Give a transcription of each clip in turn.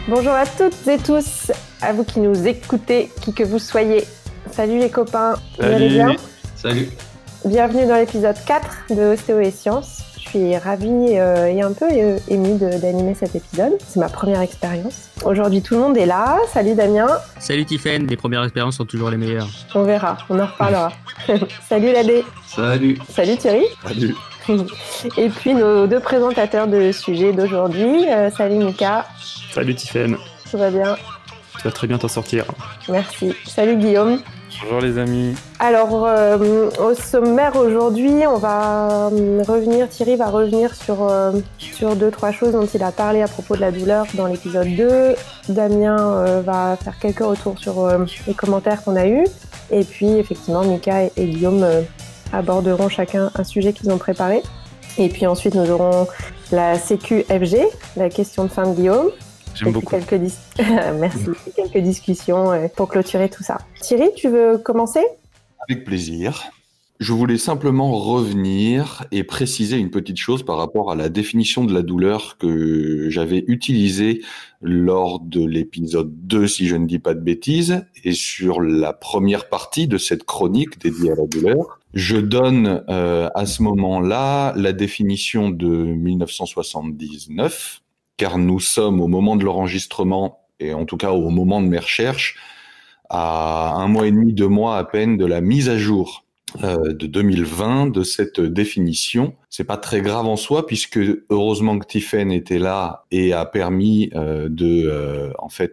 Bonjour à toutes et tous, à vous qui nous écoutez, qui que vous soyez. Salut les copains, vous allez bien ? Salut. Bienvenue dans l'épisode 4 de Ostéo et Sciences. Je suis ravie et un peu émue d'animer cet épisode. C'est ma première expérience. Aujourd'hui, tout le monde est là. Salut Damien. Salut Tiffaine, les premières expériences sont toujours les meilleures. On verra, on en reparlera. Salut Ladé. Salut. Salut Thierry. Salut. Et puis nos deux présentateurs de sujet d'aujourd'hui. Salut Mika. Salut Tiffaine. Tout va bien ? Tu vas très bien t'en sortir. Merci. Salut Guillaume. Bonjour les amis. Alors, au sommaire aujourd'hui, on va revenir, Thierry va revenir sur 2-3 choses dont il a parlé à propos de la douleur dans l'épisode 2. Damien va faire quelques retours sur les commentaires qu'on a eus. Et puis, effectivement, Mika et Guillaume aborderont chacun un sujet qu'ils ont préparé. Et puis ensuite, nous aurons la CQFG, la question de fin de Guillaume. J'aime beaucoup. Merci. Quelques discussions pour clôturer tout ça. Thierry, tu veux commencer ? Avec plaisir. Je voulais simplement revenir et préciser une petite chose par rapport à la définition de la douleur que j'avais utilisée lors de l'épisode 2, si je ne dis pas de bêtises, et sur la première partie de cette chronique dédiée à la douleur. Je donne à ce moment-là la définition de 1979, car nous sommes au moment de l'enregistrement, et en tout cas au moment de mes recherches, à 1 mois et demi, 2 mois à peine de la mise à jour de 2020 de cette définition. C'est pas très grave en soi, puisque heureusement que Tiffaine était là et a permis de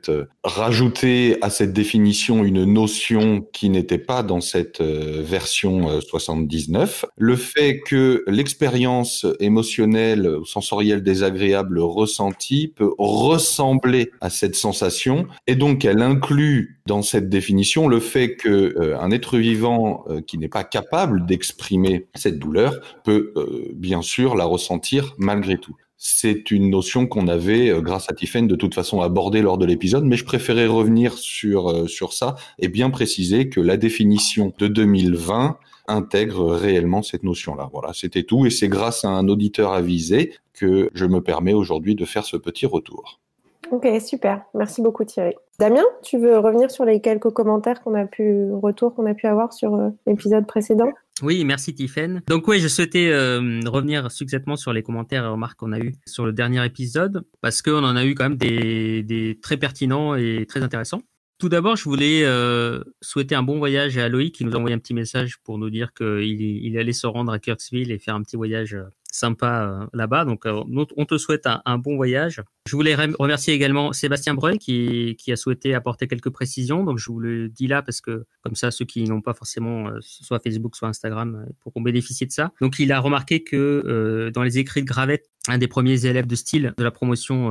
rajouter à cette définition une notion qui n'était pas dans cette version 79. Le fait que l'expérience émotionnelle ou sensorielle désagréable ressentie peut ressembler à cette sensation, et donc elle inclut dans cette définition le fait que un être vivant qui n'est pas capable d'exprimer cette douleur peut bien sûr la ressentir malgré tout. C'est une notion qu'on avait, grâce à Tiffaine, de toute façon abordée lors de l'épisode, mais je préférais revenir sur ça et bien préciser que la définition de 2020 intègre réellement cette notion-là. Voilà, c'était tout, et c'est grâce à un auditeur avisé que je me permets aujourd'hui de faire ce petit retour. Ok, super. Merci beaucoup Thierry. Damien, tu veux revenir sur les quelques commentaires retours qu'on a pu avoir sur l'épisode précédent ? Oui, merci Tiffaine. Donc oui, je souhaitais revenir succinctement sur les commentaires et remarques qu'on a eu sur le dernier épisode, parce qu'on en a eu quand même des très pertinents et très intéressants. Tout d'abord, je voulais souhaiter un bon voyage à Loïc qui nous a envoyé un petit message pour nous dire qu'il allait se rendre à Kirksville et faire un petit voyage sympa là-bas. Donc, on te souhaite un bon voyage. Je voulais remercier également Sébastien Breuil qui a souhaité apporter quelques précisions. Donc, je vous le dis là parce que comme ça, ceux qui n'ont pas forcément soit Facebook, soit Instagram pourront bénéficier de ça. Donc, il a remarqué que dans les écrits de Gravette, un des premiers élèves de style de la promotion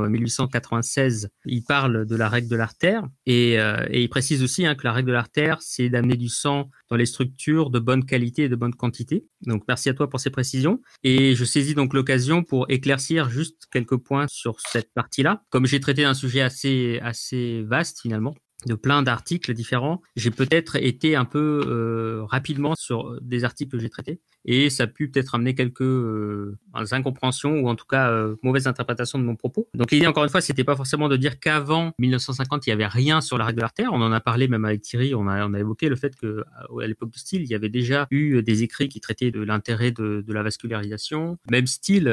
1896, il parle de la règle de l'artère et il précise aussi que la règle de l'artère, c'est d'amener du sang dans les structures de bonne qualité et de bonne quantité. Donc, merci à toi pour ces précisions. Et je saisis donc l'occasion pour éclaircir juste quelques points sur cette partie-là. Comme j'ai traité d'un sujet assez vaste finalement, de plein d'articles différents, j'ai peut-être été un peu rapidement sur des articles que j'ai traités. Et ça a pu peut-être amener quelques incompréhensions ou en tout cas mauvaises interprétations de mon propos. Donc l'idée, encore une fois, c'était pas forcément de dire qu'avant 1950, il y avait rien sur la règle de l'artère. On en a parlé même avec Thierry, on a évoqué le fait que à l'époque de Steele, il y avait déjà eu des écrits qui traitaient de l'intérêt de la vascularisation. Même Steele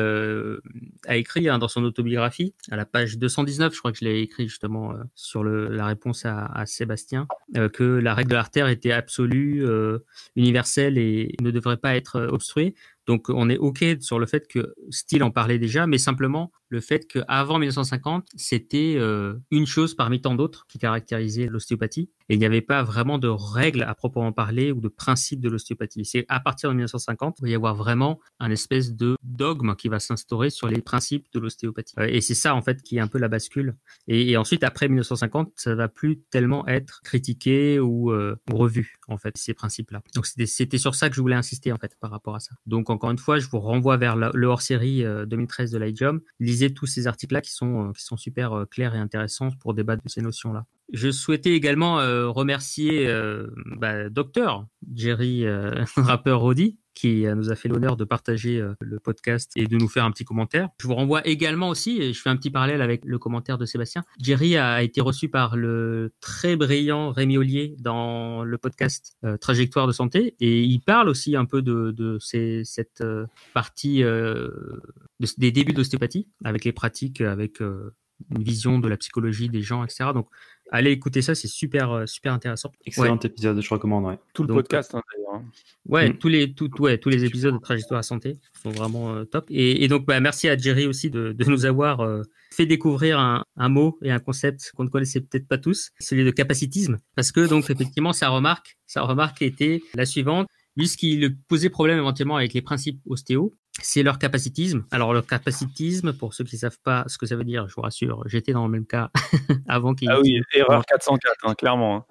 a écrit dans son autobiographie, à la page 219, je crois que je l'ai écrit justement sur la réponse à Sébastien, que la règle de l'artère était absolue, universelle et ne devrait pas être obstruée. Donc on est OK sur le fait que Steele en parlait déjà, mais simplement le fait qu'avant 1950, c'était une chose parmi tant d'autres qui caractérisait l'ostéopathie. Et il n'y avait pas vraiment de règles à proprement parler ou de principes de l'ostéopathie. C'est à partir de 1950 qu'il va y avoir vraiment un espèce de dogme qui va s'instaurer sur les principes de l'ostéopathie. Et c'est ça, en fait, qui est un peu la bascule. Et ensuite, après 1950, ça va plus tellement être critiqué ou revu, en fait, ces principes-là. Donc, c'était sur ça que je voulais insister, en fait, par rapport à ça. Donc, encore une fois, je vous renvoie vers le hors-série 2013 de l'IJOM. Lisez tous ces articles-là qui sont super clairs et intéressants pour débattre de ces notions-là. Je souhaitais également remercier Docteur Jerry Rapper Roddy qui nous a fait l'honneur de partager le podcast et de nous faire un petit commentaire. Je vous renvoie également aussi, et je fais un petit parallèle avec le commentaire de Sébastien, Jerry a été reçu par le très brillant Rémi Ollier dans le podcast Trajectoire de santé, et il parle aussi un peu de cette partie des débuts d'ostéopathie, avec les pratiques, avec une vision de la psychologie des gens, etc. Donc, allez écouter ça, c'est super intéressant. Excellent épisode, je recommande. Ouais. Tout le podcast, d'ailleurs. Ouais, tous les épisodes de Trajectoire à santé sont vraiment top. Et donc, merci à Jerry aussi de nous avoir fait découvrir un mot et un concept qu'on ne connaissait peut-être pas tous, celui de capacitisme. Parce que, donc, effectivement, sa remarque était la suivante. Lui, ce qui lui posait problème éventuellement avec les principes ostéo, c'est leur capacitisme. Alors, leur capacitisme, pour ceux qui ne savent pas ce que ça veut dire, je vous rassure, j'étais dans le même cas avant qu'il... Ah oui, erreur 404, clairement.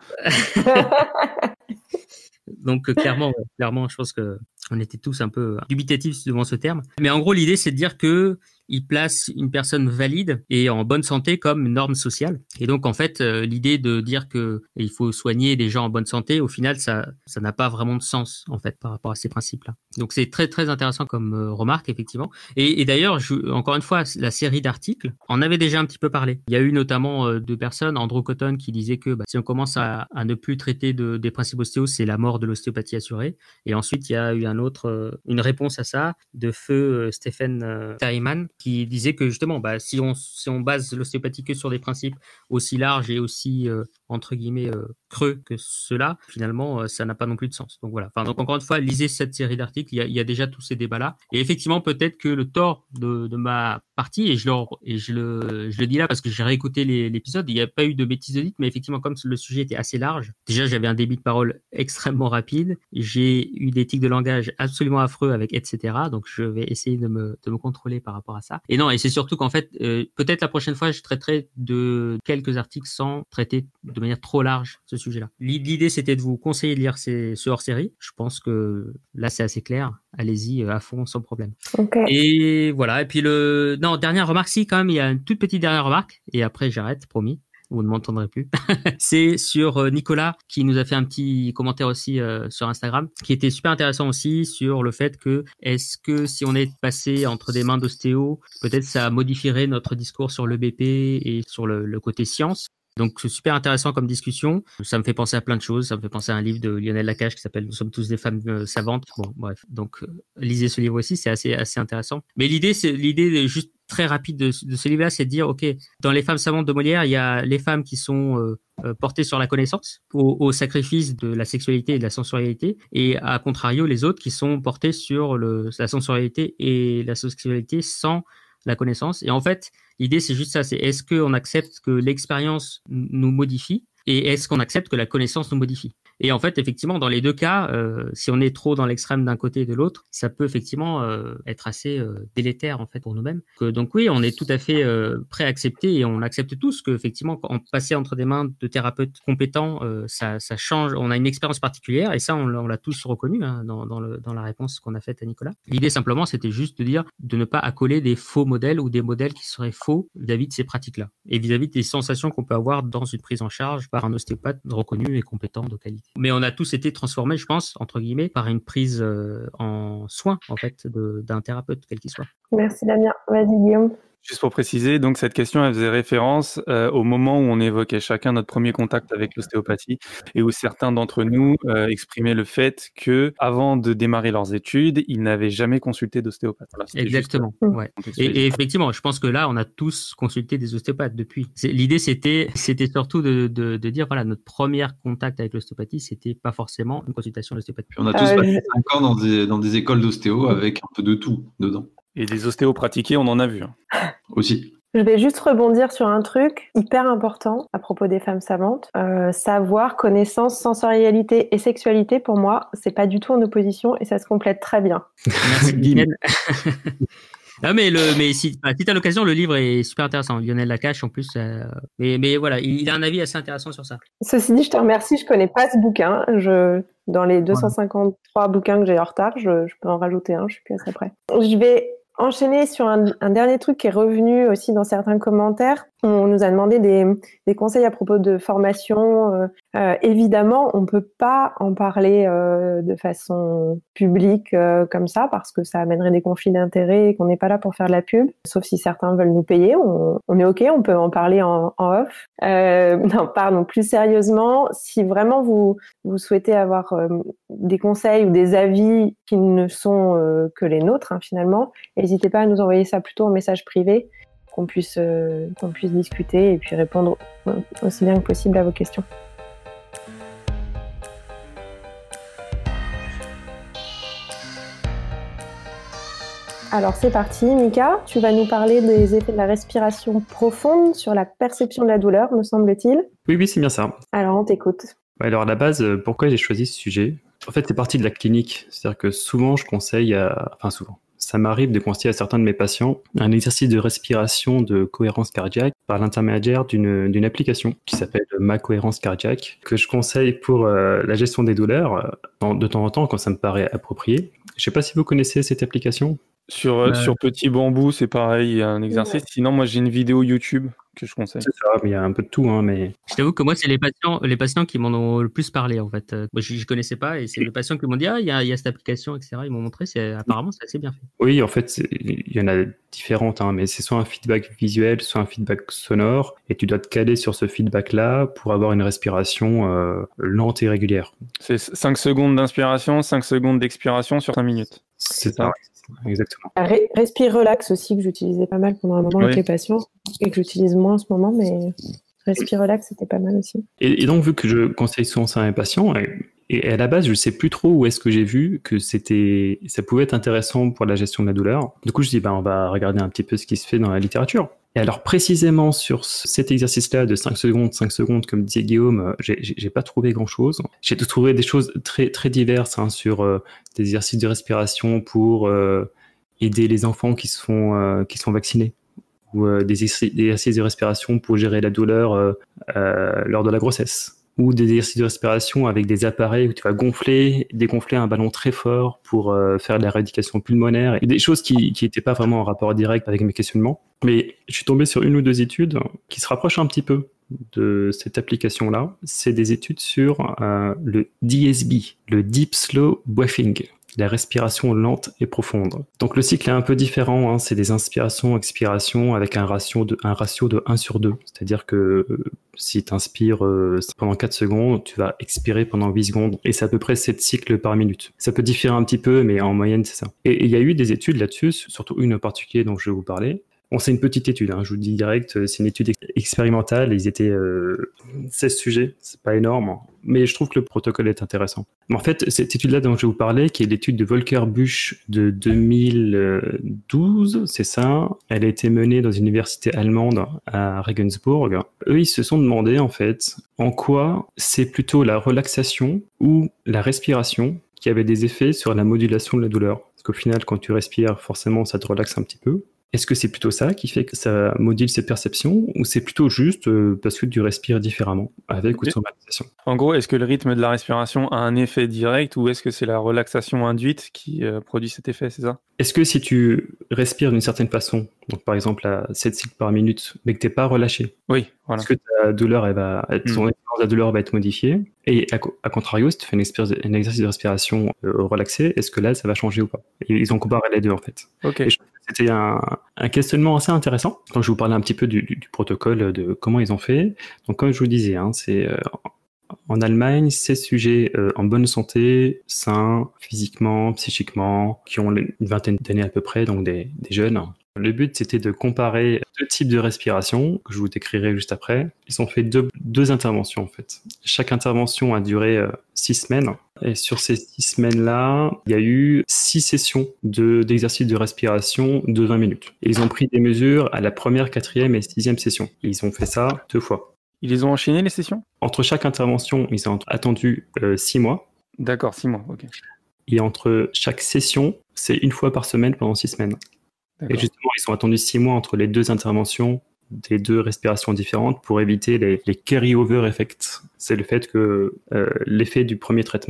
Donc, clairement, je pense qu'on était tous un peu dubitatifs devant ce terme. Mais en gros, l'idée, c'est de dire que il place une personne valide et en bonne santé comme une norme sociale. Et donc, en fait, l'idée de dire que il faut soigner des gens en bonne santé, au final, ça n'a pas vraiment de sens, en fait, par rapport à ces principes-là. Donc, c'est très, très intéressant comme remarque, effectivement. Et d'ailleurs, encore une fois, la série d'articles en avait déjà un petit peu parlé. Il y a eu notamment deux personnes, Andrew Cotton, qui disait que si on commence à ne plus traiter des principes ostéo, c'est la mort de l'ostéopathie assurée. Et ensuite, il y a eu une réponse à ça de feu Stephen Taiman, qui disait que justement, si on base l'ostéopathie que sur des principes aussi larges et aussi entre guillemets creux que cela, finalement, ça n'a pas non plus de sens. Donc voilà. Donc encore une fois, lisez cette série d'articles. Il y a déjà tous ces débats-là. Et effectivement, peut-être que le tort de ma partie, et je le dis là parce que j'ai réécouté l'épisode, il n'y a pas eu de bêtises dites, mais effectivement, comme le sujet était assez large, déjà j'avais un débit de parole extrêmement rapide, j'ai eu des tics de langage absolument affreux avec etc. Donc je vais essayer de me contrôler par rapport à ça. Et non, et c'est surtout qu'en fait, peut-être la prochaine fois, je traiterai de quelques articles sans traiter de manière trop large ce sujet-là. L'idée, c'était de vous conseiller de lire ce hors-série. Je pense que là, c'est assez clair. Allez-y à fond, sans problème. Okay. Et voilà. Et puis dernière remarque, si quand même, il y a une toute petite dernière remarque. Et après, j'arrête, promis. Vous ne m'entendrez plus. C'est sur Nicolas qui nous a fait un petit commentaire aussi sur Instagram, qui était super intéressant aussi sur le fait que est-ce que si on est passé entre des mains d'ostéo, peut-être ça modifierait notre discours sur l'EBP et sur le côté science. Donc c'est super intéressant comme discussion. Ça me fait penser à plein de choses. Ça me fait penser à un livre de Lionel Lacache qui s'appelle Nous sommes tous des femmes savantes. Bon, bref. Donc lisez ce livre aussi, c'est assez intéressant. Mais l'idée juste très rapide de ce livre-là, c'est de dire, ok, dans les femmes savantes de Molière, il y a les femmes qui sont portées sur la connaissance, au sacrifice de la sexualité et de la sensorialité, et à contrario, les autres qui sont portées sur la sensorialité et la sexualité sans la connaissance. Et en fait, l'idée, c'est juste ça, c'est est-ce qu'on accepte que l'expérience nous modifie et est-ce qu'on accepte que la connaissance nous modifie? Et en fait, effectivement, dans les deux cas, si on est trop dans l'extrême d'un côté et de l'autre, ça peut effectivement être assez délétère en fait pour nous-mêmes. Donc oui, on est tout à fait prêt à accepter et on accepte tous que effectivement, quand passer entre des mains de thérapeutes compétents, ça change. On a une expérience particulière et ça, on l'a tous reconnu hein, dans la réponse qu'on a faite à Nicolas. L'idée simplement, c'était juste de dire de ne pas accoler des faux modèles ou des modèles qui seraient faux vis-à-vis de ces pratiques-là et vis-à-vis des sensations qu'on peut avoir dans une prise en charge par un ostéopathe reconnu et compétent de qualité. Mais on a tous été transformés, je pense, entre guillemets, par une prise en soin, en fait, d'un thérapeute, quel qu'il soit. Merci Damien. Vas-y Guillaume. Juste pour préciser, donc cette question, elle faisait référence au moment où on évoquait chacun notre premier contact avec l'ostéopathie et où certains d'entre nous exprimaient le fait que, avant de démarrer leurs études, ils n'avaient jamais consulté d'ostéopathe. Voilà, exactement. Ouais. Et effectivement, je pense que là, on a tous consulté des ostéopathes depuis. L'idée, c'était surtout de dire, voilà, notre premier contact avec l'ostéopathie, c'était pas forcément une consultation d'ostéopathie. On a tous passé 5 ans dans des écoles d'ostéo avec un peu de tout dedans. Et des ostéos pratiqués, on en a vu. Hein. Aussi. Je vais juste rebondir sur un truc hyper important à propos des femmes savantes. Savoir, connaissance, sensorialité et sexualité, pour moi, c'est pas du tout en opposition et ça se complète très bien. Merci Lionel. Ah mais si t'as l'occasion, le livre est super intéressant. Lionel Lacache en plus. Mais voilà, il a un avis assez intéressant sur ça. Ceci dit, je te remercie. Je connais pas ce bouquin. Dans les 253 bouquins que j'ai en retard, je peux en rajouter un. Je suis plus assez près. Je vais enchaîner sur un dernier truc qui est revenu aussi dans certains commentaires. On nous a demandé des conseils à propos de formation. Évidemment, on peut pas en parler de façon publique comme ça parce que ça amènerait des conflits d'intérêts et qu'on n'est pas là pour faire de la pub. Sauf si certains veulent nous payer, on est OK, on peut en parler en off. Non, pardon, plus sérieusement, si vraiment vous souhaitez avoir des conseils ou des avis qui ne sont que les nôtres, finalement, n'hésitez pas à nous envoyer ça plutôt en message privé, qu'on puisse discuter et puis répondre aussi bien que possible à vos questions. Alors c'est parti, Mika, tu vas nous parler des effets de la respiration profonde sur la perception de la douleur, me semble-t-il. Oui, c'est bien ça. Alors on t'écoute. Alors à la base, pourquoi j'ai choisi ce sujet ? En fait, c'est parti de la clinique. C'est-à-dire que souvent, ça m'arrive de conseiller à certains de mes patients un exercice de respiration de cohérence cardiaque par l'intermédiaire d'une application qui s'appelle Ma Cohérence Cardiaque, que je conseille pour la gestion des douleurs de temps en temps quand ça me paraît approprié. Je ne sais pas si vous connaissez cette application. Sur Petit Bambou, c'est pareil, il y a un exercice. Sinon, moi, j'ai une vidéo YouTube que je conseille. C'est ça, mais il y a un peu de tout, mais... Je t'avoue que moi, c'est les patients qui m'en ont le plus parlé, en fait. Moi, je connaissais pas, et c'est les patients qui m'ont dit, il y a cette application, etc. Ils m'ont montré, apparemment, c'est assez bien fait. Oui, en fait, il y en a différentes, mais c'est soit un feedback visuel, soit un feedback sonore, et tu dois te caler sur ce feedback-là pour avoir une respiration lente et régulière. C'est 5 secondes d'inspiration, 5 secondes d'expiration sur 5 minutes. C'est ça. Exactement. Respire relax aussi, que j'utilisais pas mal pendant un moment avec les patients et que j'utilise moins en ce moment, mais Respire relax, c'était pas mal aussi. Et donc, vu que je conseille souvent ça à mes patients, et à la base, je sais plus trop où est-ce que j'ai vu que ça pouvait être intéressant pour la gestion de la douleur. Du coup, je dis, on va regarder un petit peu ce qui se fait dans la littérature. Et alors, précisément sur cet exercice-là de 5 secondes, comme disait Guillaume, j'ai pas trouvé grand-chose. J'ai trouvé des choses très, très diverses, sur des exercices de respiration pour aider les enfants qui sont vaccinés, ou des exercices de respiration pour gérer la douleur lors de la grossesse, ou des exercices de respiration avec des appareils où tu vas gonfler, dégonfler un ballon très fort pour faire de la rééducation pulmonaire, et des choses qui n'étaient pas vraiment en rapport direct avec mes questionnements. Mais je suis tombé sur une ou deux études qui se rapprochent un petit peu de cette application-là. C'est des études sur le DSB, le Deep Slow Breathing, la respiration lente et profonde. Donc le cycle est un peu différent, c'est des inspirations-expirations avec un ratio de 1/2. C'est-à-dire que si tu inspires pendant 4 secondes, tu vas expirer pendant 8 secondes. Et c'est à peu près 7 cycles par minute. Ça peut différer un petit peu, mais en moyenne, c'est ça. Et il y a eu des études là-dessus, surtout une en particulier dont je vais vous parler. Bon, c'est une petite étude, je vous le dis direct, c'est une étude expérimentale, ils étaient 16 sujets, c'est pas énorme, mais je trouve que le protocole est intéressant. Mais en fait, cette étude-là dont je vais vous parler, qui est l'étude de Volker Busch de 2012, c'est ça, elle a été menée dans une université allemande à Regensburg. Eux, ils se sont demandé, en fait, en quoi c'est plutôt la relaxation ou la respiration qui avait des effets sur la modulation de la douleur. Parce qu'au final, quand tu respires, forcément, ça te relaxe un petit peu. Est-ce que c'est plutôt ça qui fait que ça module ses perceptions, ou c'est plutôt juste parce que tu respires différemment, avec ou sans relaxation? En gros, est-ce que le rythme de la respiration a un effet direct, ou est-ce que c'est la relaxation induite qui produit cet effet, c'est ça? Est-ce que si tu respires d'une certaine façon, donc par exemple à 7 cycles par minute, mais que tu n'es pas relâché, oui, voilà. Est-ce que ta douleur, son expérience de la douleur va être modifiée? Et à contrario, si tu fais un exercice de respiration relaxé, est-ce que là, ça va changer ou pas? Et ils ont comparé les deux, en fait. Ok. Et je trouve que c'était un questionnement assez intéressant. Donc, je vais vous parler un petit peu du protocole, de comment ils ont fait. Donc, comme je vous disais, c'est en Allemagne, 16 sujets en bonne santé, sains, physiquement, psychiquement, qui ont une vingtaine d'années à peu près, donc des jeunes. Le but, c'était de comparer deux types de respiration, que je vous décrirai juste après. Ils ont fait deux interventions, en fait. Chaque intervention a duré 6 semaines. Et sur ces 6 semaines-là, il y a eu 6 sessions d'exercice de respiration de 20 minutes. Et ils ont pris des mesures à la première, 4e et 6e session. Et ils ont fait ça 2 fois. Ils les ont enchaîné, les sessions? Entre chaque intervention, ils ont attendu 6 mois. D'accord, 6 mois, ok. Et entre chaque session, c'est 1 fois par semaine pendant 6 semaines. D'accord. Et justement, ils ont attendu 6 mois entre les 2 interventions des 2 respirations différentes pour éviter les carry-over effects. C'est le fait que l'effet du premier traitement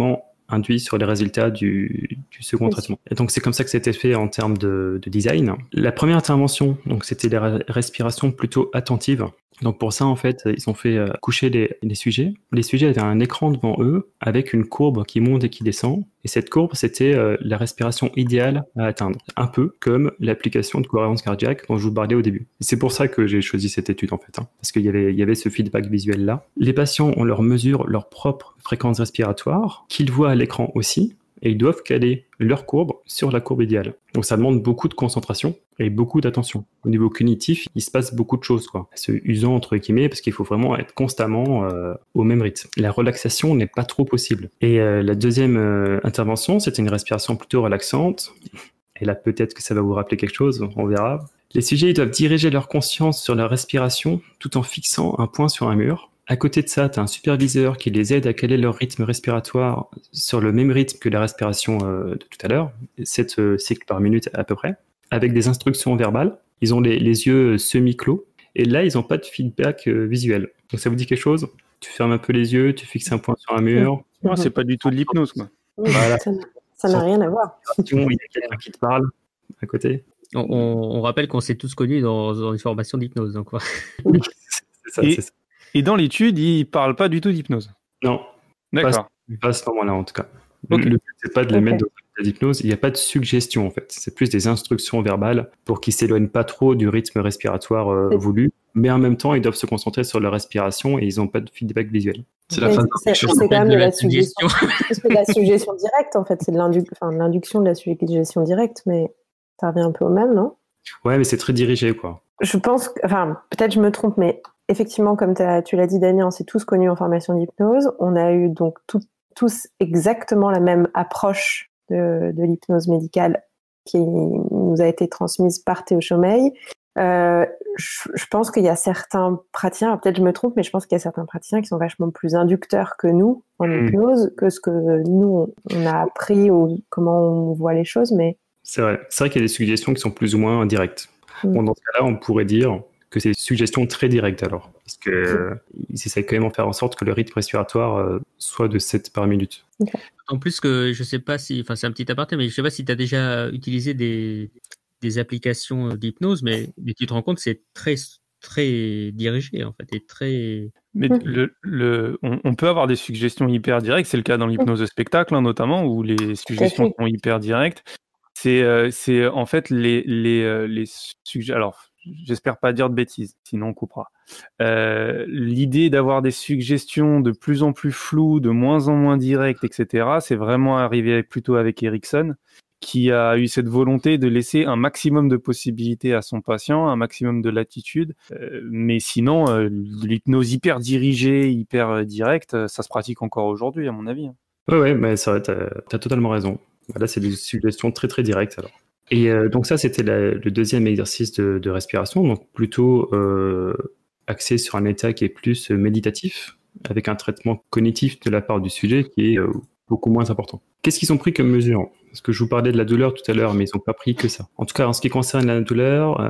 induit sur les résultats du second traitement. Et donc c'est comme ça que c'était fait en termes de design. La première intervention, donc c'était les respirations plutôt attentives. Donc pour ça, en fait, ils ont fait coucher les sujets. Les sujets avaient un écran devant eux avec une courbe qui monte et qui descend. Et cette courbe, c'était la respiration idéale à atteindre. Un peu comme l'application de cohérence cardiaque dont je vous parlais au début. Et c'est pour ça que j'ai choisi cette étude, en fait, parce qu'il y avait ce feedback visuel-là. Les patients, on leur mesure leur propre fréquence respiratoire, qu'ils voient à l'écran aussi, et ils doivent caler leur courbe sur la courbe idéale. Donc ça demande beaucoup de concentration et beaucoup d'attention. Au niveau cognitif, il se passe beaucoup de choses, quoi. C'est usant entre guillemets parce qu'il faut vraiment être constamment au même rythme. La relaxation n'est pas trop possible. Et la deuxième intervention, c'était une respiration plutôt relaxante. Et là, peut-être que ça va vous rappeler quelque chose, on verra. Les sujets ils doivent diriger leur conscience sur la respiration tout en fixant un point sur un mur. À côté de ça, tu as un superviseur qui les aide à caler leur rythme respiratoire sur le même rythme que la respiration de tout à l'heure, 7 cycles par minute à peu près, avec des instructions verbales. Ils ont les yeux semi-clos, et là, ils n'ont pas de feedback visuel. Donc ça vous dit quelque chose? Tu fermes un peu les yeux, tu fixes un point sur un mur. Non, c'est pas du tout de l'hypnose, quoi. Voilà. Ça n'a rien à voir. Il y a quelqu'un qui te parle à côté. On rappelle qu'on s'est tous connus dans une formation d'hypnose. Donc, c'est ça. Et dans l'étude, ils parlent pas du tout d'hypnose. Non. D'accord. Pas à ce moment-là, en tout cas. Okay. Le but, c'est pas de les mettre dans l'état d'hypnose. Il n'y a pas de suggestion, en fait. C'est plus des instructions verbales pour qu'ils s'éloignent pas trop du rythme respiratoire voulu. Mais en même temps, ils doivent se concentrer sur leur respiration et ils n'ont pas de feedback visuel. C'est la fin c'est quand même de la suggestion. C'est de la suggestion directe, en fait. C'est de l'induction de la suggestion directe, mais ça revient un peu au même, non? Ouais, mais c'est très dirigé, quoi. Je pense, peut-être je me trompe, mais effectivement, comme tu l'as dit, Damien, on s'est tous connus en formation d'hypnose. On a eu donc tous exactement la même approche de l'hypnose médicale qui nous a été transmise par Théo Chaumeil. Je pense qu'il y a certains praticiens, peut-être je me trompe, mais je pense qu'il y a certains praticiens qui sont vachement plus inducteurs que nous en hypnose, que ce que nous, on a appris ou comment on voit les choses. Mais c'est vrai qu'il y a des suggestions qui sont plus ou moins directes. Bon, dans ce cas-là, on pourrait dire que c'est une suggestion très directe alors, parce qu'ils essaient quand même de faire en sorte que le rythme respiratoire soit de 7 par minute. Okay. En plus que je sais pas si, c'est un petit aparté, mais je sais pas si tu as déjà utilisé des applications d'hypnose, mais tu te rends compte que c'est très très dirigé en fait, et très. Mais on peut avoir des suggestions hyper directes, c'est le cas dans l'hypnose de spectacle notamment, où les suggestions sont hyper directes. C'est en fait les sujets. Alors, j'espère pas dire de bêtises, sinon on coupera. L'idée d'avoir des suggestions de plus en plus floues, de moins en moins directes, etc., c'est vraiment arrivé plutôt avec Erickson, qui a eu cette volonté de laisser un maximum de possibilités à son patient, un maximum de latitude. Mais sinon, l'hypnose hyper dirigée, hyper directe, ça se pratique encore aujourd'hui, à mon avis. Ouais, mais ça, t'as totalement raison. Là, c'est des suggestions très très directes alors. Et donc ça, c'était le deuxième exercice de respiration, donc plutôt axé sur un état qui est plus méditatif, avec un traitement cognitif de la part du sujet qui est beaucoup moins important. Qu'est-ce qu'ils ont pris comme mesure? Parce que je vous parlais de la douleur tout à l'heure, mais ils n'ont pas pris que ça. En tout cas, en ce qui concerne la douleur,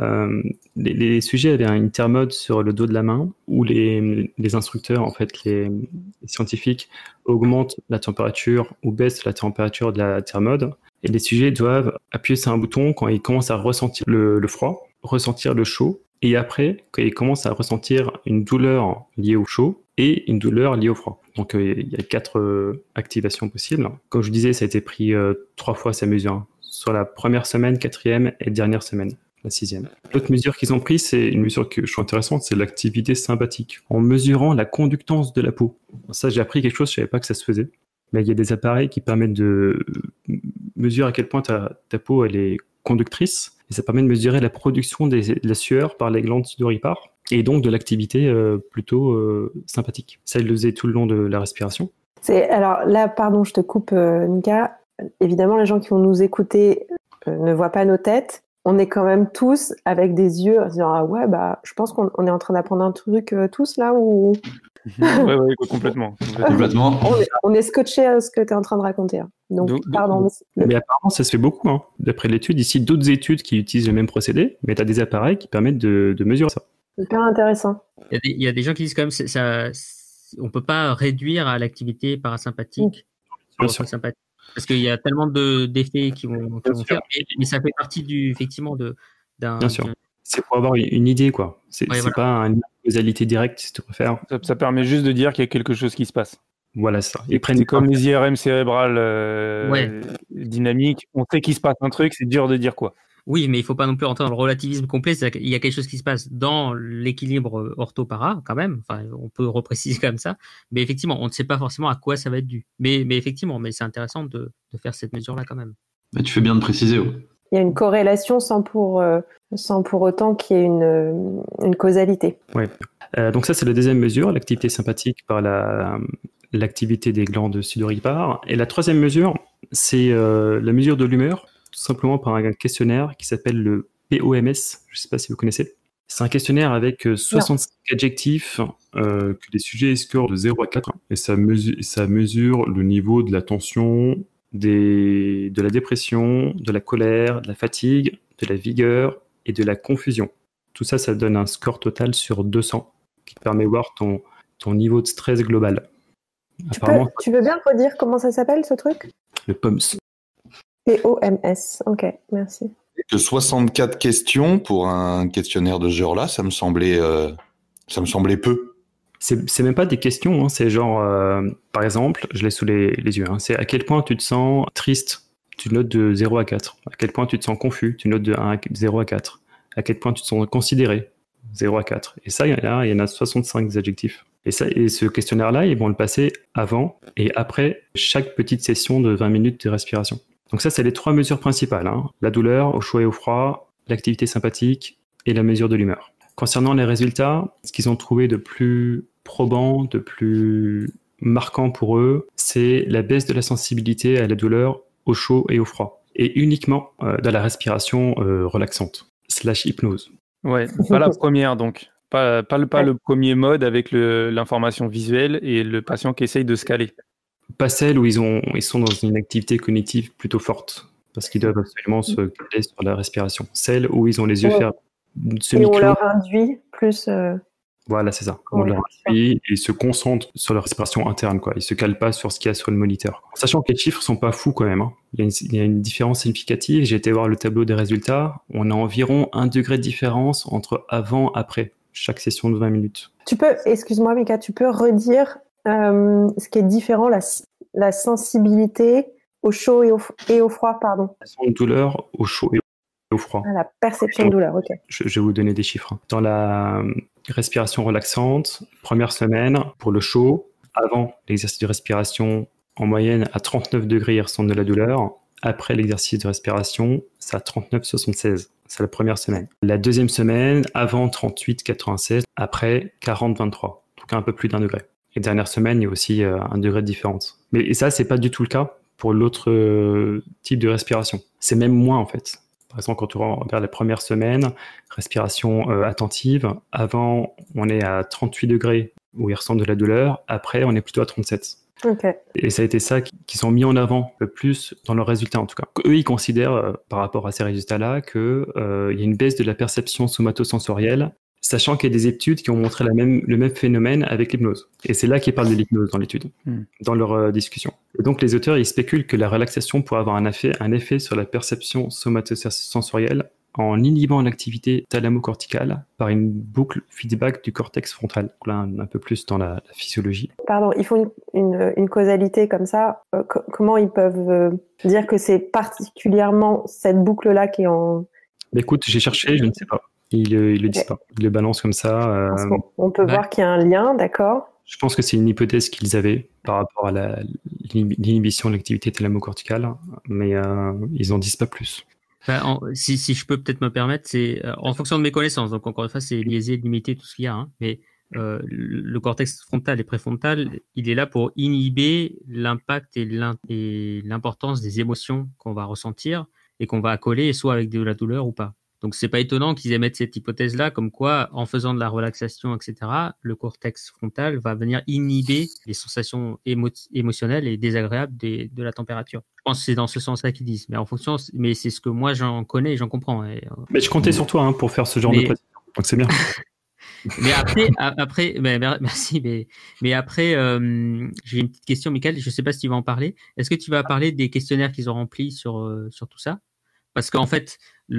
les sujets avaient une thermode sur le dos de la main, où les instructeurs, en fait, les scientifiques, augmentent la température ou baissent la température de la thermode. Et les sujets doivent appuyer sur un bouton quand ils commencent à ressentir le froid, ressentir le chaud, et après, quand ils commencent à ressentir une douleur liée au chaud et une douleur liée au froid. Donc il y a 4 activations possibles. Comme je vous disais, ça a été pris 3 fois sa mesure, sur la première semaine, 4e et dernière semaine, la 6e. L'autre mesure qu'ils ont prise, c'est une mesure que je trouve intéressante, c'est l'activité sympathique, en mesurant la conductance de la peau. Ça, j'ai appris quelque chose, je ne savais pas que ça se faisait. Mais il y a des appareils qui permettent de mesurer à quel point ta peau elle est conductrice, et ça permet de mesurer la production de la sueur par les glandes sudoripares, et donc de l'activité plutôt sympathique. Ça, il le faisait tout le long de la respiration. Alors là, pardon, je te coupe, Nika. Évidemment, les gens qui vont nous écouter ne voient pas nos têtes. On est quand même tous avec des yeux en se disant « Ah ouais, je pense qu'on est en train d'apprendre un truc tous là » ou... Ouais, complètement. On est scotché à ce que tu es en train de raconter. Donc, pardon. Mais apparemment, ça se fait beaucoup. D'après l'étude, ici, d'autres études qui utilisent le même procédé, mais tu as des appareils qui permettent de mesurer ça. Super intéressant. Il y a des gens qui disent quand même ça, on peut pas réduire à l'activité parasympathique. trouve sûr. très sympathique. Parce qu'il y a tellement d'effets qui vont Bien sûr. faire, mais ça fait partie effectivement d'un. Bien sûr. C'est pour avoir une idée, quoi. C'est voilà. pas une causalité directe, si tu préfères. Ça permet juste de dire qu'il y a quelque chose qui se passe. Voilà, ça. C'est comme les IRM cérébrales dynamiques. On sait qu'il se passe un truc, c'est dur de dire quoi. Oui, mais il faut pas non plus entrer dans le relativisme complet. Il y a quelque chose qui se passe dans l'équilibre ortho-para, quand même. Enfin, on peut repréciser comme ça. Mais effectivement, on ne sait pas forcément à quoi ça va être dû. Mais effectivement, c'est intéressant de faire cette mesure-là quand même. Mais tu fais bien de préciser. Ouais. Il y a une corrélation sans pour autant qu'il y ait une causalité. Oui. Donc ça, c'est la deuxième mesure, l'activité sympathique par l'activité des glandes sudoripares. Et la troisième mesure, c'est la mesure de l'humeur, tout simplement par un questionnaire qui s'appelle le POMS. Je ne sais pas si vous connaissez. C'est un questionnaire avec 65 adjectifs que les sujets scorent de 0 à 4. Et ça mesure le niveau de la tension, de la dépression, de la colère, de la fatigue, de la vigueur et de la confusion. Tout ça, ça donne un score total sur 200 qui te permet de voir ton niveau de stress global. Tu veux bien redire comment ça s'appelle ce truc ? Le POMS. POMS, ok, merci. Que 64 questions pour un questionnaire de ce genre-là, ça me semblait peu. C'est même pas des questions, hein, c'est genre, par exemple, je l'ai sous les yeux, hein, c'est à quel point tu te sens triste, tu notes de 0 à 4. À quel point tu te sens confus, tu notes de 0 à 4. À quel point tu te sens considéré, 0 à 4. Et ça, il y en a 65 adjectifs. Et ce questionnaire-là, ils vont le passer avant et après chaque petite session de 20 minutes de respiration. Donc ça, c'est les 3 mesures principales, hein. La douleur, au chaud et au froid, l'activité sympathique et la mesure de l'humeur. Concernant les résultats, ce qu'ils ont trouvé de plus probant, de plus marquant pour eux, c'est la baisse de la sensibilité à la douleur au chaud et au froid. Et uniquement dans la respiration relaxante, / hypnose. Ouais, pas la première donc. Pas le premier mode avec l'information visuelle et le patient qui essaye de se caler. Pas celle où ils sont dans une activité cognitive plutôt forte, parce qu'ils doivent absolument se caler sur la respiration. Celle où ils ont les yeux fermés. Et on leur induit plus... Voilà, c'est ça. On leur induit et ils se concentrent sur leur respiration interne, quoi. Ils se calent pas sur ce qu'il y a sur le moniteur. Sachant que les chiffres sont pas fous quand même, hein. Il y a une différence significative. J'ai été voir le tableau des résultats. On a environ 1 degré de différence entre avant et après chaque session de 20 minutes. Excuse-moi Mika, tu peux redire ce qui est différent, la sensibilité au chaud et au froid, pardon. La sensation de douleur au chaud et au froid. La perception de douleur, ok. Je vais vous donner des chiffres. Dans la respiration relaxante, première semaine, pour le chaud, avant l'exercice de respiration, en moyenne à 39 degrés, il ressent de la douleur. Après l'exercice de respiration, c'est à 39,76. C'est la première semaine. La deuxième semaine, avant 38,96. Après 40,23. Donc un peu plus d'1 degré. Et dernière semaine, il y a aussi 1 degré de différence. Et ça, c'est pas du tout le cas pour l'autre type de respiration. C'est même moins en fait. Par exemple, quand tu regardes la première semaine, respiration attentive, avant, on est à 38 degrés où ils ressentent de la douleur. Après, on est plutôt à 37. Okay. Et ça a été ça qu'ils ont mis en avant le plus dans leurs résultats, en tout cas. Eux, ils considèrent, par rapport à ces résultats-là, qu'il y a une baisse de la perception somatosensorielle, sachant qu'il y a des études qui ont montré le même phénomène avec l'hypnose. Et c'est là qu'ils parlent de l'hypnose dans l'étude, dans leur discussion. Et donc, les auteurs, ils spéculent que la relaxation pourrait avoir un effet sur la perception somatosensorielle en inhibant l'activité thalamo-corticale par une boucle feedback du cortex frontal. Donc là, un peu plus dans la physiologie. Pardon, ils font une causalité comme ça. Comment ils peuvent dire que c'est particulièrement cette boucle-là qui est en... Écoute, j'ai cherché, je ne sais pas. Ils le disent pas. Ils le balancent comme ça. On peut voir qu'il y a un lien, d'accord. Je pense que c'est une hypothèse qu'ils avaient par rapport à l'inhibition de l'activité thalamo-corticale, mais ils n'en disent pas plus. Enfin, si je peux peut-être me permettre, c'est en fonction de mes connaissances. Donc encore une fois, c'est biaisé, limité, tout ce qu'il y a. Hein, mais le cortex frontal et préfrontal, il est là pour inhiber l'impact et l'importance des émotions qu'on va ressentir et qu'on va accoler, soit avec de la douleur ou pas. Donc c'est pas étonnant qu'ils émettent cette hypothèse-là, comme quoi, en faisant de la relaxation, etc., le cortex frontal va venir inhiber les sensations émotionnelles et désagréables de la température. Je pense que c'est dans ce sens-là qu'ils disent. Mais c'est ce que moi j'en connais et j'en comprends. Mais je comptais sur toi pour faire ce genre de précision. Donc c'est bien. Mais après, merci, mais après, j'ai une petite question, Michael. Je sais pas si tu vas en parler. Est-ce que tu vas parler des questionnaires qu'ils ont remplis sur tout ça? Parce qu'en fait,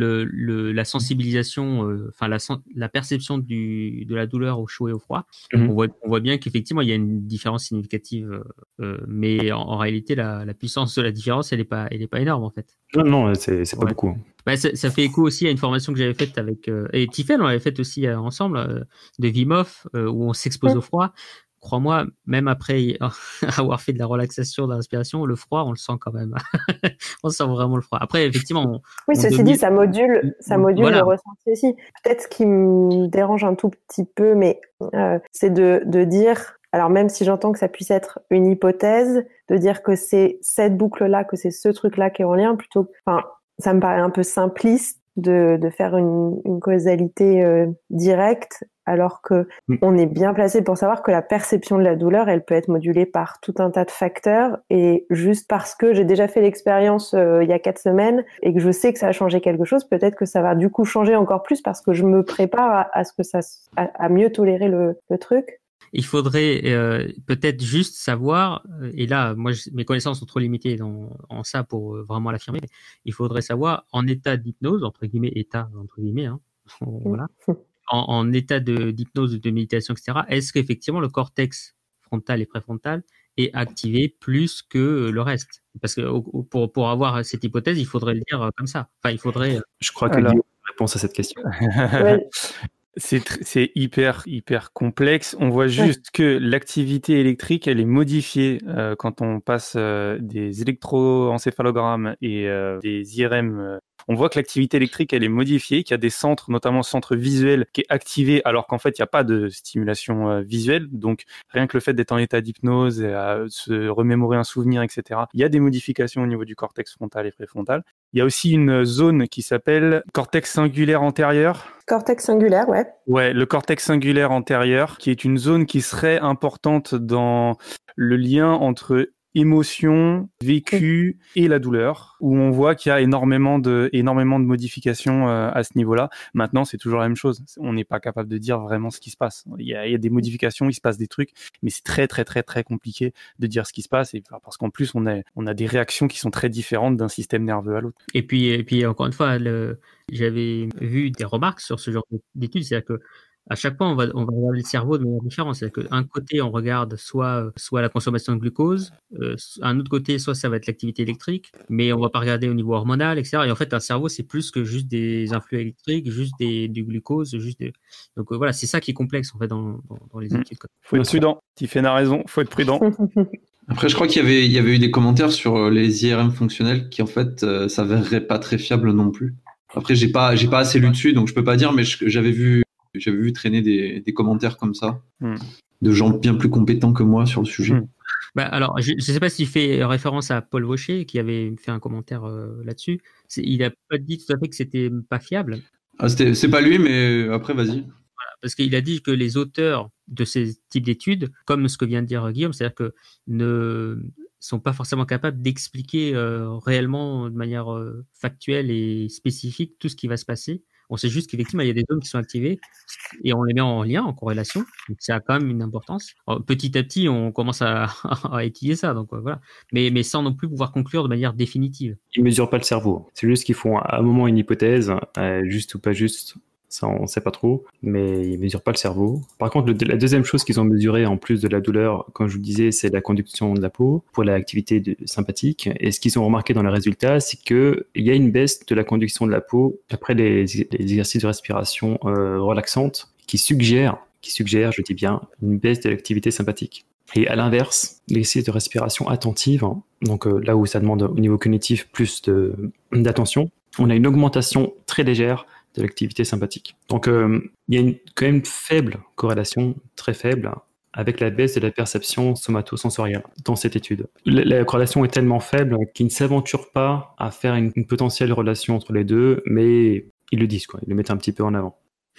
la sensibilisation, enfin la perception de la douleur au chaud et au froid, on voit bien qu'effectivement il y a une différence significative, mais en réalité la puissance de la différence elle est pas énorme en fait. Non, c'est pas beaucoup. Bah, ça fait écho aussi à une formation que j'avais faite avec et Tifel, on l'avait faite aussi ensemble de Wim Hof où on s'expose au froid. Crois-moi, même après avoir fait de la relaxation, de la respiration, le froid, on le sent quand même. On sent vraiment le froid. Après, effectivement, ceci dit, ça module voilà. le ressenti aussi. Peut-être ce qui me dérange un tout petit peu, mais c'est de dire, alors même si j'entends que ça puisse être une hypothèse, de dire que c'est cette boucle-là, que c'est ce truc-là qui est en lien, plutôt, enfin, ça me paraît un peu simpliste de faire une causalité directe, alors que on est bien placé pour savoir que la perception de la douleur, elle peut être modulée par tout un tas de facteurs, et juste parce que j'ai déjà fait l'expérience il y a 4 semaines et que je sais que ça a changé quelque chose, peut-être que ça va du coup changer encore plus parce que je me prépare à ce que à mieux tolérer le truc. Il faudrait peut-être juste savoir, et là, moi, mes connaissances sont trop limitées en ça pour vraiment l'affirmer, mais il faudrait savoir, en état d'hypnose, entre guillemets, hein, voilà, en état d'hypnose, de méditation, etc., est-ce qu'effectivement le cortex frontal et préfrontal est activé plus que le reste? Parce que pour avoir cette hypothèse, il faudrait le dire comme ça. Enfin, il faudrait... Je crois que Guillaume a une réponse à cette question. Ouais. C'est hyper complexe. On voit juste que l'activité électrique, elle est modifiée quand on passe des électroencéphalogrammes et des IRM. On voit que l'activité électrique, elle est modifiée, qu'il y a des centres, notamment le centre visuel, qui est activé, alors qu'en fait, il n'y a pas de stimulation visuelle. Donc, rien que le fait d'être en état d'hypnose et à se remémorer un souvenir, etc., il y a des modifications au niveau du cortex frontal et préfrontal. Il y a aussi une zone qui s'appelle cortex singulaire antérieur. Cortex singulaire, ouais. Ouais, le cortex singulaire antérieur, qui est une zone qui serait importante dans le lien entre émotion, vécu et la douleur, où on voit qu'il y a énormément de modifications à ce niveau-là. Maintenant, c'est toujours la même chose. On n'est pas capable de dire vraiment ce qui se passe. Il y a des modifications, il se passe des trucs, mais c'est très compliqué de dire ce qui se passe, et parce qu'en plus, on a des réactions qui sont très différentes d'un système nerveux à l'autre. Et puis encore une fois, j'avais vu des remarques sur ce genre d'études, c'est-à-dire que à chaque fois, on va regarder le cerveau de manière différente. C'est-à-dire qu'un côté, on regarde soit la consommation de glucose, un autre côté, soit ça va être l'activité électrique, mais on va pas regarder au niveau hormonal, etc. Et en fait, un cerveau, c'est plus que juste des influx électriques, juste du glucose, donc voilà, c'est ça qui est complexe en fait dans les études. Faut être prudent. Tiffen a raison, faut être prudent. Après, je crois qu'il y avait eu des commentaires sur les IRM fonctionnels qui en fait s'avéreraient pas très fiables non plus. Après, j'ai pas assez lu dessus, donc je peux pas dire, mais j'avais vu traîner des commentaires comme ça de gens bien plus compétents que moi sur le sujet. Bah, alors, je ne sais pas s'il fait référence à Paul Vaucher qui avait fait un commentaire là-dessus. Il n'a pas dit tout à fait que c'était pas fiable. Ah, c'est pas lui, mais après, vas-y. Voilà, parce qu'il a dit que les auteurs de ces types d'études, comme ce que vient de dire Guillaume, c'est-à-dire que ne sont pas forcément capables d'expliquer réellement de manière factuelle et spécifique tout ce qui va se passer. On sait juste qu'effectivement, il y a des zones qui sont activées et on les met en lien, en corrélation. Donc, ça a quand même une importance. Alors, petit à petit, on commence à étudier ça. Donc, voilà. Mais sans non plus pouvoir conclure de manière définitive. Ils mesurent pas le cerveau. C'est juste qu'ils font à un moment une hypothèse, juste ou pas juste. Ça, on ne sait pas trop, mais ils ne mesurent pas le cerveau. Par contre, la deuxième chose qu'ils ont mesurée, en plus de la douleur, comme je vous disais, c'est la conduction de la peau pour l'activité sympathique. Et ce qu'ils ont remarqué dans les résultats, c'est qu'il y a une baisse de la conduction de la peau après les exercices de respiration relaxante qui suggèrent, je dis bien, une baisse de l'activité sympathique. Et à l'inverse, l'exercice de respiration attentive, donc là où ça demande au niveau cognitif plus d'attention, on a une augmentation très légère de l'activité sympathique. Donc, il y a quand même une faible corrélation, très faible, avec la baisse de la perception somatosensorielle dans cette étude. La corrélation est tellement faible qu'ils ne s'aventurent pas à faire une potentielle relation entre les deux, mais ils le disent, quoi. Ils le mettent un petit peu en avant.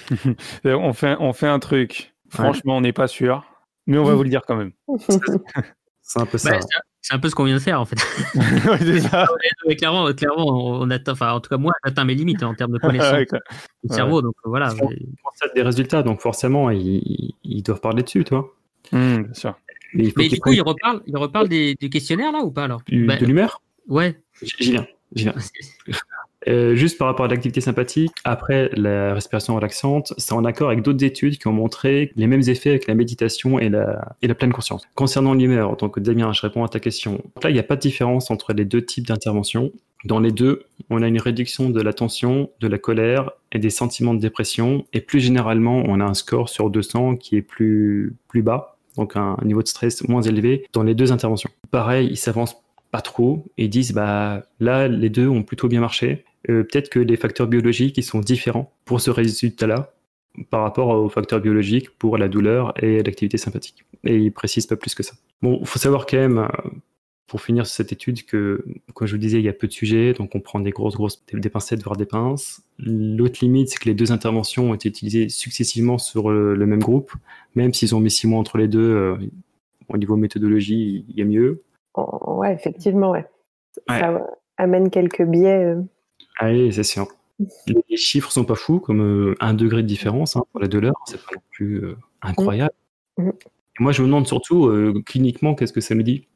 On fait un truc. Franchement, on n'est pas sûr, mais on va vous le dire quand même. C'est un peu ça. C'est un peu ce qu'on vient de faire, en fait. Ouais, c'est ça. Ouais, clairement, on atteint, enfin, en tout cas, moi, j'atteins mes limites en termes de connaissance Ouais, quoi. du cerveau. Donc, voilà. Ils constatent des résultats, donc forcément, ils doivent parler dessus, tu vois. Bien sûr. Mais il faut Mais qu'ils du coup, prennent il reparle du questionnaire, là, ou pas, alors? de l'humeur. Ouais. J'y viens. Juste par rapport à l'activité sympathique, après la respiration relaxante, c'est en accord avec d'autres études qui ont montré les mêmes effets avec la méditation et la pleine conscience. Concernant l'humeur, donc Damien, je réponds à ta question. Là, il n'y a pas de différence entre les deux types d'interventions. Dans les deux, on a une réduction de la tension, de la colère et des sentiments de dépression. Et plus généralement, on a un score sur 200 qui est plus bas, donc un niveau de stress moins élevé dans les deux interventions. Pareil, ils s'avancent pas trop et disent bah là les deux ont plutôt bien marché. Peut-être que les facteurs biologiques ils sont différents pour ce résultat-là par rapport aux facteurs biologiques pour la douleur et l'activité sympathique. Et ils précisent pas plus que ça. Bon, il faut savoir quand même, pour finir sur cette étude, que comme je vous disais, il y a peu de sujets, donc on prend des des pincettes voire des pinces. L'autre limite, c'est que les deux interventions ont été utilisées successivement sur le même groupe, même s'ils ont mis 6 mois entre les deux. Au niveau méthodologie, il y a mieux. Ouais, effectivement, ouais. Ça amène quelques biais. Ah oui, c'est sûr. Les chiffres sont pas fous, comme 1 degré de différence pour la douleur, c'est pas non plus incroyable. Et moi, je me demande surtout, cliniquement, qu'est-ce que ça me dit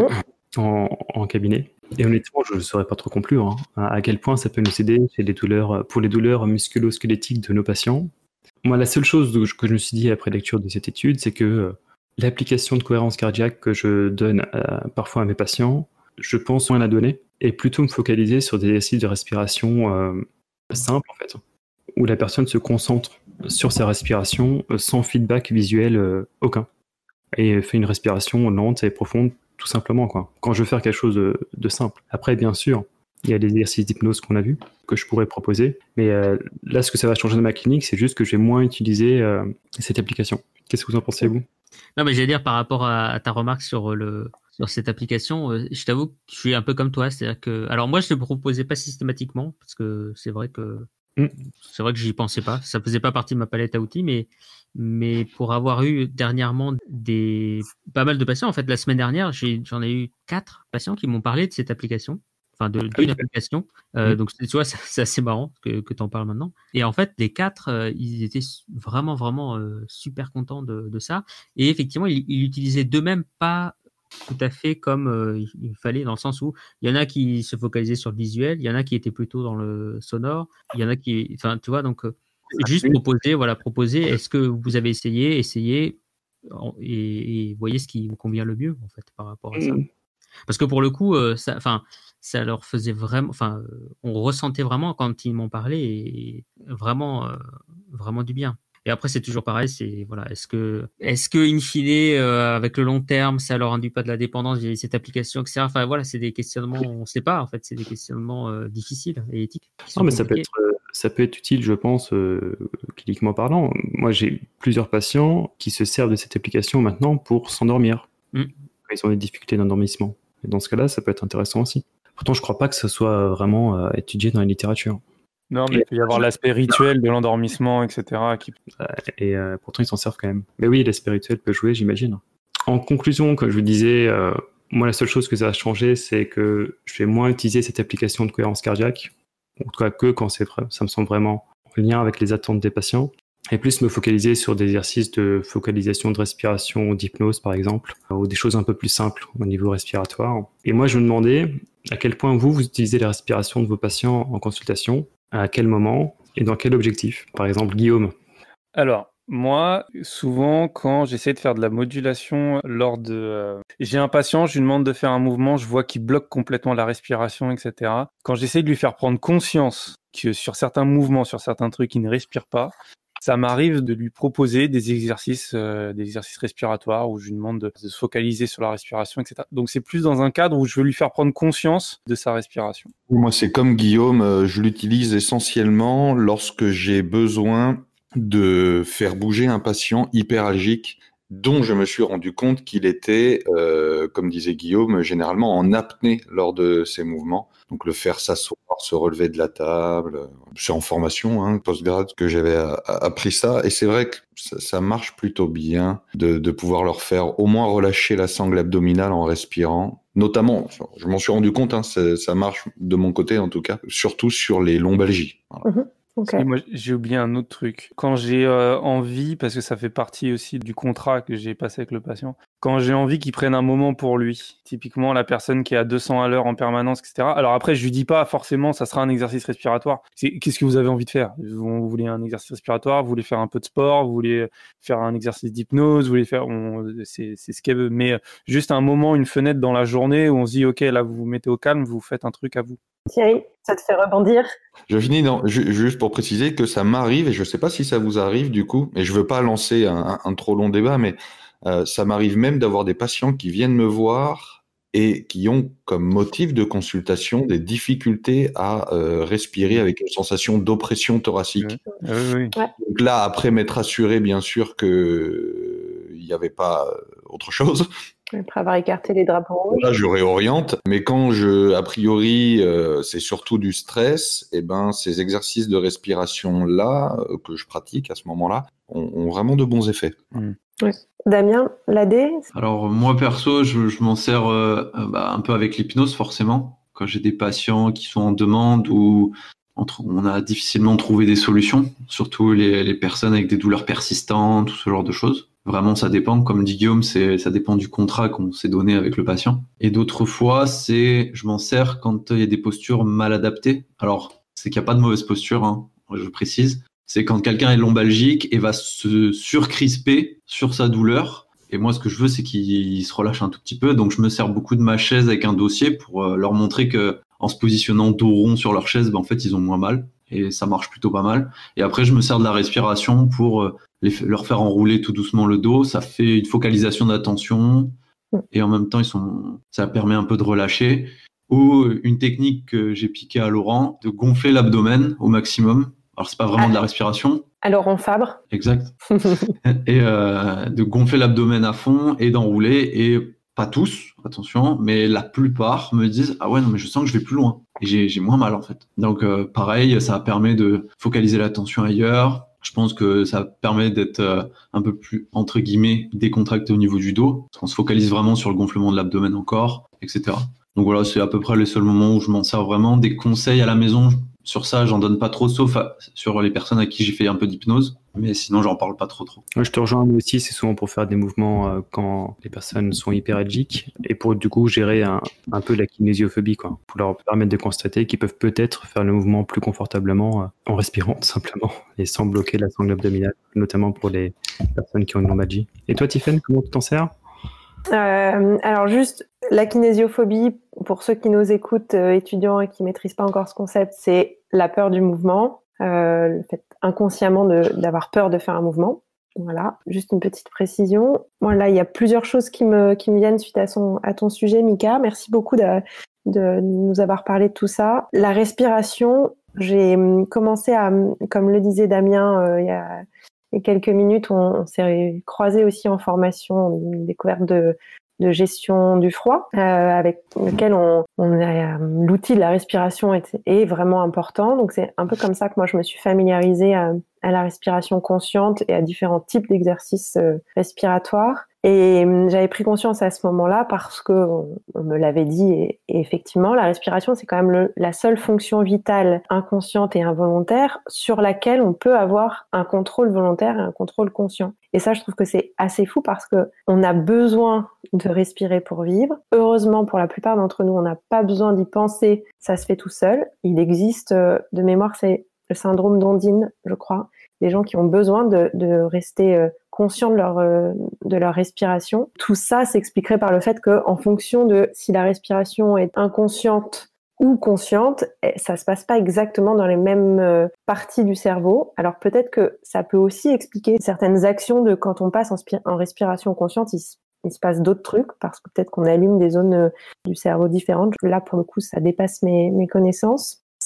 en cabinet. Et honnêtement, je ne saurais pas trop conclure à quel point ça peut nous aider pour les douleurs musculo-squelettiques de nos patients. Moi, la seule chose que je me suis dit après lecture de cette étude, c'est que l'application de cohérence cardiaque que je donne parfois à mes patients, je pense moins la donner et plutôt me focaliser sur des exercices de respiration simples en fait, où la personne se concentre sur sa respiration sans feedback visuel aucun et fait une respiration lente et profonde tout simplement quoi. Quand je veux faire quelque chose de simple. Après bien sûr, il y a des exercices d'hypnose qu'on a vus que je pourrais proposer, mais là ce que ça va changer dans ma clinique, c'est juste que je vais moins utiliser cette application. Qu'est-ce que vous en pensez vous ? Non, mais j'allais dire par rapport à ta remarque sur cette application, je t'avoue que je suis un peu comme toi, c'est-à-dire que, alors moi je ne le proposais pas systématiquement parce que c'est vrai que j'y pensais pas, ça faisait pas partie de ma palette à outils, mais pour avoir eu dernièrement pas mal de patients, en fait la semaine dernière j'en ai eu 4 patients qui m'ont parlé de cette application. Enfin, d'une application. Donc, tu vois, c'est assez marrant que tu en parles maintenant. Et en fait, les 4, ils étaient vraiment, vraiment super contents de ça. Et effectivement, ils l'utilisaient d'eux-mêmes pas tout à fait comme il fallait, dans le sens où il y en a qui se focalisaient sur le visuel, il y en a qui étaient plutôt dans le sonore, il y en a qui... Enfin, tu vois, donc juste proposer, est-ce que vous avez essayé et voyez ce qui vous convient le mieux, en fait, par rapport à ça. Parce que pour le coup, ça leur faisait vraiment, on ressentait vraiment quand ils m'ont parlé et vraiment, vraiment du bien. Et après, c'est toujours pareil, c'est voilà, est-ce que in fine, avec le long terme, ça leur induit pas de la dépendance via cette application, etc. Enfin voilà, c'est des questionnements, on ne sait pas en fait, c'est des questionnements difficiles et éthiques. Non, mais ça peut être utile, je pense, cliniquement parlant. Moi, j'ai plusieurs patients qui se servent de cette application maintenant pour s'endormir. Quand ils ont des difficultés d'endormissement. Et dans ce cas-là, ça peut être intéressant aussi. Pourtant, je ne crois pas que ce soit vraiment étudié dans la littérature. Non, mais il peut y avoir l'aspect rituel de l'endormissement, etc. Et pourtant, ils s'en servent quand même. Mais oui, l'aspect rituel peut jouer, j'imagine. En conclusion, comme je vous disais, moi, la seule chose que ça a changé, c'est que je vais moins utiliser cette application de cohérence cardiaque, en tout cas que quand ça me semble vraiment en lien avec les attentes des patients, et plus me focaliser sur des exercices de focalisation, de respiration, d'hypnose par exemple, ou des choses un peu plus simples au niveau respiratoire. Et moi, je me demandais à quel point vous utilisez la respiration de vos patients en consultation, à quel moment et dans quel objectif. Par exemple, Guillaume. Alors, moi, souvent, quand j'essaie de faire de la modulation j'ai un patient, je lui demande de faire un mouvement, je vois qu'il bloque complètement la respiration, etc. Quand j'essaie de lui faire prendre conscience que sur certains mouvements, sur certains trucs, il ne respire pas, ça m'arrive de lui proposer des exercices respiratoires où je lui demande de se focaliser sur la respiration, etc. Donc, c'est plus dans un cadre où je veux lui faire prendre conscience de sa respiration. Moi, c'est comme Guillaume, je l'utilise essentiellement lorsque j'ai besoin de faire bouger un patient hyperalgique dont je me suis rendu compte qu'il était, comme disait Guillaume, généralement en apnée lors de ses mouvements. Donc le faire s'asseoir, se relever de la table, c'est en formation, postgrad, que j'avais appris ça. Et c'est vrai que ça marche plutôt bien de pouvoir leur faire au moins relâcher la sangle abdominale en respirant. Notamment, je m'en suis rendu compte, hein, ça marche de mon côté en tout cas, surtout sur les lombalgies. Voilà. Okay. Moi, j'ai oublié un autre truc. Quand j'ai envie, parce que ça fait partie aussi du contrat que j'ai passé avec le patient, quand j'ai envie qu'il prenne un moment pour lui, typiquement la personne qui est à 200 à l'heure en permanence, etc. Alors après, je lui dis pas forcément, ça sera un exercice respiratoire. Qu'est-ce que vous avez envie de faire? Vous voulez un exercice respiratoire? Vous voulez faire un peu de sport? Vous voulez faire un exercice d'hypnose? Vous voulez faire, c'est ce qu'elle veut. Mais juste un moment, une fenêtre dans la journée où on se dit, ok, là, vous vous mettez au calme, vous faites un truc à vous. Thierry, ça te fait rebondir? Je finis juste pour préciser que ça m'arrive, et je ne sais pas si ça vous arrive du coup, et je ne veux pas lancer un trop long débat, mais ça m'arrive même d'avoir des patients qui viennent me voir et qui ont comme motif de consultation des difficultés à respirer avec une sensation d'oppression thoracique. Oui. Donc là, après m'être assuré bien sûr qu'il n'y avait pas autre chose. Après avoir écarté les drapeaux rouges. Là, je réoriente, mais quand a priori, c'est surtout du stress, et ben, ces exercices de respiration-là, que je pratique à ce moment-là, ont vraiment de bons effets. Ouais. Damien, l'AD? Alors, moi, perso, je m'en sers un peu avec l'hypnose, forcément. Quand j'ai des patients qui sont en demande ou on a difficilement trouvé des solutions, surtout les personnes avec des douleurs persistantes, tout ce genre de choses. Vraiment, ça dépend. Comme dit Guillaume, ça dépend du contrat qu'on s'est donné avec le patient. Et d'autres fois, je m'en sers quand il y a des postures mal adaptées. Alors, c'est qu'il n'y a pas de mauvaise posture, hein, je précise. C'est quand quelqu'un est lombalgique et va se surcrisper sur sa douleur. Et moi, ce que je veux, c'est qu'il se relâche un tout petit peu. Donc, je me sers beaucoup de ma chaise avec un dossier pour leur montrer que, en se positionnant dos rond sur leur chaise, en fait, ils ont moins mal. Et ça marche plutôt pas mal. Et après, je me sers de la respiration pour leur faire enrouler tout doucement le dos. Ça fait une focalisation d'attention. Et en même temps, ça permet un peu de relâcher. Ou une technique que j'ai piquée à Laurent, de gonfler l'abdomen au maximum. Alors, c'est pas vraiment de la respiration. À Laurent Fabre. Exact. Et de gonfler l'abdomen à fond et d'enrouler. Et pas tous, attention, mais la plupart me disent « Ah ouais, non, mais je sens que je vais plus loin. » Et j'ai moins mal, en fait. Donc, pareil, ça permet de focaliser l'attention ailleurs. Je pense que ça permet d'être un peu plus, entre guillemets, décontracté au niveau du dos. Parce qu'on se focalise vraiment sur le gonflement de l'abdomen encore, etc. Donc voilà, c'est à peu près les seuls moments où je m'en sers vraiment. Des conseils à la maison, sur ça, j'en donne pas trop, sauf sur les personnes à qui j'ai fait un peu d'hypnose. Mais sinon, j'en parle pas trop. Je te rejoins, moi aussi, c'est souvent pour faire des mouvements quand les personnes sont hyperalgiques et pour du coup gérer un peu la kinésiophobie, quoi, pour leur permettre de constater qu'ils peuvent peut-être faire le mouvement plus confortablement en respirant tout simplement et sans bloquer la sangle abdominale, notamment pour les personnes qui ont une lombalgie. Et toi, Tiffaine, comment tu t'en sers ? Alors juste la kinésiophobie, pour ceux qui nous écoutent, étudiants et qui maîtrisent pas encore ce concept, c'est la peur du mouvement, le fait inconsciemment d'avoir peur de faire un mouvement. Voilà, juste une petite précision. Moi là, il y a plusieurs choses qui me viennent suite à ton sujet, Mika. Merci beaucoup de nous avoir parlé de tout ça. La respiration, j'ai commencé comme le disait Damien il y a quelques minutes, on s'est croisés aussi en formation, une découverte de gestion du froid, avec lequel l'outil de la respiration est vraiment important. Donc c'est un peu comme ça que moi je me suis familiarisée à la respiration consciente et à différents types d'exercices respiratoires. Et j'avais pris conscience à ce moment-là parce que on me l'avait dit et effectivement la respiration c'est quand même la seule fonction vitale inconsciente et involontaire sur laquelle on peut avoir un contrôle volontaire et un contrôle conscient. Et ça je trouve que c'est assez fou parce que on a besoin de respirer pour vivre. Heureusement pour la plupart d'entre nous on n'a pas besoin d'y penser, ça se fait tout seul. Il existe de mémoire c'est le syndrome d'Ondine, je crois, des gens qui ont besoin de rester conscients de leur respiration. Tout ça s'expliquerait par le fait que, en fonction de si la respiration est inconsciente ou consciente, ça se passe pas exactement dans les mêmes parties du cerveau. Alors peut-être que ça peut aussi expliquer certaines actions de quand on passe en respiration consciente, il se passe d'autres trucs parce que peut-être qu'on allume des zones du cerveau différentes. Là, pour le coup, ça dépasse mes connaissances.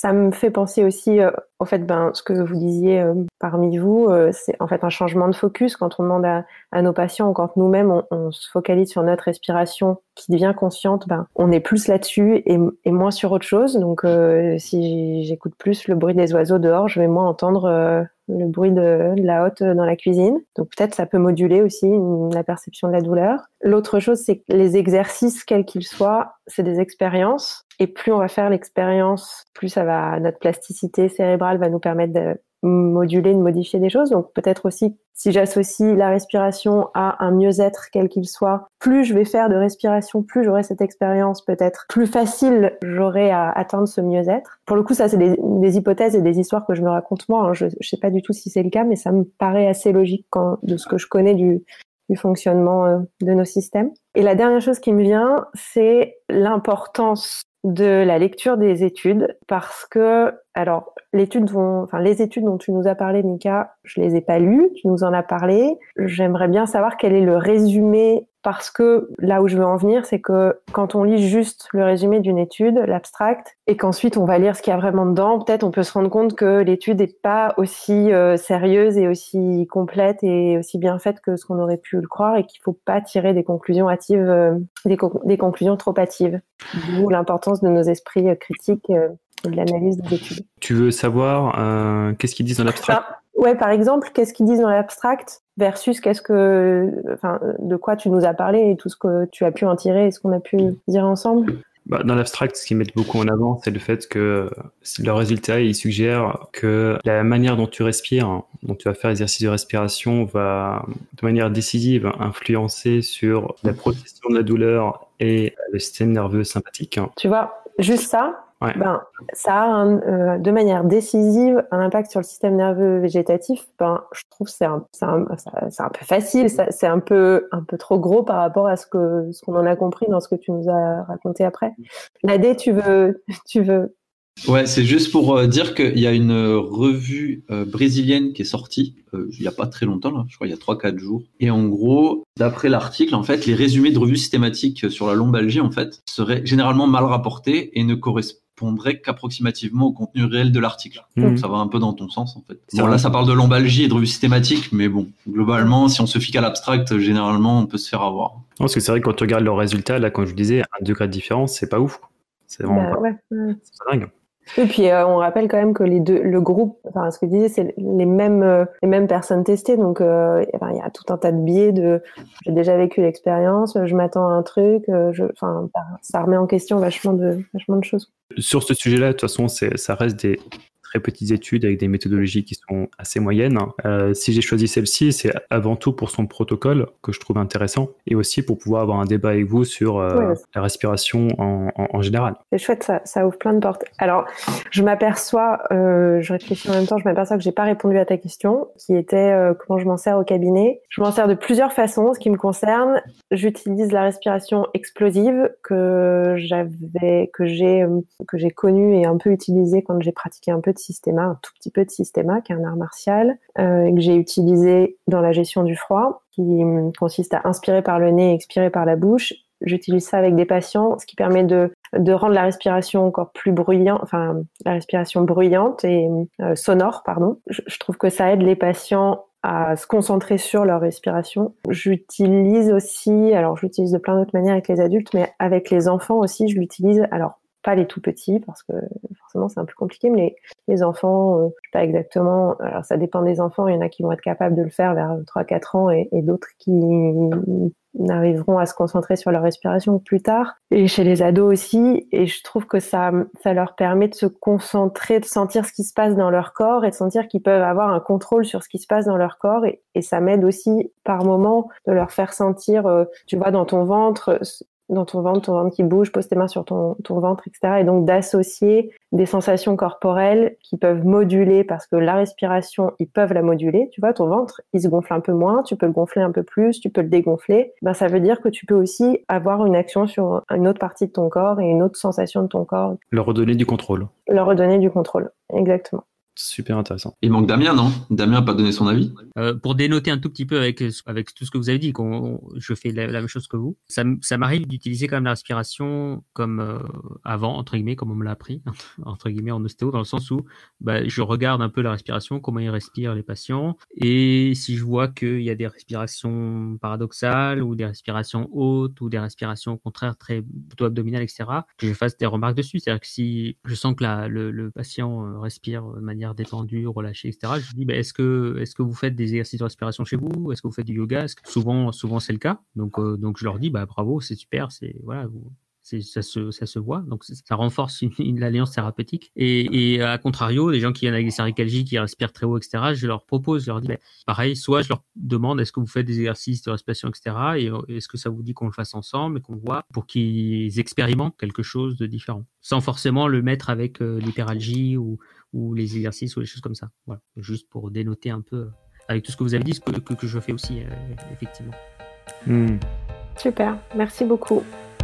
ça me fait penser aussi, au fait, ce que vous disiez parmi vous, c'est en fait un changement de focus quand on demande à nos patients ou quand nous-mêmes on se focalise sur notre respiration qui devient consciente, on est plus là-dessus et moins sur autre chose. Donc si j'écoute plus le bruit des oiseaux dehors, je vais moins entendre le bruit de la hotte dans la cuisine. Donc peut-être ça peut moduler aussi la perception de la douleur. L'autre chose, c'est que les exercices, quels qu'ils soient, c'est des expériences. Et plus on va faire l'expérience, plus notre plasticité cérébrale va nous permettre de moduler, de modifier des choses. Donc peut-être aussi, si j'associe la respiration à un mieux-être quel qu'il soit, plus je vais faire de respiration, plus j'aurai cette expérience, peut-être plus facile j'aurai à atteindre ce mieux-être. Pour le coup, ça c'est des hypothèses et des histoires que je me raconte moi. Je sais pas du tout si c'est le cas, mais ça me paraît assez logique de ce que je connais du fonctionnement de nos systèmes. Et la dernière chose qui me vient, c'est l'importance de la lecture des études, parce que, alors, les études dont tu nous as parlé, Mika, je les ai pas lues, tu nous en as parlé. J'aimerais bien savoir quel est le résumé, parce que là où je veux en venir, c'est que quand on lit juste le résumé d'une étude, l'abstract, et qu'ensuite on va lire ce qu'il y a vraiment dedans, peut-être on peut se rendre compte que l'étude n'est pas aussi sérieuse et aussi complète et aussi bien faite que ce qu'on aurait pu le croire, et qu'il faut pas tirer des conclusions hâtives, des conclusions trop hâtives. D'où l'importance de nos esprits critiques et de l'analyse des études. Tu veux savoir qu'est-ce qu'ils disent dans l'abstract? Ouais, par exemple, qu'est-ce qu'ils disent dans l'abstract versus de quoi tu nous as parlé et tout ce que tu as pu en tirer et ce qu'on a pu dire ensemble. Dans l'abstract, ce qu'ils mettent beaucoup en avant, c'est le fait que le résultat, il suggère que la manière dont tu respires, dont tu vas faire l'exercice de respiration, va de manière décisive influencer sur la procession de la douleur et le système nerveux sympathique. Tu vois, juste ça, ouais. Ça a de manière décisive un impact sur le système nerveux végétatif. Je trouve que c'est un peu facile, c'est un peu trop gros par rapport à ce qu'on en a compris dans ce que tu nous as raconté après. Nadé, tu veux Ouais, c'est juste pour dire qu'il y a une revue brésilienne qui est sortie il n'y a pas très longtemps, là, je crois il y a 3-4 jours. Et en gros, d'après l'article, en fait, les résumés de revues systématiques sur la lombalgie, en fait, seraient généralement mal rapportés et ne correspondraient qu'approximativement au contenu réel de l'article. Donc ça va un peu dans ton sens, en fait. Bon, là, ça parle de lombalgie et de revues systématiques, mais bon, globalement, si on se fie qu'à l'abstract, généralement, on peut se faire avoir. Non, parce que c'est vrai que quand tu regardes leurs résultats, là, comme je vous disais, 1 degré de différence, c'est pas ouf. C'est vraiment c'est dingue. Et puis on rappelle quand même que le groupe, ce que tu disais, c'est les mêmes personnes testées, donc il y a tout un tas de biais j'ai déjà vécu l'expérience, je m'attends à un truc, ça remet en question vachement de choses. Sur ce sujet-là, de toute façon, ça reste des très petites études avec des méthodologies qui sont assez moyennes. Si j'ai choisi celle-ci, c'est avant tout pour son protocole que je trouve intéressant et aussi pour pouvoir avoir un débat avec vous sur la respiration en général. C'est chouette, ça ouvre plein de portes. Alors, je réfléchis en même temps, je m'aperçois que j'ai pas répondu à ta question, qui était comment je m'en sers au cabinet. Je m'en sers de plusieurs façons. Ce qui me concerne, j'utilise la respiration explosive que j'ai connue et un peu utilisée quand j'ai pratiqué un tout petit peu de Systema, qui est un art martial, que j'ai utilisé dans la gestion du froid, qui consiste à inspirer par le nez et expirer par la bouche. J'utilise ça avec des patients, ce qui permet de rendre la respiration encore plus bruyante, la respiration bruyante et sonore, pardon. Je trouve que ça aide les patients à se concentrer sur leur respiration. J'utilise de plein d'autres manières avec les adultes, mais avec les enfants aussi, je l'utilise. Alors, pas les tout petits, parce que forcément c'est un peu compliqué, mais les enfants, je sais pas exactement, alors ça dépend des enfants, il y en a qui vont être capables de le faire vers 3-4 ans et d'autres qui n'arriveront à se concentrer sur leur respiration plus tard, et chez les ados aussi, et je trouve que ça leur permet de se concentrer, de sentir ce qui se passe dans leur corps et de sentir qu'ils peuvent avoir un contrôle sur ce qui se passe dans leur corps, et ça m'aide aussi par moment de leur faire sentir, tu vois, dans ton ventre qui bouge, pose tes mains sur ton ventre, etc. Et donc d'associer des sensations corporelles qui peuvent moduler, parce que la respiration, ils peuvent la moduler. Tu vois, ton ventre, il se gonfle un peu moins, tu peux le gonfler un peu plus, tu peux le dégonfler. Ça veut dire que tu peux aussi avoir une action sur une autre partie de ton corps et une autre sensation de ton corps. Leur redonner du contrôle. Leur redonner du contrôle, exactement. Super intéressant. Il manque Damien, non? Damien n'a pas donné son avis. Pour dénoter un tout petit peu avec tout ce que vous avez dit, je fais la même chose que vous. Ça m'arrive d'utiliser quand même la respiration comme avant, entre guillemets, comme on me l'a appris, entre guillemets, en ostéo, dans le sens où je regarde un peu la respiration, comment ils respirent les patients, et si je vois qu'il y a des respirations paradoxales ou des respirations hautes ou des respirations au contraire très plutôt abdominales, etc., que je fasse des remarques dessus. C'est-à-dire que si je sens que le patient respire de manière détendue, relâchée, etc., je dis est-ce que vous faites des exercices de respiration chez vous? Est-ce que vous faites du yoga? Souvent c'est le cas. Donc je leur dis bravo, c'est super, c'est voilà, ça se voit, donc ça renforce l'alliance thérapeutique. Et à contrario, les gens qui viennent avec des cervicalgies, qui respirent très haut, etc., je leur dis pareil, soit je leur demande est-ce que vous faites des exercices de respiration, etc., et est-ce que ça vous dit qu'on le fasse ensemble et qu'on voit pour qu'ils expérimentent quelque chose de différent, sans forcément le mettre avec l'hyperalgie ou les exercices ou les choses comme ça. Voilà, juste pour dénoter un peu avec tout ce que vous avez dit, que je fais aussi effectivement. Super, merci beaucoup.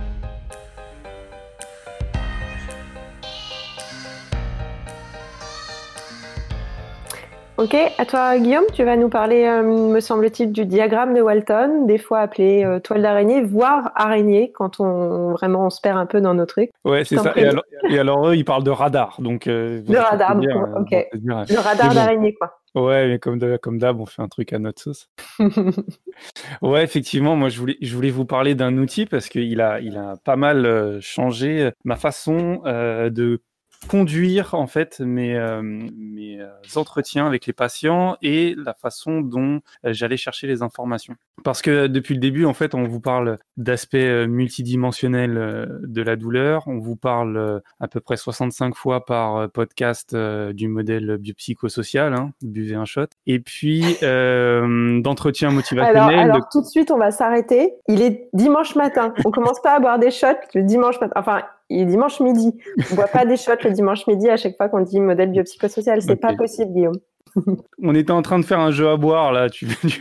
Ok, à toi Guillaume, tu vas nous parler, me semble-t-il, du diagramme de Walton, des fois appelé toile d'araignée, voire araignée, quand on se perd un peu dans nos trucs. Ouais, c'est ça. Et alors eux, ils parlent de radar. Donc, de radar, ok. Le radar d'araignée, quoi. Ouais, mais comme d'hab, on fait un truc à notre sauce. Ouais, effectivement, moi, je voulais vous parler d'un outil parce qu'il a pas mal changé ma façon de conduire en fait mes entretiens avec les patients et la façon dont j'allais chercher les informations. Parce que depuis le début, en fait, on vous parle d'aspects multidimensionnels de la douleur. On vous parle à peu près 65 fois par podcast du modèle biopsychosocial, buvez un shot. Et puis d'entretien motivationnel. Alors tout de suite, on va s'arrêter. Il est dimanche matin. On commence pas à boire des shots le dimanche matin. Enfin, il est dimanche midi. On boit pas des shots le dimanche midi à chaque fois qu'on dit modèle biopsychosocial. C'est pas possible, Guillaume. On était en train de faire un jeu à boire là.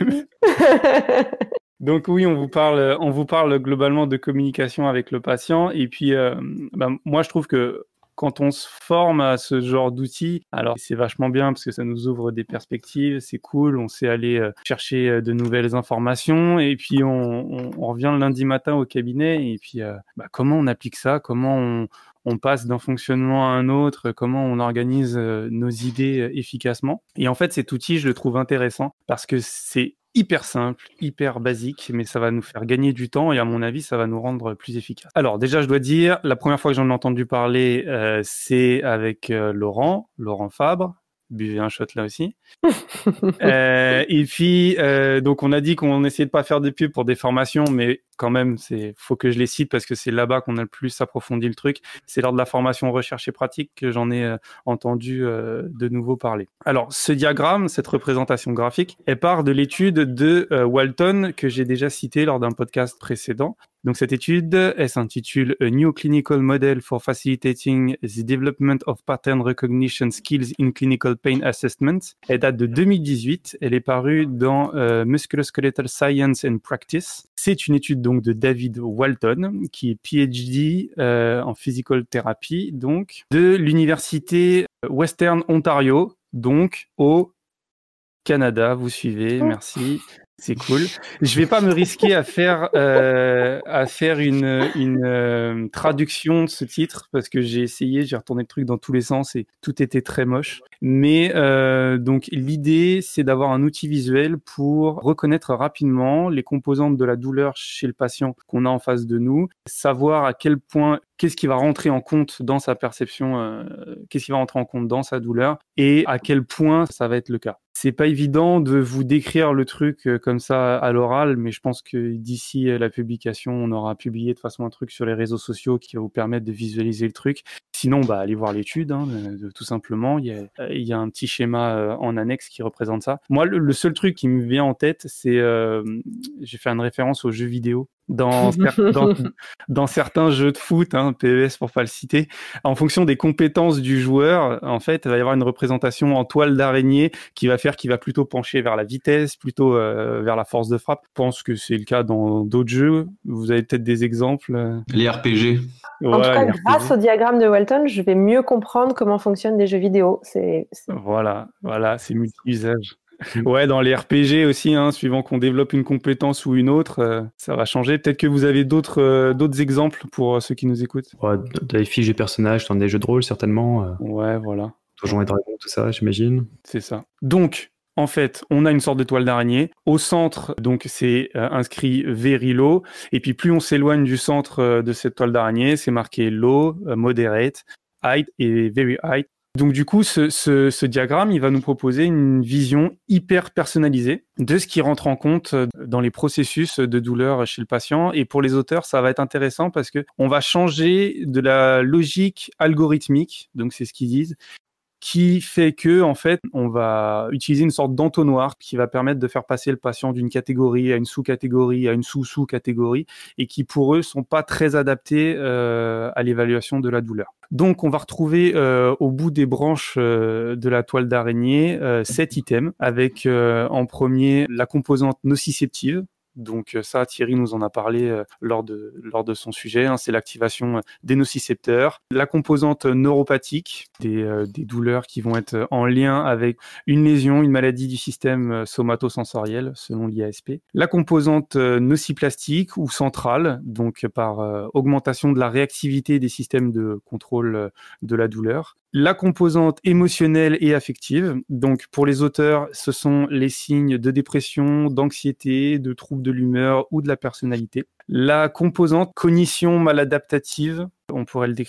Donc oui, on vous parle globalement de communication avec le patient. Et puis, moi, je trouve que quand on se forme à ce genre d'outils, alors c'est vachement bien parce que ça nous ouvre des perspectives, c'est cool, on sait aller chercher de nouvelles informations et puis on revient le lundi matin au cabinet et puis comment on applique ça, comment on passe d'un fonctionnement à un autre, comment on organise nos idées efficacement. Et en fait, cet outil, je le trouve intéressant parce que c'est hyper simple, hyper basique, mais ça va nous faire gagner du temps et à mon avis, ça va nous rendre plus efficaces. Alors déjà, je dois dire, la première fois que j'en ai entendu parler, c'est avec Laurent Fabre. Buvez un shot là aussi. Et puis, donc on a dit qu'on essayait de pas faire des pubs pour des formations, mais quand même, faut que je les cite parce que c'est là-bas qu'on a le plus approfondi le truc. C'est lors de la formation recherche et pratique que j'en ai entendu de nouveau parler. Alors, ce diagramme, cette représentation graphique, elle part de l'étude de Walton que j'ai déjà citée lors d'un podcast précédent. Donc cette étude, elle s'intitule A New Clinical Model for Facilitating the Development of Pattern Recognition Skills in Clinical Pain Assessment. Elle date de 2018. Elle est parue dans Musculoskeletal Science and Practice. C'est une étude donc de David Walton, qui est PhD en physical therapy, donc de l'université Western Ontario, donc au Canada. Vous suivez, merci. C'est cool. Je vais pas me risquer à faire une traduction de ce titre parce que j'ai retourné le truc dans tous les sens et tout était très moche. Mais donc l'idée, c'est d'avoir un outil visuel pour reconnaître rapidement les composantes de la douleur chez le patient qu'on a en face de nous, savoir à quel point qu'est-ce qui va rentrer en compte dans sa perception, qu'est-ce qui va rentrer en compte dans sa douleur et à quel point ça va être le cas. C'est pas évident de vous décrire le truc comme ça à l'oral, mais je pense que d'ici la publication, on aura publié de toute façon un truc sur les réseaux sociaux qui va vous permettre de visualiser le truc. Sinon, allez voir l'étude, tout simplement. Il y a un petit schéma en annexe qui représente ça. Moi, le seul truc qui me vient en tête, c'est j'ai fait une référence aux jeux vidéo. Dans certains jeux de foot, PES pour pas le citer, en fonction des compétences du joueur, en fait, il va y avoir une représentation en toile d'araignée qui va plutôt pencher vers la vitesse, plutôt vers la force de frappe. Je pense que c'est le cas dans d'autres jeux. Vous avez peut-être des exemples Les RPG. En tout cas, Voilà, grâce au diagramme de Walton, je vais mieux comprendre comment fonctionnent des jeux vidéo. Voilà, c'est multi-usage. Ouais, dans les RPG aussi, hein, suivant qu'on développe une compétence ou une autre, ça va changer. Peut-être que vous avez d'autres exemples pour ceux qui nous écoutent. Ouais, dans les fiches de personnages, dans des jeux de rôle, certainement. Ouais, voilà. Donjons et Dragons, tout ça, j'imagine. C'est ça. Donc, en fait, on a une sorte de toile d'araignée. Au centre, donc, c'est inscrit very low. Et puis, plus on s'éloigne du centre de cette toile d'araignée, c'est marqué low, moderate, high et very high. Donc du coup, ce diagramme, il va nous proposer une vision hyper personnalisée de ce qui rentre en compte dans les processus de douleur chez le patient. Et pour les auteurs, ça va être intéressant parce que on va changer de la logique algorithmique, donc c'est ce qu'ils disent, qui fait que, en fait, on va utiliser une sorte d'entonnoir qui va permettre de faire passer le patient d'une catégorie à une sous-catégorie, à une sous-sous-catégorie, et qui, pour eux, sont pas très adaptés à l'évaluation de la douleur. Donc, on va retrouver au bout des branches de la toile d'araignée 7 items, avec en premier la composante nociceptive. Donc ça, Thierry nous en a parlé lors de son sujet, hein, c'est l'activation des nocicepteurs. La composante neuropathique, des douleurs qui vont être en lien avec une lésion, une maladie du système somatosensoriel, selon l'IASP. La composante nociplastique ou centrale, donc par augmentation de la réactivité des systèmes de contrôle de la douleur. La composante émotionnelle et affective, donc pour les auteurs, ce sont les signes de dépression, d'anxiété, de troubles de l'humeur ou de la personnalité. La composante cognition maladaptative, on pourrait le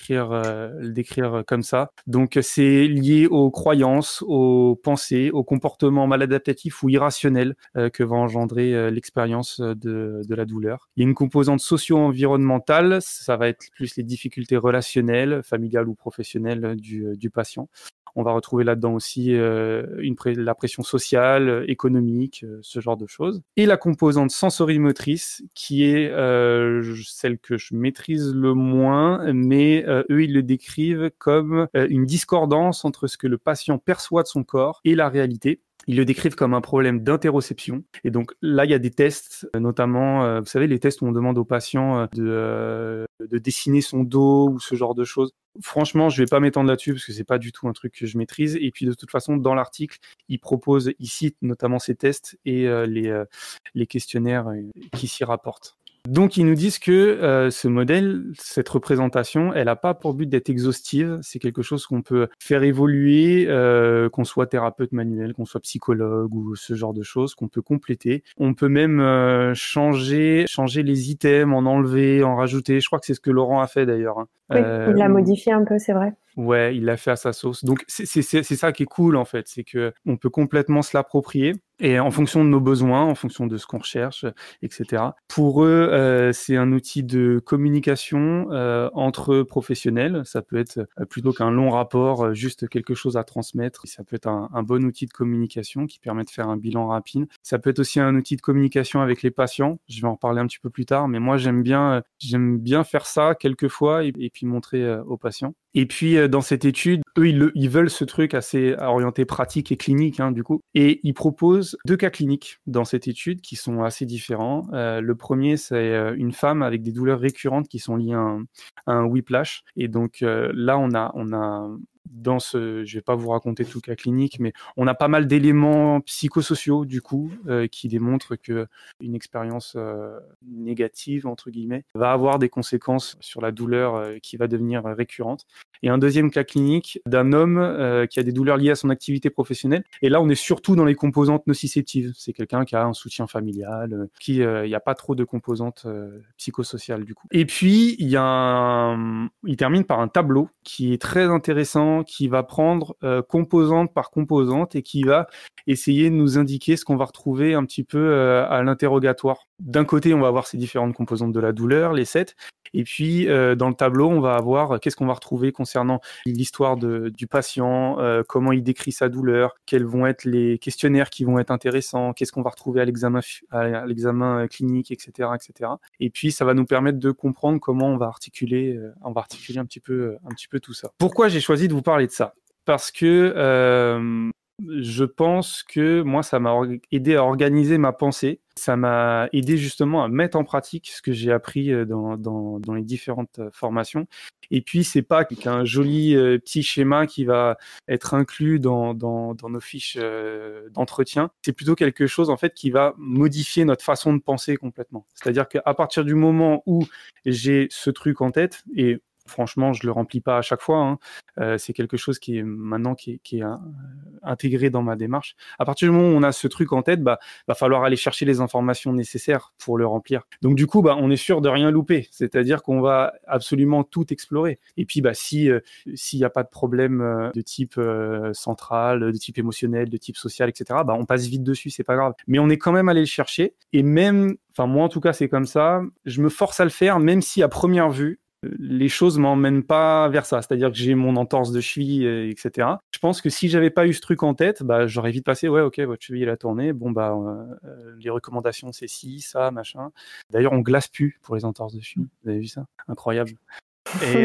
décrire comme ça. Donc c'est lié aux croyances, aux pensées, aux comportements maladaptatifs ou irrationnels que va engendrer l'expérience de la douleur. Il y a une composante socio-environnementale, ça va être plus les difficultés relationnelles, familiales ou professionnelles du patient. On va retrouver là-dedans aussi la pression sociale, économique, ce genre de choses. Et la composante sensorimotrice, qui est celle que je maîtrise le moins, mais eux, ils le décrivent comme une discordance entre ce que le patient perçoit de son corps et la réalité. Ils le décrivent comme un problème d'interoception. Et donc là, il y a des tests, notamment, vous savez, les tests où on demande au patient de dessiner son dos ou ce genre de choses. Franchement, je vais pas m'étendre là-dessus parce que c'est pas du tout un truc que je maîtrise. Et puis de toute façon, dans l'article, ils citent notamment ces tests et les questionnaires qui s'y rapportent. Donc, ils nous disent que ce modèle, cette représentation, elle n'a pas pour but d'être exhaustive. C'est quelque chose qu'on peut faire évoluer, qu'on soit thérapeute manuel, qu'on soit psychologue ou ce genre de choses, qu'on peut compléter. On peut même changer les items, en enlever, en rajouter. Je crois que c'est ce que Laurent a fait d'ailleurs. Hein. Oui, il l'a modifié un peu, c'est vrai. Ouais, il l'a fait à sa sauce. Donc c'est ça qui est cool en fait, c'est que on peut complètement se l'approprier et en fonction de nos besoins, en fonction de ce qu'on recherche, etc. Pour eux, c'est un outil de communication entre professionnels. Ça peut être plutôt qu'un long rapport, juste quelque chose à transmettre. Ça peut être un bon outil de communication qui permet de faire un bilan rapide. Ça peut être aussi un outil de communication avec les patients. Je vais en reparler un petit peu plus tard, mais moi j'aime bien faire ça quelquefois et puis montrer aux patients. Et puis dans cette étude, eux ils veulent ce truc assez orienté pratique et clinique hein, du coup, et ils proposent 2 cas cliniques dans cette étude qui sont assez différents. Le premier c'est une femme avec des douleurs récurrentes qui sont liées à un whiplash, et donc là on a je vais pas vous raconter tout le cas clinique, mais on a pas mal d'éléments psychosociaux du coup qui démontrent que une expérience négative entre guillemets va avoir des conséquences sur la douleur qui va devenir récurrente. Et un deuxième cas clinique d'un homme qui a des douleurs liées à son activité professionnelle. Et là, on est surtout dans les composantes nociceptives. C'est quelqu'un qui a un soutien familial, il n'y a pas trop de composantes psychosociales du coup. Et puis, il termine par un tableau qui est très intéressant, qui va prendre composante par composante et qui va essayer de nous indiquer ce qu'on va retrouver un petit peu à l'interrogatoire. D'un côté, on va avoir ces différentes composantes de la douleur, les 7. Et puis, dans le tableau, on va avoir qu'est-ce qu'on va retrouver concernant l'histoire du patient, comment il décrit sa douleur, quels vont être les questionnaires qui vont être intéressants, qu'est-ce qu'on va retrouver à l'examen clinique, etc., etc. Et puis, ça va nous permettre de comprendre comment on va articuler un petit peu tout ça. Pourquoi j'ai choisi de vous parler de ça ? Parce que je pense que moi, ça m'a aidé à organiser ma pensée Ça m'a aidé justement à mettre en pratique ce que j'ai appris dans les différentes formations. Et puis, c'est pas qu'un joli petit schéma qui va être inclus dans nos fiches d'entretien. C'est plutôt quelque chose en fait qui va modifier notre façon de penser complètement. C'est-à-dire qu'à partir du moment où j'ai ce truc en tête, et franchement, je le remplis pas à chaque fois, c'est quelque chose qui est maintenant qui est intégré dans ma démarche. À partir du moment où on a ce truc en tête, va falloir aller chercher les informations nécessaires pour le remplir. Donc du coup, on est sûr de rien louper. C'est-à-dire qu'on va absolument tout explorer. Et puis, s'il y a pas de problème de type central, de type émotionnel, de type social, etc., on passe vite dessus, c'est pas grave. Mais on est quand même allé le chercher. Et même, moi en tout cas, c'est comme ça. Je me force à le faire, même si à première vue, les choses m'emmènent pas vers ça. C'est-à-dire que j'ai mon entorse de cheville, etc. Je pense que si j'avais pas eu ce truc en tête, j'aurais vite passé, ouais, ok, votre cheville, elle a tourné. Bon, les recommandations, c'est ci, ça, machin. D'ailleurs, on glace plus pour les entorses de cheville. Vous avez vu ça? Incroyable. Et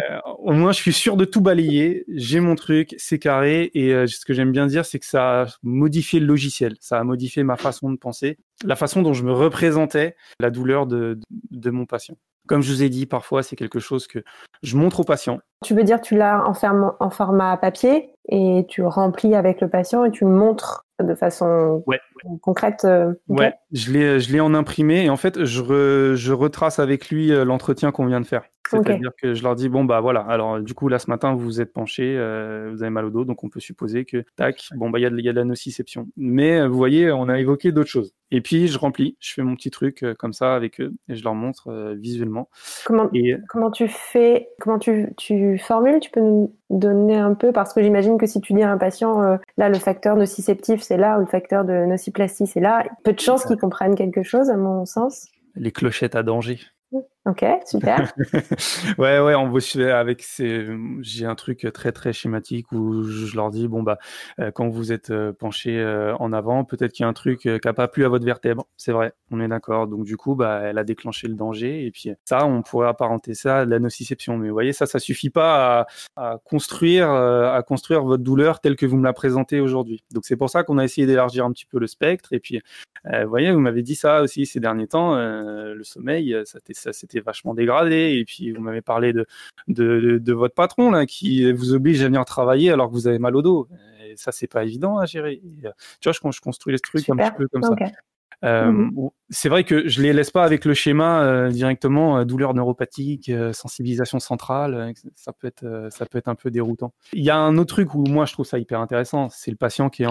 au moins, je suis sûr de tout balayer. J'ai mon truc, c'est carré. Et ce que j'aime bien dire, c'est que ça a modifié le logiciel. Ça a modifié ma façon de penser, la façon dont je me représentais la douleur de mon patient. Comme je vous ai dit, parfois, c'est quelque chose que je montre au patient. Tu veux dire que tu l'as en format papier et tu remplis avec le patient et tu le montres de façon concrète. Okay. Ouais, je l'ai en imprimé et en fait, je retrace avec lui l'entretien qu'on vient de faire. C'est-à-dire que je leur dis, voilà, alors du coup, là, ce matin, vous vous êtes penché, vous avez mal au dos, donc on peut supposer que, tac, il y a de la nociception. Mais vous voyez, on a évoqué d'autres choses. Et puis, je remplis, je fais mon petit truc comme ça avec eux et je leur montre visuellement. Comment tu fais, comment tu formules? Tu peux nous donner un peu, parce que j'imagine que si tu dis à un patient, là, le facteur nociceptif, c'est là, ou le facteur de nociplastie, c'est là, peu de chances qu'ils comprennent quelque chose, à mon sens. Les clochettes à danger. Ok, super. ouais, on bosse avec j'ai un truc très très schématique où je leur dis quand vous êtes penché en avant, peut-être qu'il y a un truc qui a pas plu à votre vertèbre. C'est vrai, on est d'accord. Donc du coup, elle a déclenché le danger et puis ça, on pourrait apparenter ça à de la nociception. Mais vous voyez, ça suffit pas à construire votre douleur telle que vous me la présentez aujourd'hui. Donc c'est pour ça qu'on a essayé d'élargir un petit peu le spectre et puis vous voyez, vous m'avez dit ça aussi ces derniers temps, le sommeil, ça s'était vachement dégradé. Et puis, vous m'avez parlé de votre patron, là, qui vous oblige à venir travailler alors que vous avez mal au dos. Et ça, c'est pas évident à gérer. Et, tu vois, je construis les trucs un petit peu comme ça. C'est vrai que je les laisse pas avec le schéma directement douleur neuropathique, sensibilisation centrale, ça peut être un peu déroutant. Il y a un autre truc où moi je trouve ça hyper intéressant, c'est le patient qui est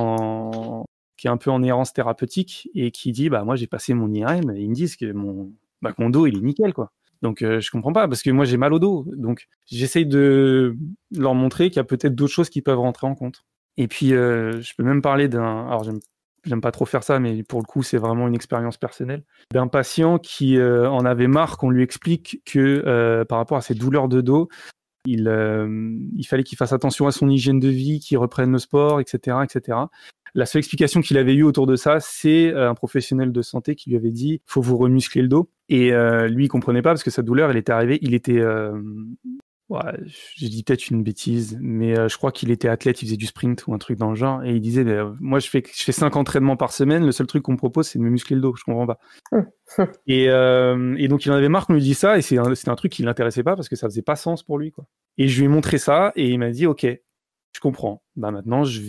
un peu en errance thérapeutique et qui dit moi j'ai passé mon IRM et ils me disent que mon dos il est nickel quoi. Donc je comprends pas parce que moi j'ai mal au dos. Donc j'essaye de leur montrer qu'il y a peut-être d'autres choses qui peuvent rentrer en compte. Et puis je peux même parler alors j'aime pas trop faire ça, mais pour le coup c'est vraiment une expérience personnelle, d'un patient qui en avait marre qu'on lui explique que par rapport à ses douleurs de dos, il fallait qu'il fasse attention à son hygiène de vie, qu'il reprenne le sport, etc., etc. La seule explication qu'il avait eue autour de ça, c'est un professionnel de santé qui lui avait dit « faut vous remuscler le dos ». Et lui, il comprenait pas parce que sa douleur, elle était arrivée, il était... j'ai dit peut-être une bêtise, mais je crois qu'il était athlète, il faisait du sprint ou un truc dans le genre, et il disait moi je fais 5 entraînements par semaine, le seul truc qu'on me propose c'est de me muscler le dos, je comprends pas. Et donc il en avait marre qu'on lui dise ça, et c'était un truc qui l'intéressait pas parce que ça faisait pas sens pour lui quoi. Et je lui ai montré ça et il m'a dit ok, je comprends. Maintenant je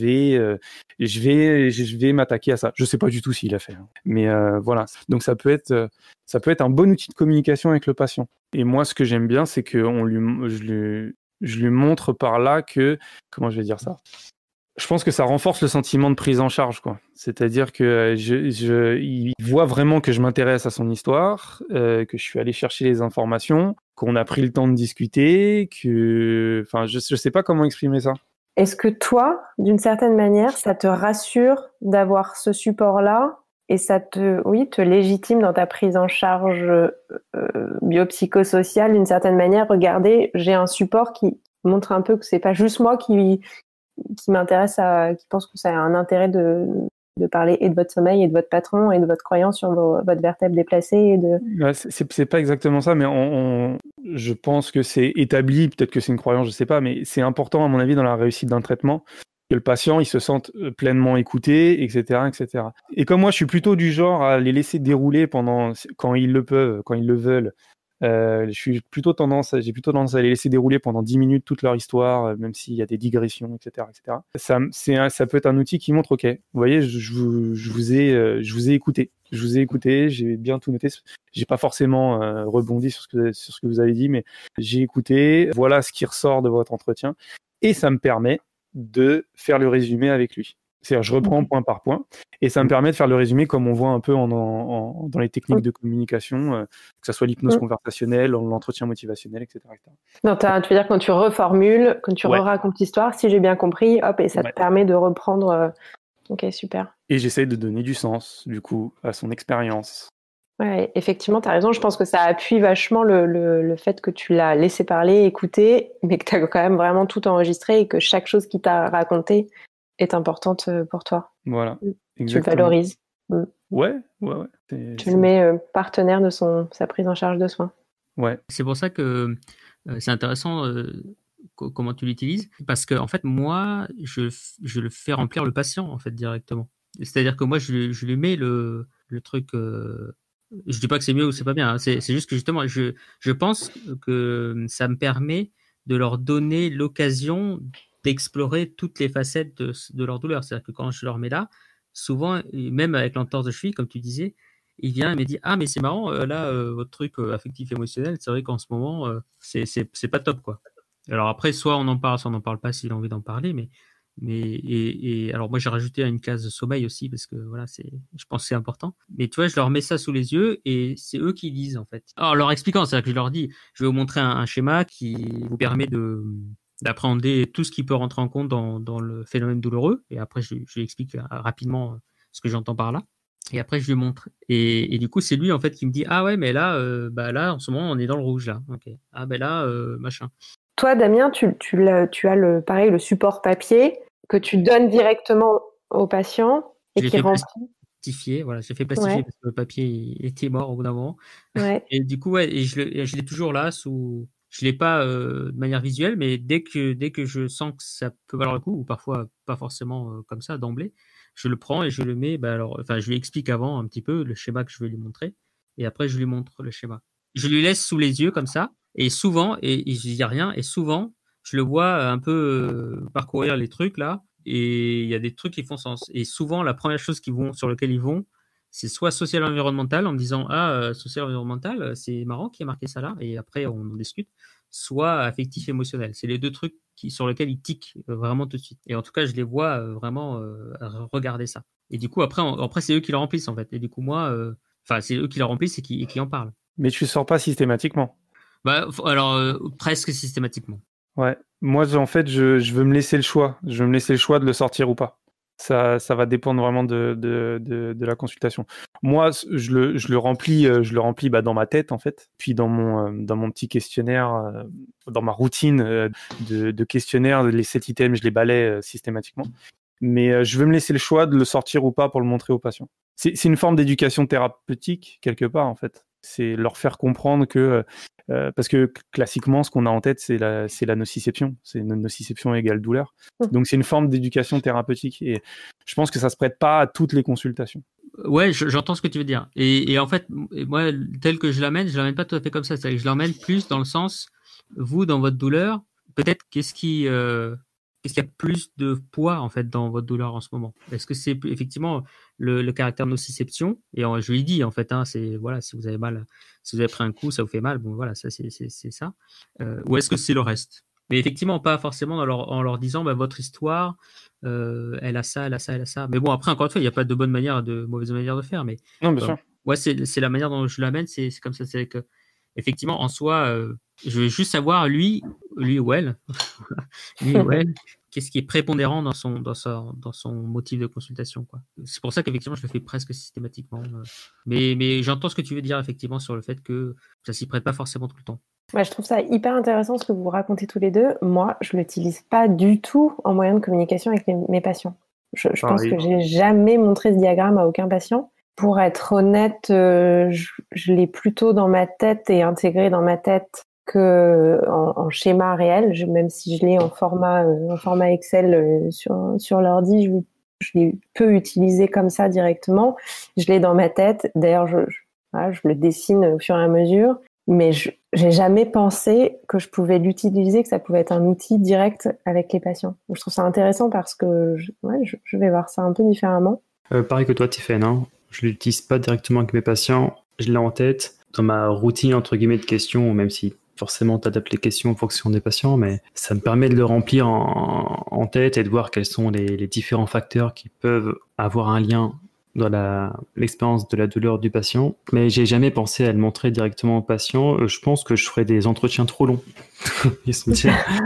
vais m'attaquer à ça. Je sais pas du tout s'il a fait, mais voilà. Donc ça peut être un bon outil de communication avec le patient. Et moi, ce que j'aime bien, c'est que je lui montre par là que, comment je vais dire ça ? Je pense que ça renforce le sentiment de prise en charge, quoi. C'est-à-dire que il voit vraiment que je m'intéresse à son histoire, que je suis allé chercher les informations, qu'on a pris le temps de discuter, je sais pas comment exprimer ça. Est-ce que toi, d'une certaine manière, ça te rassure d'avoir ce support-là et ça te légitime dans ta prise en charge biopsychosociale d'une certaine manière? Regardez, j'ai un support qui montre un peu que c'est pas juste moi qui m'intéresse qui pense que ça a un intérêt de parler et de votre sommeil et de votre patron et de votre croyance sur votre vertèbre déplacée. Ouais, c'est pas exactement ça, mais je pense que c'est établi, peut-être que c'est une croyance, je sais pas, mais c'est important à mon avis dans la réussite d'un traitement. que le patient il se sente pleinement écouté, etc., etc. Et comme moi, je suis plutôt du genre à les laisser dérouler quand ils le peuvent, quand ils le veulent. J'ai plutôt tendance à les laisser dérouler pendant 10 minutes toute leur histoire, même s'il y a des digressions, etc., etc. Ça peut être un outil qui montre, ok, vous voyez, je vous ai écouté. Je vous ai écouté, j'ai bien tout noté. J'ai pas forcément rebondi sur ce que vous avez dit, mais j'ai écouté. Voilà ce qui ressort de votre entretien. Et ça me permet de faire le résumé avec lui. C'est-à-dire, je reprends point par point, et ça me permet de faire le résumé comme on voit un peu dans les techniques de communication, que ce soit l'hypnose conversationnelle, l'entretien motivationnel, etc. Non, tu veux dire quand tu reformules, quand tu racontes l'histoire, si j'ai bien compris, hop, et ça te permet de reprendre. Ok, super. Et j'essaie de donner du sens, du coup, à son expérience. Ouais, effectivement, tu as raison. Je pense que ça appuie vachement le fait que tu l'as laissé parler, écouter, mais que tu as quand même vraiment tout enregistré et que chaque chose qu'il t'a racontée est importante pour toi. Voilà, exactement. Tu le valorises. Ouais. Tu le mets partenaire de sa prise en charge de soins. Ouais. C'est pour ça que c'est intéressant comment tu l'utilises, parce que en fait, moi, je le fais remplir le patient en fait directement. C'est-à-dire que moi, je lui mets le truc. Je dis pas que c'est mieux ou c'est pas bien. Hein. C'est juste que justement, je pense que ça me permet de leur donner l'occasion d'explorer toutes les facettes de leur douleur. C'est-à-dire que quand je leur mets là, souvent, même avec l'entorse de cheville, comme tu disais, il vient et me dit « Ah, mais c'est marrant, là, votre truc affectif émotionnel, c'est vrai qu'en ce moment, c'est pas top, quoi. » Alors après, soit on en parle, soit on n'en parle pas s'il a envie d'en parler, et alors moi j'ai rajouté une case de sommeil aussi parce que voilà, je pense que c'est important. Mais tu vois, je leur mets ça sous les yeux et c'est eux qui lisent en fait. Alors leur expliquant, c'est-à-dire que je leur dis, je vais vous montrer un schéma qui vous permet d'appréhender tout ce qui peut rentrer en compte dans le phénomène douloureux. Et après, je lui explique rapidement ce que j'entends par là. Et après, je lui montre. Et du coup, c'est lui, en fait, qui me dit, ah ouais, mais là, là, en ce moment, on est dans le rouge, là. Okay. Ah ben là, machin. Toi, Damien, tu as le support papier que tu donnes directement au patient et qui remplit. Voilà, j'ai fait plastifier parce que le papier il était mort au bout d'un moment. Ouais. Et du coup, je l'ai toujours là je l'ai pas de manière visuelle, mais dès que je sens que ça peut valoir le coup, ou parfois pas forcément comme ça d'emblée, je le prends et je le mets. Je lui explique avant un petit peu le schéma que je vais lui montrer, et après je lui montre le schéma. Je lui laisse sous les yeux comme ça, et souvent, et je dis rien, et souvent, je le vois un peu parcourir les trucs là, et il y a des trucs qui font sens. Et souvent, la première chose sur lequel ils vont, c'est soit social-environnemental en me disant social-environnemental, c'est marrant qu'il y ait marqué ça là, et après on en discute, soit affectif-émotionnel. C'est les deux trucs sur lesquels ils tiquent vraiment tout de suite. Et en tout cas, je les vois vraiment regarder ça. Et du coup, après c'est eux qui le remplissent en fait. Et du coup, moi, c'est eux qui le remplissent et qui en parlent. Mais tu sors pas systématiquement. Alors, presque systématiquement. Ouais. Moi, en fait, je veux me laisser le choix. Je veux me laisser le choix de le sortir ou pas. Ça va dépendre vraiment de la consultation. Moi, je le remplis dans ma tête en fait, puis dans mon petit questionnaire, dans ma routine de questionnaire, les 7 items, je les balaie systématiquement. Mais je veux me laisser le choix de le sortir ou pas pour le montrer aux patients. C'est une forme d'éducation thérapeutique quelque part en fait. C'est leur faire comprendre que parce que classiquement, ce qu'on a en tête, c'est la nociception. C'est nociception égale douleur. Donc, c'est une forme d'éducation thérapeutique. Et je pense que ça se prête pas à toutes les consultations. Ouais, j'entends ce que tu veux dire. Et en fait, moi, tel que je l'amène pas tout à fait comme ça. C'est-à-dire que je l'emmène plus dans le sens, vous, dans votre douleur, peut-être qu'est-ce qu'il y a plus de poids en fait dans votre douleur en ce moment? Est-ce que c'est effectivement le caractère nociception? Et je lui dis en fait, c'est voilà, si vous avez mal, si vous avez pris un coup, ça vous fait mal. Bon voilà, ça c'est ça. Ou est-ce que c'est le reste? Mais effectivement, pas forcément en leur disant votre histoire, elle a ça, elle a ça, elle a ça. Mais bon, après encore une fois, il n'y a pas de bonne manière, de mauvaise manière de faire. Mais non, bien sûr. Ouais, c'est la manière dont je l'amène, c'est comme ça. C'est que effectivement, en soi, je veux juste savoir lui ou elle, qu'est-ce qui est prépondérant dans son motif de consultation, quoi. C'est pour ça qu'effectivement, je le fais presque systématiquement. Mais j'entends ce que tu veux dire effectivement sur le fait que ça s'y prête pas forcément tout le temps. Ouais, je trouve ça hyper intéressant ce que vous racontez tous les deux. Moi, je l'utilise pas du tout en moyen de communication avec mes patients. Je pense que j'ai jamais montré ce diagramme à aucun patient. Pour être honnête, je l'ai plutôt dans ma tête et intégré dans ma tête que en schéma réel, même si je l'ai en format Excel sur l'ordi, je l'ai peu utilisé comme ça directement. Je l'ai dans ma tête. D'ailleurs, je le dessine au fur et à mesure, mais j'ai jamais pensé que je pouvais l'utiliser, que ça pouvait être un outil direct avec les patients. Je trouve ça intéressant parce que je vais voir ça un peu différemment. Pareil que toi, Tiffaine, hein. Je l'utilise pas directement avec mes patients. Je l'ai en tête dans ma routine entre guillemets de questions, même si forcément tu adaptes les questions en fonction des patients, mais ça me permet de le remplir en tête et de voir quels sont les différents facteurs qui peuvent avoir un lien dans l'expérience de la douleur du patient. Mais j'ai jamais pensé à le montrer directement au patient. Je pense que je ferais des entretiens trop longs. Ils sont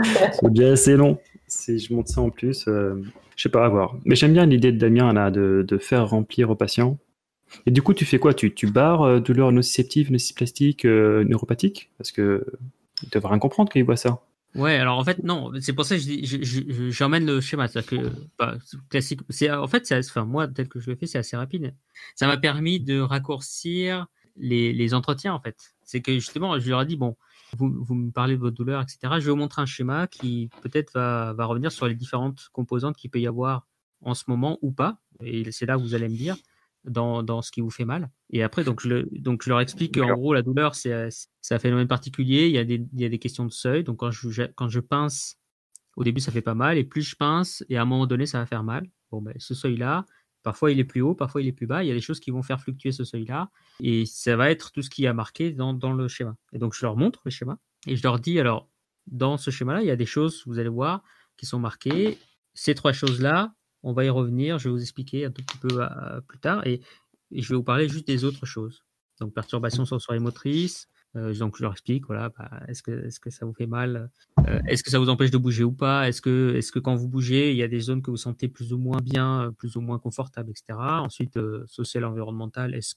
déjà assez longs. Si je monte ça en plus, je sais pas, à voir. Mais j'aime bien l'idée de Damien là, de faire remplir au patient. Et du coup, tu fais quoi? Tu barres douleur nociceptive, nociplastique, neuropathique? Parce que ils doivent rien comprendre quand ils voient ça. Ouais, alors en fait, non, c'est pour ça que j'emmène le schéma. C'est-à-dire que, classique, enfin, moi, tel que je le fais, c'est assez rapide. Ça m'a permis de raccourcir les entretiens, en fait. C'est que justement, je leur ai dit, bon, vous me parlez de votre douleur, etc. Je vais vous montrer un schéma qui peut-être va revenir sur les différentes composantes qu'il peut y avoir en ce moment ou pas. Et c'est là où vous allez me dire dans ce qui vous fait mal. Et après, donc je leur explique qu'en gros, la douleur, c'est un phénomène particulier. Il y a des questions de seuil. Donc, quand je pince, au début, ça fait pas mal. Et plus je pince, et à un moment donné, ça va faire mal. Bon, ben, ce seuil-là, parfois, il est plus haut, parfois, il est plus bas. Il y a des choses qui vont faire fluctuer ce seuil-là. Et ça va être tout ce qui est marqué dans le schéma. Et donc, je leur montre le schéma. Et je leur dis, alors, dans ce schéma-là, il y a des choses, vous allez voir, qui sont marquées. Ces 3 choses-là, on va y revenir, je vais vous expliquer un tout petit peu plus tard et je vais vous parler juste des autres choses. Donc, perturbation sensorimotrice, donc je leur explique, voilà, est-ce que ça vous fait mal? Est-ce que ça vous empêche de bouger ou pas? Est-ce que quand vous bougez, il y a des zones que vous sentez plus ou moins bien, plus ou moins confortables, etc. Ensuite, social, environnemental, est-ce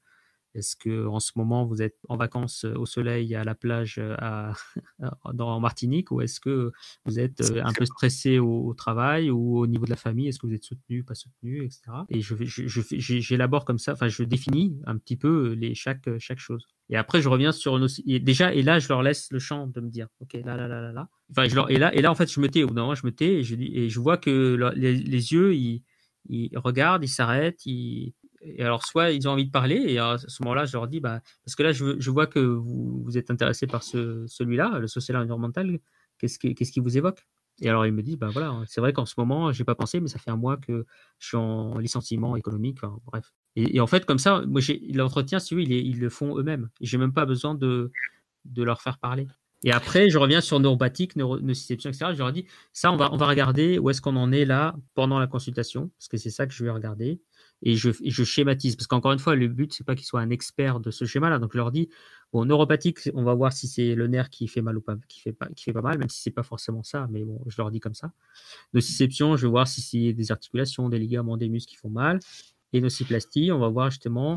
que en ce moment vous êtes en vacances au soleil à la plage en Martinique, ou est-ce que vous êtes un peu stressé au travail ou au niveau de la famille? Est-ce que vous êtes soutenu, pas soutenu, etc. Et j'élabore comme ça, enfin je définis un petit peu chaque chose. Et après je reviens sur et là je leur laisse le champ de me dire ok là. Enfin et là en fait je me tais, au bout d'un moment je me tais et je vois que les yeux ils regardent, ils s'arrêtent, et alors, soit ils ont envie de parler, et à ce moment-là, je leur dis, parce que là, je vois que vous êtes intéressé par celui-là, le social environnemental, qu'est-ce qui vous évoque? Et alors, ils me disent, voilà, c'est vrai qu'en ce moment, j'ai pas pensé, mais ça fait un mois que je suis en licenciement économique, enfin, bref. Et en fait, comme ça, moi, l'entretien, si vous voulez, ils le font eux-mêmes. J'ai même pas besoin de leur faire parler. Et après, je reviens sur neuropathique, nociception, etc. Je leur dis, ça, on va regarder où est-ce qu'on en est là pendant la consultation, parce que c'est ça que je vais regarder. Et je schématise, parce qu'encore une fois, le but, c'est pas qu'ils soient un expert de ce schéma-là. Donc, je leur dis, bon, neuropathique, on va voir si c'est le nerf qui fait mal ou pas, qui fait pas mal, même si c'est pas forcément ça, mais bon, je leur dis comme ça. Nociception, je vais voir si c'est des articulations, des ligaments, des muscles qui font mal. Et nociplastie, on va voir justement,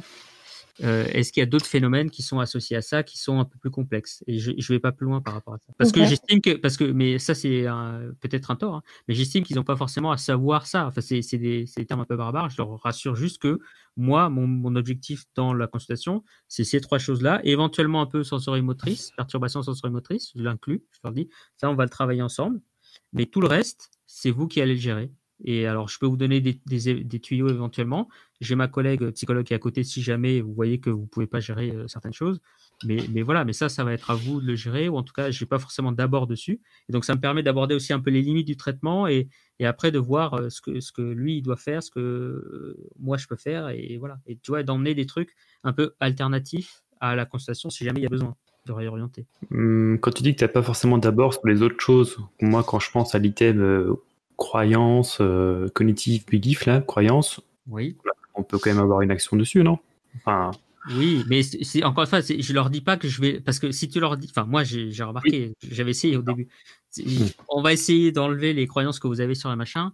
est-ce qu'il y a d'autres phénomènes qui sont associés à ça, qui sont un peu plus complexes? Et je vais pas plus loin par rapport à ça. Parce que j'estime mais ça c'est peut-être un tort, hein, mais j'estime qu'ils n'ont pas forcément à savoir ça. Enfin, c'est des termes un peu barbares. Je leur rassure juste que moi, mon objectif dans la consultation, c'est ces 3 choses-là, éventuellement un peu sensorimotrice, perturbation sensorimotrice, je l'inclus. Je leur dis, ça, on va le travailler ensemble. Mais tout le reste, c'est vous qui allez le gérer. Et alors, je peux vous donner des tuyaux éventuellement. J'ai ma collègue psychologue qui est à côté si jamais vous voyez que vous ne pouvez pas gérer certaines choses. Mais voilà, mais ça va être à vous de le gérer, ou en tout cas, je n'ai pas forcément d'abord dessus. Et donc, ça me permet d'aborder aussi un peu les limites du traitement et après de voir ce que lui, il doit faire, ce que moi, je peux faire. Et voilà. Et tu vois, d'emmener des trucs un peu alternatifs à la consultation si jamais il y a besoin de réorienter. Quand tu dis que tu n'as pas forcément d'abord sur les autres choses, moi, quand je pense à l'item croyance, cognitive belief, là, croyance, oui, on peut quand même avoir une action dessus, non? Enfin... Oui, mais c'est encore une fois, je leur dis pas que je vais, parce que si tu leur dis, enfin moi j'ai remarqué, j'avais essayé au début, on va essayer d'enlever les croyances que vous avez sur les machins.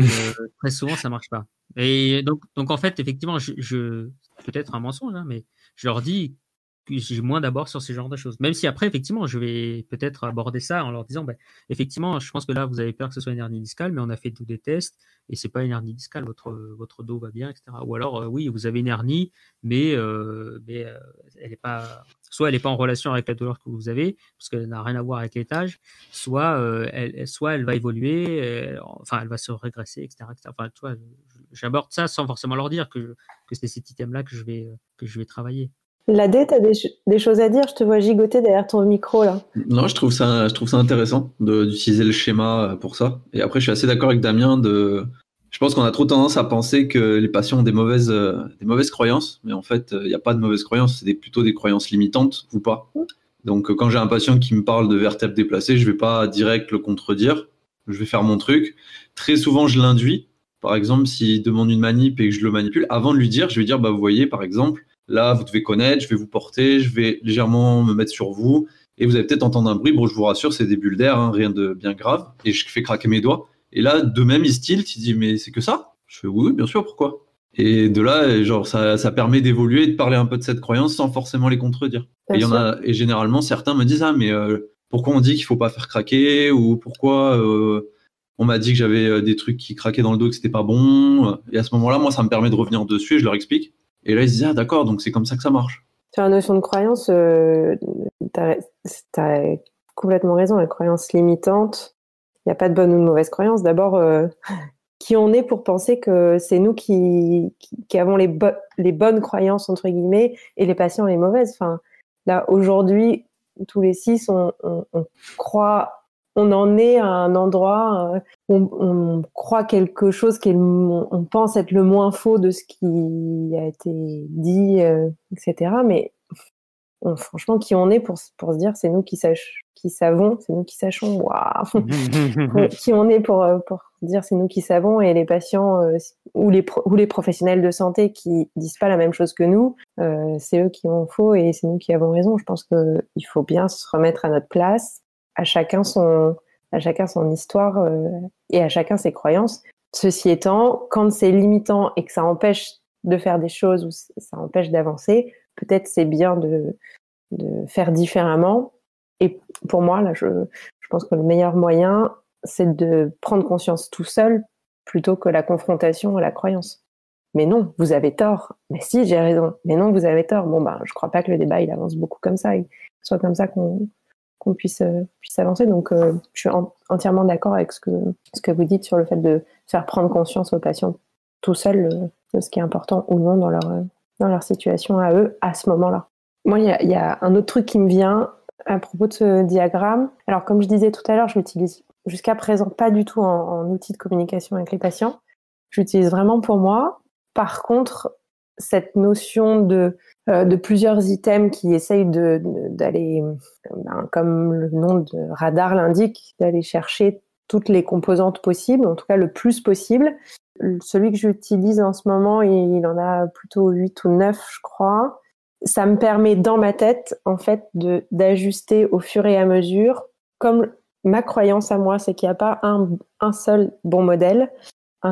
Très souvent ça marche pas. Et donc en fait effectivement, peut-être un mensonge, hein, mais je leur dis j'ai moins d'abord sur ce genre de choses. Même si après, effectivement, je vais peut-être aborder ça en leur disant, effectivement, je pense que là, vous avez peur que ce soit une hernie discale, mais on a fait tous des tests et c'est pas une hernie discale, votre dos va bien, etc. Ou alors, oui, vous avez une hernie, mais elle est pas, soit elle n'est pas en relation avec la douleur que vous avez, parce qu'elle n'a rien à voir avec l'étage, soit elle va évoluer, elle va se régresser, etc. Enfin, tu vois, j'aborde ça sans forcément leur dire que c'est cet item-là que je vais travailler. Ladé, t'as des choses à dire? Je te vois gigoter derrière ton micro là. Non, je trouve ça intéressant d'utiliser le schéma pour ça. Et après, je suis assez d'accord avec Damien je pense qu'on a trop tendance à penser que les patients ont des mauvaises croyances, mais en fait, il n'y a pas de mauvaises croyances, c'est plutôt des croyances limitantes ou pas. Donc, quand j'ai un patient qui me parle de vertèbres déplacées, je vais pas direct le contredire, je vais faire mon truc. Très souvent, je l'induis. Par exemple, s'il demande une manip et que je le manipule, avant de lui dire, je vais dire, vous voyez, par exemple, là, vous devez connaître, je vais vous porter, je vais légèrement me mettre sur vous, et vous allez peut-être entendre un bruit. Bon, je vous rassure, c'est des bulles d'air, hein, rien de bien grave. Et je fais craquer mes doigts. Et là, de même, il se tilte, il dit, mais c'est que ça? Je fais, oui, bien sûr, pourquoi? Et de là, genre, ça permet d'évoluer et de parler un peu de cette croyance sans forcément les contredire. Et généralement, certains me disent, mais pourquoi on dit qu'il faut pas faire craquer? Ou pourquoi on m'a dit que j'avais des trucs qui craquaient dans le dos, que c'était pas bon? Et à ce moment-là, moi, ça me permet de revenir dessus et je leur explique. Et là, ils se disent, d'accord, donc c'est comme ça que ça marche. Sur la notion de croyance, t'as complètement raison. La croyance limitante, il n'y a pas de bonne ou de mauvaise croyance. D'abord, qui on est pour penser que c'est nous qui avons les bonnes croyances, entre guillemets, et les patients les mauvaises. Enfin, là, aujourd'hui, tous les 6, on croit... On en est à un endroit où on croit quelque chose on pense être le moins faux de ce qui a été dit, etc. Mais franchement, qui on est pour se dire c'est nous qui savons, c'est nous qui sachons. Waouh. Qui on est pour dire c'est nous qui savons, et les patients ou les professionnels de santé qui disent pas la même chose que nous, c'est eux qui ont faux et c'est nous qui avons raison. Je pense que il faut bien se remettre à notre place. À chacun son histoire et à chacun ses croyances. Ceci étant, quand c'est limitant et que ça empêche de faire des choses ou ça empêche d'avancer, peut-être c'est bien de faire différemment. Et pour moi, là, je pense que le meilleur moyen, c'est de prendre conscience tout seul plutôt que la confrontation à la croyance. Mais non, vous avez tort. Mais si, j'ai raison. Mais non, vous avez tort. Bon, je crois pas que le débat, il avance beaucoup comme ça. Et que ce soit comme ça qu'on puisse avancer. Donc, je suis entièrement d'accord avec ce que vous dites sur le fait de faire prendre conscience aux patients tout seuls de ce qui est important ou non dans leur situation à eux, à ce moment-là. Moi, il y a un autre truc qui me vient à propos de ce diagramme. Alors, comme je disais tout à l'heure, je l'utilise jusqu'à présent pas du tout en outil de communication avec les patients. Je l'utilise vraiment pour moi. Par contre, cette notion de plusieurs items qui essayent d'aller, comme le nom de radar l'indique, d'aller chercher toutes les composantes possibles, en tout cas le plus possible. Celui que j'utilise en ce moment, il en a plutôt 8 ou 9, je crois. Ça me permet dans ma tête, en fait, d'ajuster au fur et à mesure. Comme ma croyance à moi, c'est qu'il n'y a pas un seul bon modèle, une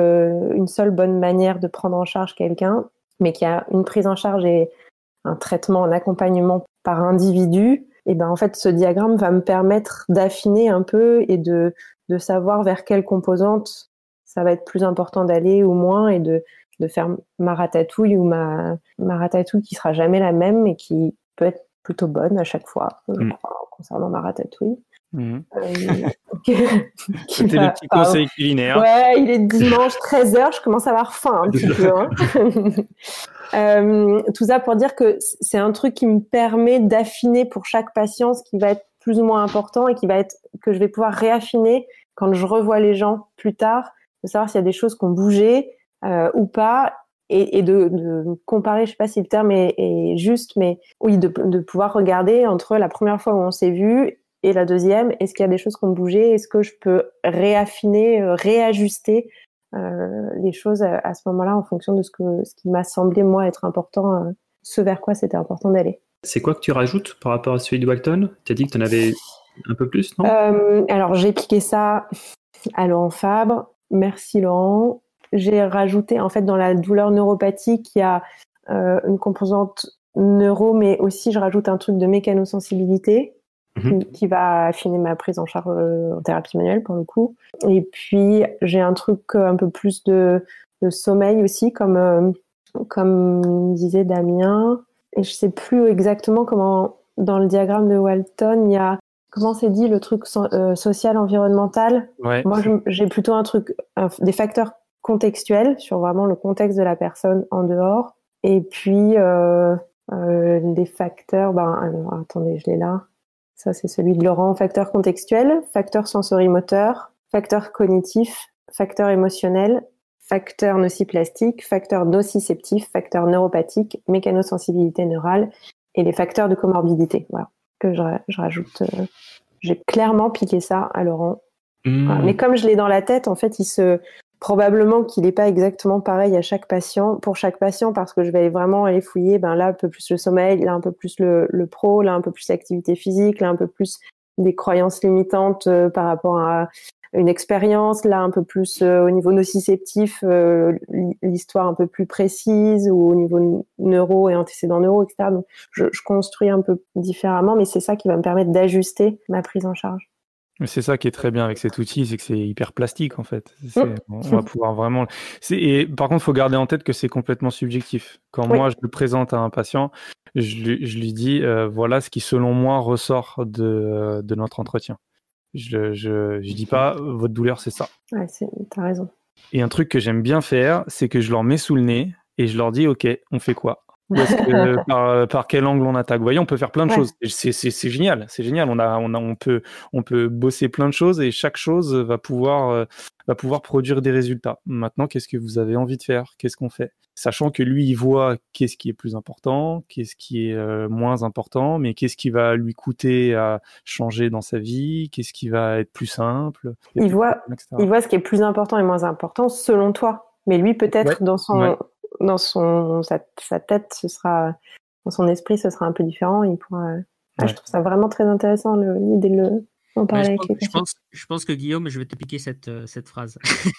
seule bonne manière de prendre en charge quelqu'un, mais qu'il y a une prise en charge et un traitement, un accompagnement par individu. Et en fait, ce diagramme va me permettre d'affiner un peu et de savoir vers quelle composante ça va être plus important d'aller ou moins, et de faire ma ratatouille ou ma ratatouille qui sera jamais la même et qui peut être plutôt bonne à chaque fois, je crois, concernant ma ratatouille. C'était le petit conseil culinaire. Ouais, il est dimanche 13h, je commence à avoir faim un petit peu. Tout ça pour dire que c'est un truc qui me permet d'affiner pour chaque patient ce qui va être plus ou moins important et que je vais pouvoir réaffiner quand je revois les gens plus tard, de savoir s'il y a des choses qui ont bougé ou pas, et de comparer, je sais pas si le terme est juste, mais oui, de pouvoir regarder entre la première fois où on s'est vu et la deuxième, est-ce qu'il y a des choses qui ont bougé, est-ce que je peux réaffiner, réajuster les choses à ce moment-là en fonction de ce qui m'a semblé moi être important, ce vers quoi c'était important d'aller. C'est quoi que tu rajoutes par rapport à celui de Walton? Tu as dit que tu en avais un peu plus, non? Alors j'ai piqué ça à Laurent Fabre. Merci Laurent. J'ai rajouté en fait dans la douleur neuropathique, il y a une composante neuro, mais aussi je rajoute un truc de mécanosensibilité qui va affiner ma prise en charge en thérapie manuelle pour le coup. Et puis j'ai un truc un peu plus de sommeil aussi, comme disait Damien. Et je sais plus exactement comment, dans le diagramme de Walton, il y a, comment c'est dit, le truc social, environnemental. Ouais. Moi, j'ai plutôt des facteurs contextuels sur vraiment le contexte de la personne en dehors. Et puis, des facteurs, alors, attendez, je l'ai là. Ça, c'est celui de Laurent. Facteurs contextuels, facteurs sensorimoteurs, facteurs cognitifs, facteurs émotionnels, facteurs nociplastiques, facteurs nociceptifs, facteurs neuropathiques, mécanosensibilité neurale et les facteurs de comorbidité. Voilà, que je rajoute. J'ai clairement piqué ça à Laurent. Voilà. Mais comme je l'ai dans la tête, en fait, probablement qu'il n'est pas exactement pareil pour chaque patient, parce que je vais vraiment aller fouiller, là un peu plus le sommeil, là un peu plus le pro, là un peu plus l'activité physique, là un peu plus des croyances limitantes par rapport à une expérience, là un peu plus au niveau nociceptif, l'histoire un peu plus précise, ou au niveau neuro et antécédents neuro, etc. Donc je construis un peu différemment, mais c'est ça qui va me permettre d'ajuster ma prise en charge. C'est ça qui est très bien avec cet outil, c'est que c'est hyper plastique en fait. On va pouvoir vraiment. Et par contre, il faut garder en tête que c'est complètement subjectif. Quand moi je le présente à un patient, je lui dis voilà ce qui selon moi ressort de notre entretien. Je dis pas votre douleur c'est ça. Ouais, t'as raison. Et un truc que j'aime bien faire, c'est que je leur mets sous le nez et je leur dis ok, on fait quoi? Ou est-ce que par quel angle on attaque? Vous voyez, on peut faire plein de choses. C'est génial, c'est génial. On peut bosser plein de choses et chaque chose va pouvoir produire des résultats. Maintenant, qu'est-ce que vous avez envie de faire? Qu'est-ce qu'on fait? Sachant que lui, il voit qu'est-ce qui est plus important, qu'est-ce qui est moins important, mais qu'est-ce qui va lui coûter à changer dans sa vie, qu'est-ce qui va être plus simple. Il voit ce qui est plus important et moins important selon toi. Mais lui, peut-être dans sa tête, dans son esprit, ce sera un peu différent. Il pourra. Je trouve ça vraiment très intéressant l'idée de en parler avec les personnes. Je pense que Guillaume, je vais te piquer cette phrase.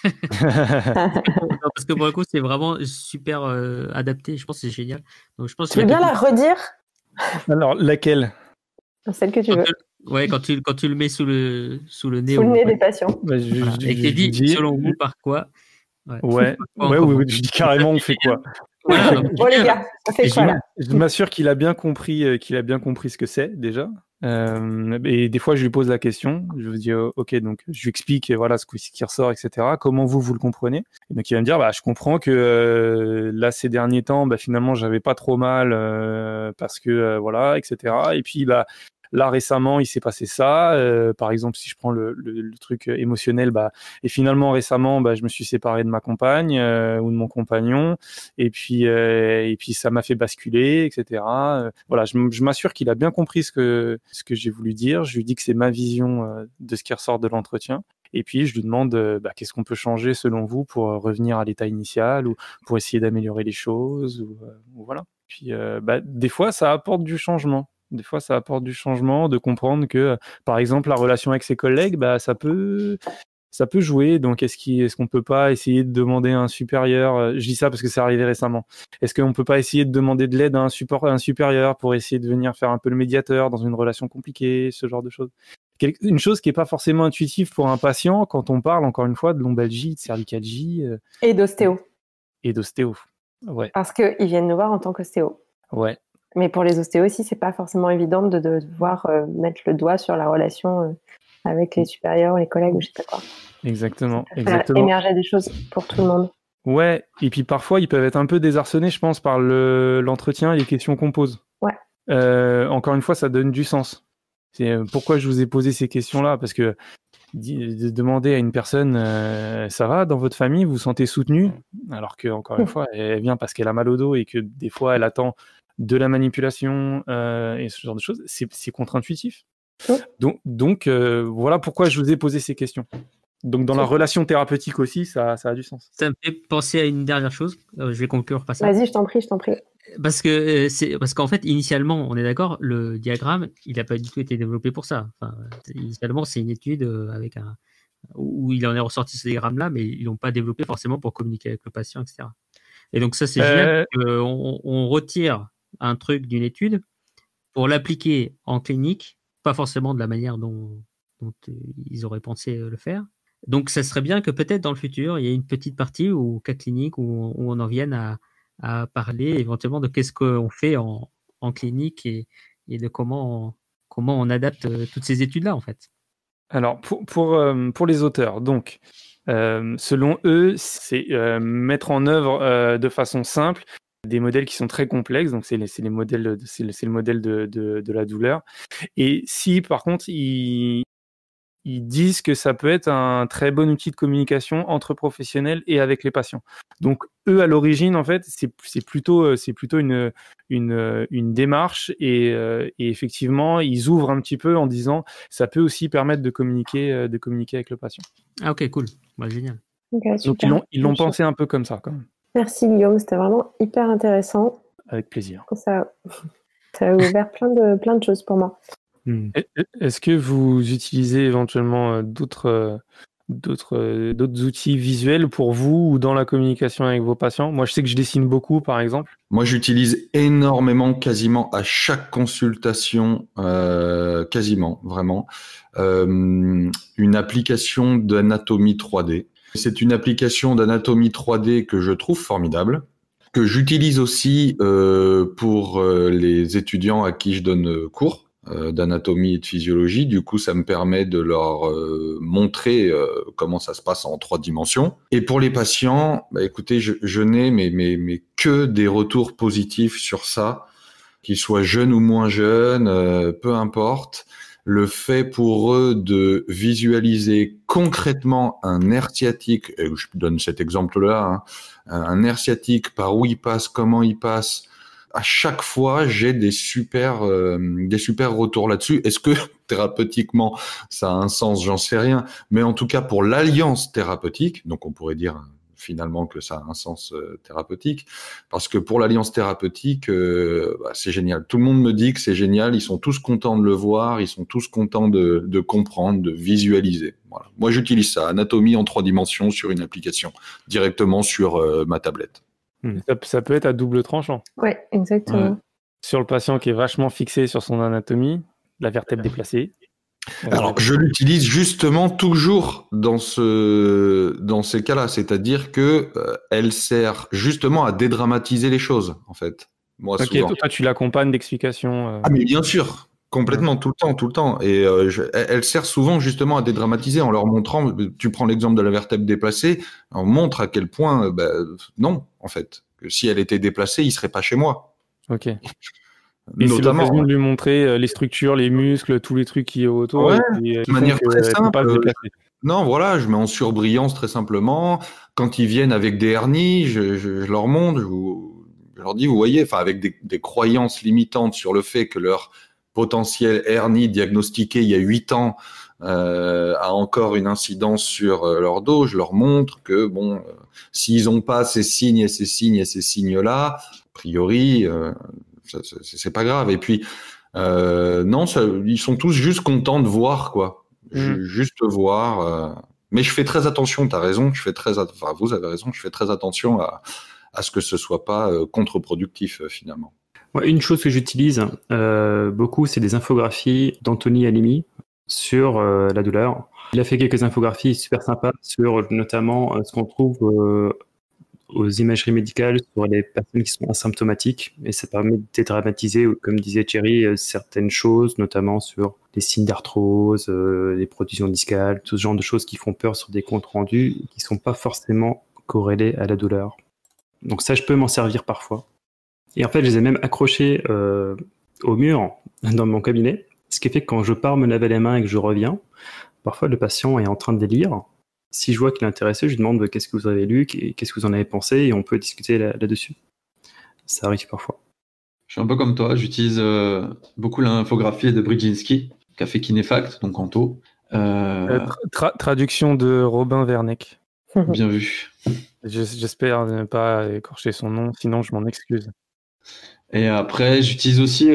Parce que pour le coup, c'est vraiment super adapté. Je pense que c'est génial. Donc, je pense tu veux bien la redire? Alors, laquelle? Celle que tu veux. Ouais, quand tu le mets sous le nez. Sous le nez des patients. Et que tu dis, selon vous, par quoi? Ouais, je dis carrément, on fait quoi? Voilà, bon les gars, on fait quoi là? Je m'assure qu'il a bien compris ce que c'est déjà. Et des fois, je lui pose la question. Je lui dis, ok, donc je lui explique, voilà, ce qui ressort, etc. Comment vous le comprenez? Et donc il va me dire, je comprends que là ces derniers temps, finalement, j'avais pas trop mal parce que voilà, etc. Et puis là récemment, il s'est passé ça. Par exemple, si je prends le truc émotionnel, et finalement récemment, je me suis séparé de ma compagne ou de mon compagnon, et puis ça m'a fait basculer, etc. Voilà, je m'assure qu'il a bien compris ce que j'ai voulu dire. Je lui dis que c'est ma vision de ce qui ressort de l'entretien. Et puis, je lui demande qu'est-ce qu'on peut changer selon vous pour revenir à l'état initial ou pour essayer d'améliorer les choses. Ou voilà. Puis, des fois, ça apporte du changement. Des fois, ça apporte du changement, de comprendre que, par exemple, la relation avec ses collègues, ça peut jouer. Donc, est-ce qu'on peut pas essayer de demander à un supérieur, je dis ça parce que c'est arrivé récemment, est-ce qu'on peut pas essayer de demander de l'aide à un supérieur pour essayer de venir faire un peu le médiateur dans une relation compliquée, ce genre de choses. Une chose qui n'est pas forcément intuitive pour un patient quand on parle, encore une fois, de lombalgie, de cervicalgie. Et d'ostéo. Ouais. Parce qu'ils viennent nous voir en tant qu'ostéo. Ouais. Mais pour les ostéos aussi, c'est pas forcément évident de devoir mettre le doigt sur la relation avec les supérieurs, les collègues, ou je sais pas quoi. Exactement. Faire émerger des choses pour tout le monde. Ouais, et puis parfois, ils peuvent être un peu désarçonnés, je pense, par l'entretien et les questions qu'on pose. Ouais. Encore une fois, ça donne du sens. C'est pourquoi je vous ai posé ces questions-là, parce que de demander à une personne ça va dans votre famille, vous vous sentez soutenu, alors que encore une fois, elle vient parce qu'elle a mal au dos et que des fois, elle attend de la manipulation et ce genre de choses, c'est contre-intuitif. Donc voilà pourquoi je vous ai posé ces questions. Donc dans la relation thérapeutique aussi, ça a du sens. Ça me fait penser à une dernière chose. Je vais conclure par ça. Vas-y, je t'en prie. Parce qu'en fait, initialement, on est d'accord, le diagramme, il n'a pas du tout été développé pour ça. Enfin, initialement, c'est une étude où il en est ressorti ce diagramme-là, mais ils l'ont pas développé forcément pour communiquer avec le patient, etc. Et donc ça, c'est génial. On retire un truc d'une étude pour l'appliquer en clinique, pas forcément de la manière dont ils auraient pensé le faire. Donc, ça serait bien que peut-être dans le futur, il y ait une petite partie ou cas clinique où on en vienne à parler éventuellement de qu'est-ce qu'on fait en clinique et de comment on adapte toutes ces études-là, en fait. Alors, pour les auteurs, donc, selon eux, c'est mettre en œuvre de façon simple des modèles qui sont très complexes. Donc, c'est le modèle de la douleur. Et si, par contre, ils disent que ça peut être un très bon outil de communication entre professionnels et avec les patients. Donc, eux, à l'origine, en fait, c'est plutôt une démarche et effectivement, ils ouvrent un petit peu en disant ça peut aussi permettre de communiquer avec le patient. Ah, ok, cool. Bah, génial. Okay, donc, ils l'ont pensé un peu comme ça, quand même. Merci Guillaume, c'était vraiment hyper intéressant. Avec plaisir. Ça a ouvert plein de choses pour moi. Est-ce que vous utilisez éventuellement d'autres outils visuels pour vous ou dans la communication avec vos patients? Moi, je sais que je dessine beaucoup, par exemple. Moi, j'utilise énormément, quasiment à chaque consultation, quasiment, vraiment, une application d'anatomie 3D. C'est une application d'anatomie 3D que je trouve formidable, que j'utilise aussi pour les étudiants à qui je donne cours d'anatomie et de physiologie. Du coup, ça me permet de leur montrer comment ça se passe en 3 dimensions. Et pour les patients, bah, écoutez, je n'ai mais que des retours positifs sur ça, qu'ils soient jeunes ou moins jeunes, peu importe. Le fait pour eux de visualiser concrètement un nerf sciatique, et je donne cet exemple-là, hein, un nerf sciatique, par où il passe, comment il passe, à chaque fois, j'ai des super retours là-dessus. Est-ce que thérapeutiquement, ça a un sens? J'en sais rien. Mais en tout cas, pour l'alliance thérapeutique, donc on pourrait dire finalement que ça a un sens thérapeutique, parce que pour l'alliance thérapeutique, c'est génial. Tout le monde me dit que c'est génial. Ils sont tous contents de le voir. Ils sont tous contents de comprendre, de visualiser. Voilà. Moi, j'utilise ça, anatomie en 3 dimensions sur une application, directement sur ma tablette. Ça peut être à double tranchant. Ouais, exactement. Ouais. Sur le patient qui est vachement fixé sur son anatomie, la vertèbre déplacée. Alors, je l'utilise justement toujours dans ces cas-là, c'est-à-dire que elle sert justement à dédramatiser les choses, en fait. Moi, souvent. Toi, tu l'accompagnes d'explications. Ah, mais bien sûr, complètement, tout le temps. Et elle sert souvent justement à dédramatiser en leur montrant. Tu prends l'exemple de la vertèbre déplacée, on montre à quel point, non, en fait, que si elle était déplacée, il serait pas chez moi. Ok. Et c'est l'occasion de lui montrer les structures, les muscles, tous les trucs qui est autour. Ouais, de manière très simple. Non, voilà, je mets en surbrillance très simplement. Quand ils viennent avec des hernies, je leur montre, je leur dis, vous voyez, enfin avec des croyances limitantes sur le fait que leur potentiel hernie diagnostiquée il y a 8 ans a encore une incidence sur leur dos. Je leur montre que s'ils n'ont pas ces signes et ces signes et ces signes-là, a priori, c'est pas grave. Et puis non, ils sont tous juste contents de voir, quoi. Juste voir. Mais je fais très attention. T'as raison. Vous avez raison. Je fais très attention à ce que ce soit pas contre-productif finalement. Ouais, une chose que j'utilise beaucoup, c'est des infographies d'Anthony Alimi sur la douleur. Il a fait quelques infographies super sympas sur notamment ce qu'on trouve aux imageries médicales sur les personnes qui sont asymptomatiques, et ça permet de dédramatiser, comme disait Thierry, certaines choses, notamment sur les signes d'arthrose, les protrusions discales, tout ce genre de choses qui font peur sur des comptes rendus qui sont pas forcément corrélés à la douleur. Donc ça, je peux m'en servir parfois. Et en fait, je les ai même accrochés au mur dans mon cabinet, ce qui fait que quand je pars me laver les mains et que je reviens, parfois le patient est en train de les lire. Si je vois qu'il est intéressé, je lui demande qu'est-ce que vous avez lu, qu'est-ce que vous en avez pensé, et on peut discuter là-dessus. Ça arrive parfois. Je suis un peu comme toi, j'utilise beaucoup l'infographie de Brzezinski, qui a fait Kinefact, donc Anto. Traduction de Robin Werneck. Bien vu. J'espère ne pas écorcher son nom, sinon je m'en excuse. Et après, j'utilise aussi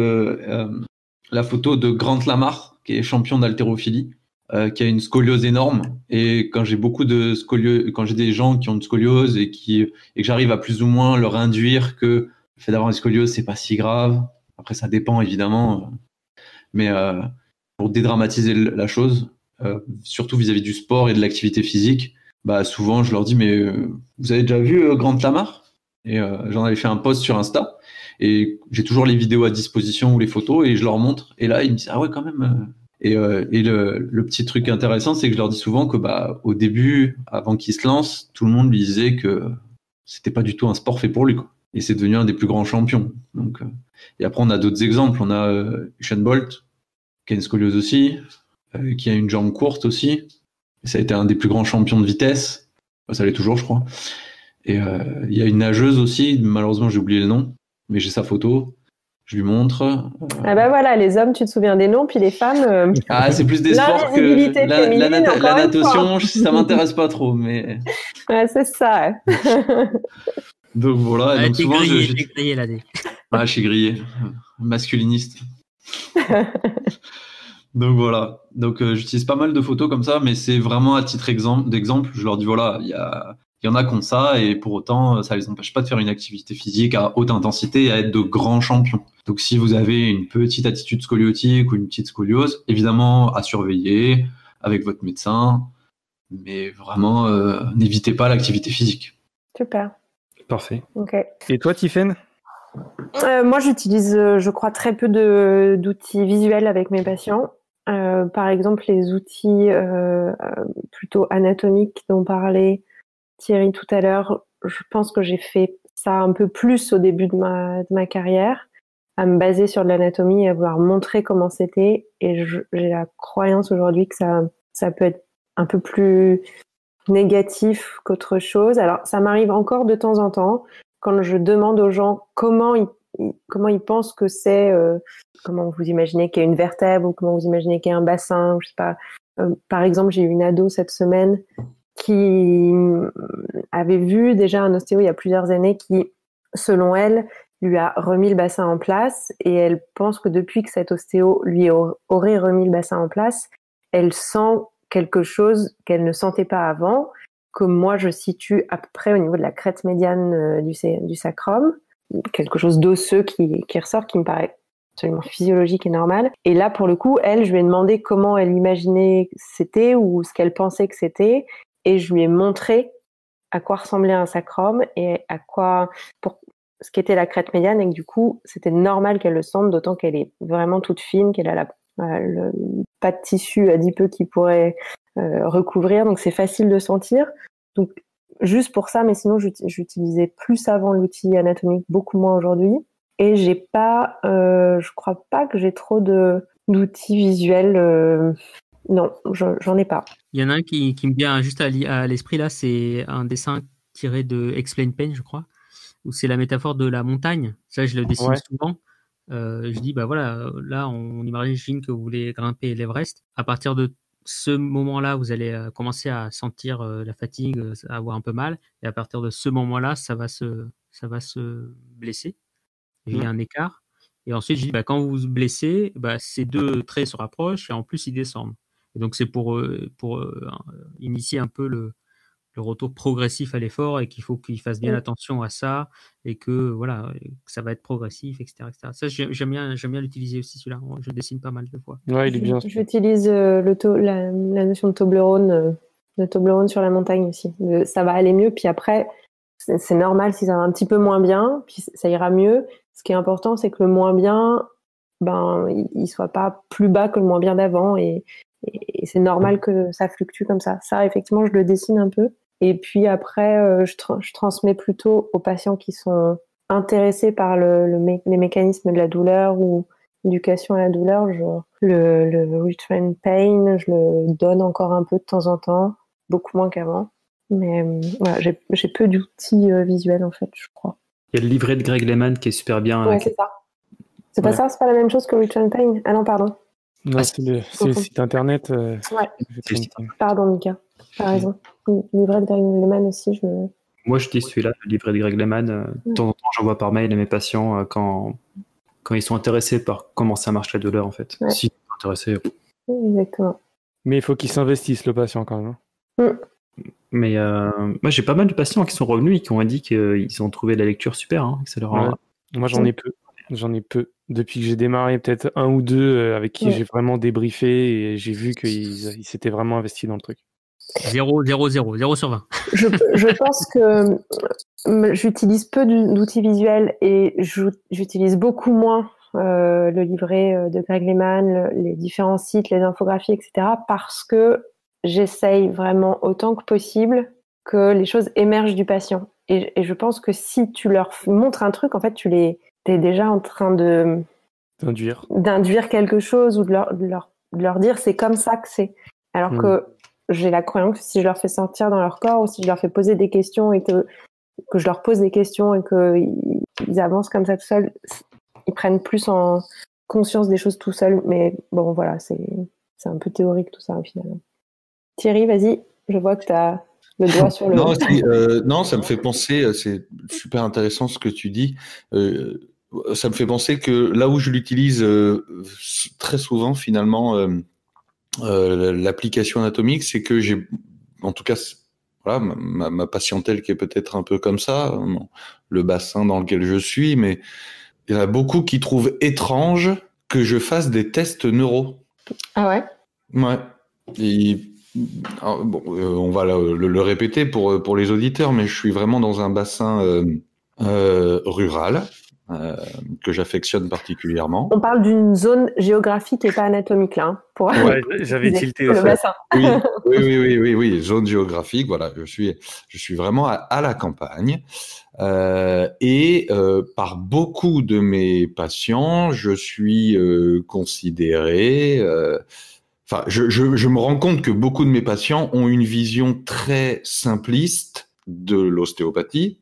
la photo de Grant Lamar, qui est champion d'haltérophilie, qui a une scoliose énorme. Et quand j'ai quand j'ai des gens qui ont une scoliose et que j'arrive à plus ou moins leur induire que Le fait d'avoir une scoliose, c'est pas si grave. Après, ça dépend évidemment. Mais pour dédramatiser la chose, surtout vis-à-vis du sport et de l'activité physique, bah souvent je leur dis mais vous avez déjà vu Grant Lamar? Et j'en avais fait un post sur Insta et j'ai toujours les vidéos à disposition ou les photos et je leur montre. Et là ils me disent ah ouais quand même. Et le petit truc intéressant, c'est que je leur dis souvent que bah au début, avant qu'ils se lancent, tout le monde lui disait que c'était pas du tout un sport fait pour lui, quoi. Et c'est devenu un des plus grands champions. Donc et après on a d'autres exemples. On a Usain Bolt qui a une scoliose aussi, qui a une jambe courte aussi. Et ça a été un des plus grands champions de vitesse. Enfin, ça l'est toujours, je crois. Et il y a une nageuse aussi, malheureusement j'ai oublié le nom, mais j'ai sa photo. Je lui montre. Ah bah voilà, les hommes, tu te souviens des noms, puis les femmes. Ah, c'est plus des sports que l'invisibilité féminine, la natation, ça m'intéresse pas trop, mais. Ouais, c'est ça. Ouais. Donc voilà. Ah, Donc t'es souvent, grillé là. Ah, je suis grillé, masculiniste. Donc voilà. Donc j'utilise pas mal de photos comme ça, mais c'est vraiment à titre d'exemple. Je leur dis voilà, il y en a qui ont ça et pour autant, ça les empêche pas de faire une activité physique à haute intensité et à être de grands champions. Donc si vous avez une petite attitude scoliotique ou une petite scoliose, évidemment à surveiller avec votre médecin, mais vraiment n'évitez pas l'activité physique. Super. Parfait. Ok. Et toi, Tiffaine? Moi, j'utilise, je crois, très peu d'outils visuels avec mes patients. Par exemple, les outils plutôt anatomiques dont parlait Thierry tout à l'heure, je pense que j'ai fait ça un peu plus au début de ma carrière, à me baser sur de l'anatomie et à vouloir montrer comment c'était. Et j'ai la croyance aujourd'hui que ça peut être un peu plus négatif qu'autre chose. Alors, ça m'arrive encore de temps en temps quand je demande aux gens comment ils pensent que c'est, comment vous imaginez qu'il y a une vertèbre ou comment vous imaginez qu'il y a un bassin, je sais pas. Par exemple, j'ai eu une ado cette semaine qui avait vu déjà un ostéo il y a plusieurs années qui, selon elle, lui a remis le bassin en place et elle pense que depuis que cet ostéo lui aurait remis le bassin en place, elle sent quelque chose qu'elle ne sentait pas avant, que moi je situe à peu près au niveau de la crête médiane du sacrum, quelque chose d'osseux qui ressort, qui me paraît absolument physiologique et normal. Et là, pour le coup, je lui ai demandé comment elle imaginait que c'était ou ce qu'elle pensait que c'était, et je lui ai montré à quoi ressemblait un sacrum et pour ce qu'était la crête médiane, et que du coup, c'était normal qu'elle le sente, d'autant qu'elle est vraiment toute fine, qu'elle a pas de tissu adipeux qui pourrait recouvrir, donc c'est facile de sentir. Donc juste pour ça, mais sinon j'utilisais plus avant l'outil anatomique, beaucoup moins aujourd'hui. Et j'ai pas, je crois pas que j'ai trop d'outils visuels. Non, j'en ai pas. Il y en a un qui me vient juste à l'esprit là, c'est un dessin tiré de Explain Pain, je crois, où c'est la métaphore de la montagne. Ça, je le dessine souvent. Je dis, bah voilà, là, on imagine que vous voulez grimper l'Everest. À partir de ce moment-là, vous allez commencer à sentir la fatigue, à avoir un peu mal. Et à partir de ce moment-là, ça va se blesser. Il y a un écart. Et ensuite, je dis, bah, quand vous vous blessez, bah, ces deux traits se rapprochent et en plus, ils descendent. Et donc, c'est pour initier un peu le retour progressif à l'effort et qu'il faut qu'il fasse bien attention à ça et que voilà, que ça va être progressif, etc. etc. Ça, j'aime bien l'utiliser aussi, celui-là. Je dessine pas mal de fois. Ouais, il est bien. J'utilise la notion de Toblerone sur la montagne aussi. Ça va aller mieux, puis après, c'est normal si ça va un petit peu moins bien, puis ça ira mieux. Ce qui est important, c'est que le moins bien, il soit pas plus bas que le moins bien d'avant, et c'est normal que ça fluctue comme ça. Ça, effectivement, je le dessine un peu. Et puis après, je transmets plutôt aux patients qui sont intéressés par les mécanismes de la douleur ou l'éducation à la douleur. Le Retrain Pain, je le donne encore un peu de temps en temps, beaucoup moins qu'avant. Mais voilà, j'ai peu d'outils visuels en fait, je crois. Il y a le livret de Greg Lehman qui est super bien. Ouais, c'est ça. C'est pas ça, c'est pas la même chose que Retrain Pain. Ah non, pardon. Non, c'est le site internet. Ouais. Pardon, Mika. T'as raison. Le livret de Greg Lehman aussi, Moi, je dis celui-là, le livret de Greg Lehman. De temps en temps, j'envoie par mail à mes patients quand ils sont intéressés par comment ça marche la douleur, en fait. Ouais. Si ils sont intéressés. Exactement. Mais il faut qu'il s'investisse, le patient, quand même. Mais moi, j'ai pas mal de patients qui sont revenus et qui ont dit qu'ils ont trouvé la lecture super, que ça leur a Moi, j'en ai peu. J'en ai peu. Depuis que j'ai démarré, peut-être un ou deux avec qui j'ai vraiment débriefé et j'ai vu qu'ils s'étaient vraiment investis dans le truc. 0 sur 20. Je pense que j'utilise peu d'outils visuels et j'utilise beaucoup moins le livret de Greg Lehman, les différents sites, les infographies, etc. parce que j'essaye vraiment autant que possible que les choses émergent du patient. Et je pense que si tu leur montres un truc, en fait, t'es déjà en train d'induire quelque chose ou de leur dire c'est comme ça que c'est. Alors que j'ai la croyance que si je leur fais sentir dans leur corps ou si je leur fais poser des questions et que je leur pose des questions et qu'ils avancent comme ça tout seuls, ils prennent plus en conscience des choses tout seuls. Mais bon, voilà, c'est un peu théorique tout ça au final. Thierry, vas-y, je vois que tu as le doigt sur le... Non, ça me fait penser, c'est super intéressant ce que tu dis. Ça me fait penser que là où je l'utilise très souvent finalement, l'application anatomique, c'est que j'ai, en tout cas, voilà, ma patientèle qui est peut-être un peu comme ça, le bassin dans lequel je suis, mais il y en a beaucoup qui trouvent étrange que je fasse des tests neuro. Ah ouais? Ouais. On va le répéter pour les auditeurs, mais je suis vraiment dans un bassin rural que j'affectionne particulièrement. On parle d'une zone géographique et pas anatomique là. Ouais, j'avais tilté le bassin. Oui, zone géographique. Voilà, je suis vraiment à la campagne et par beaucoup de mes patients, je suis considéré. Enfin, je me rends compte que beaucoup de mes patients ont une vision très simpliste de l'ostéopathie,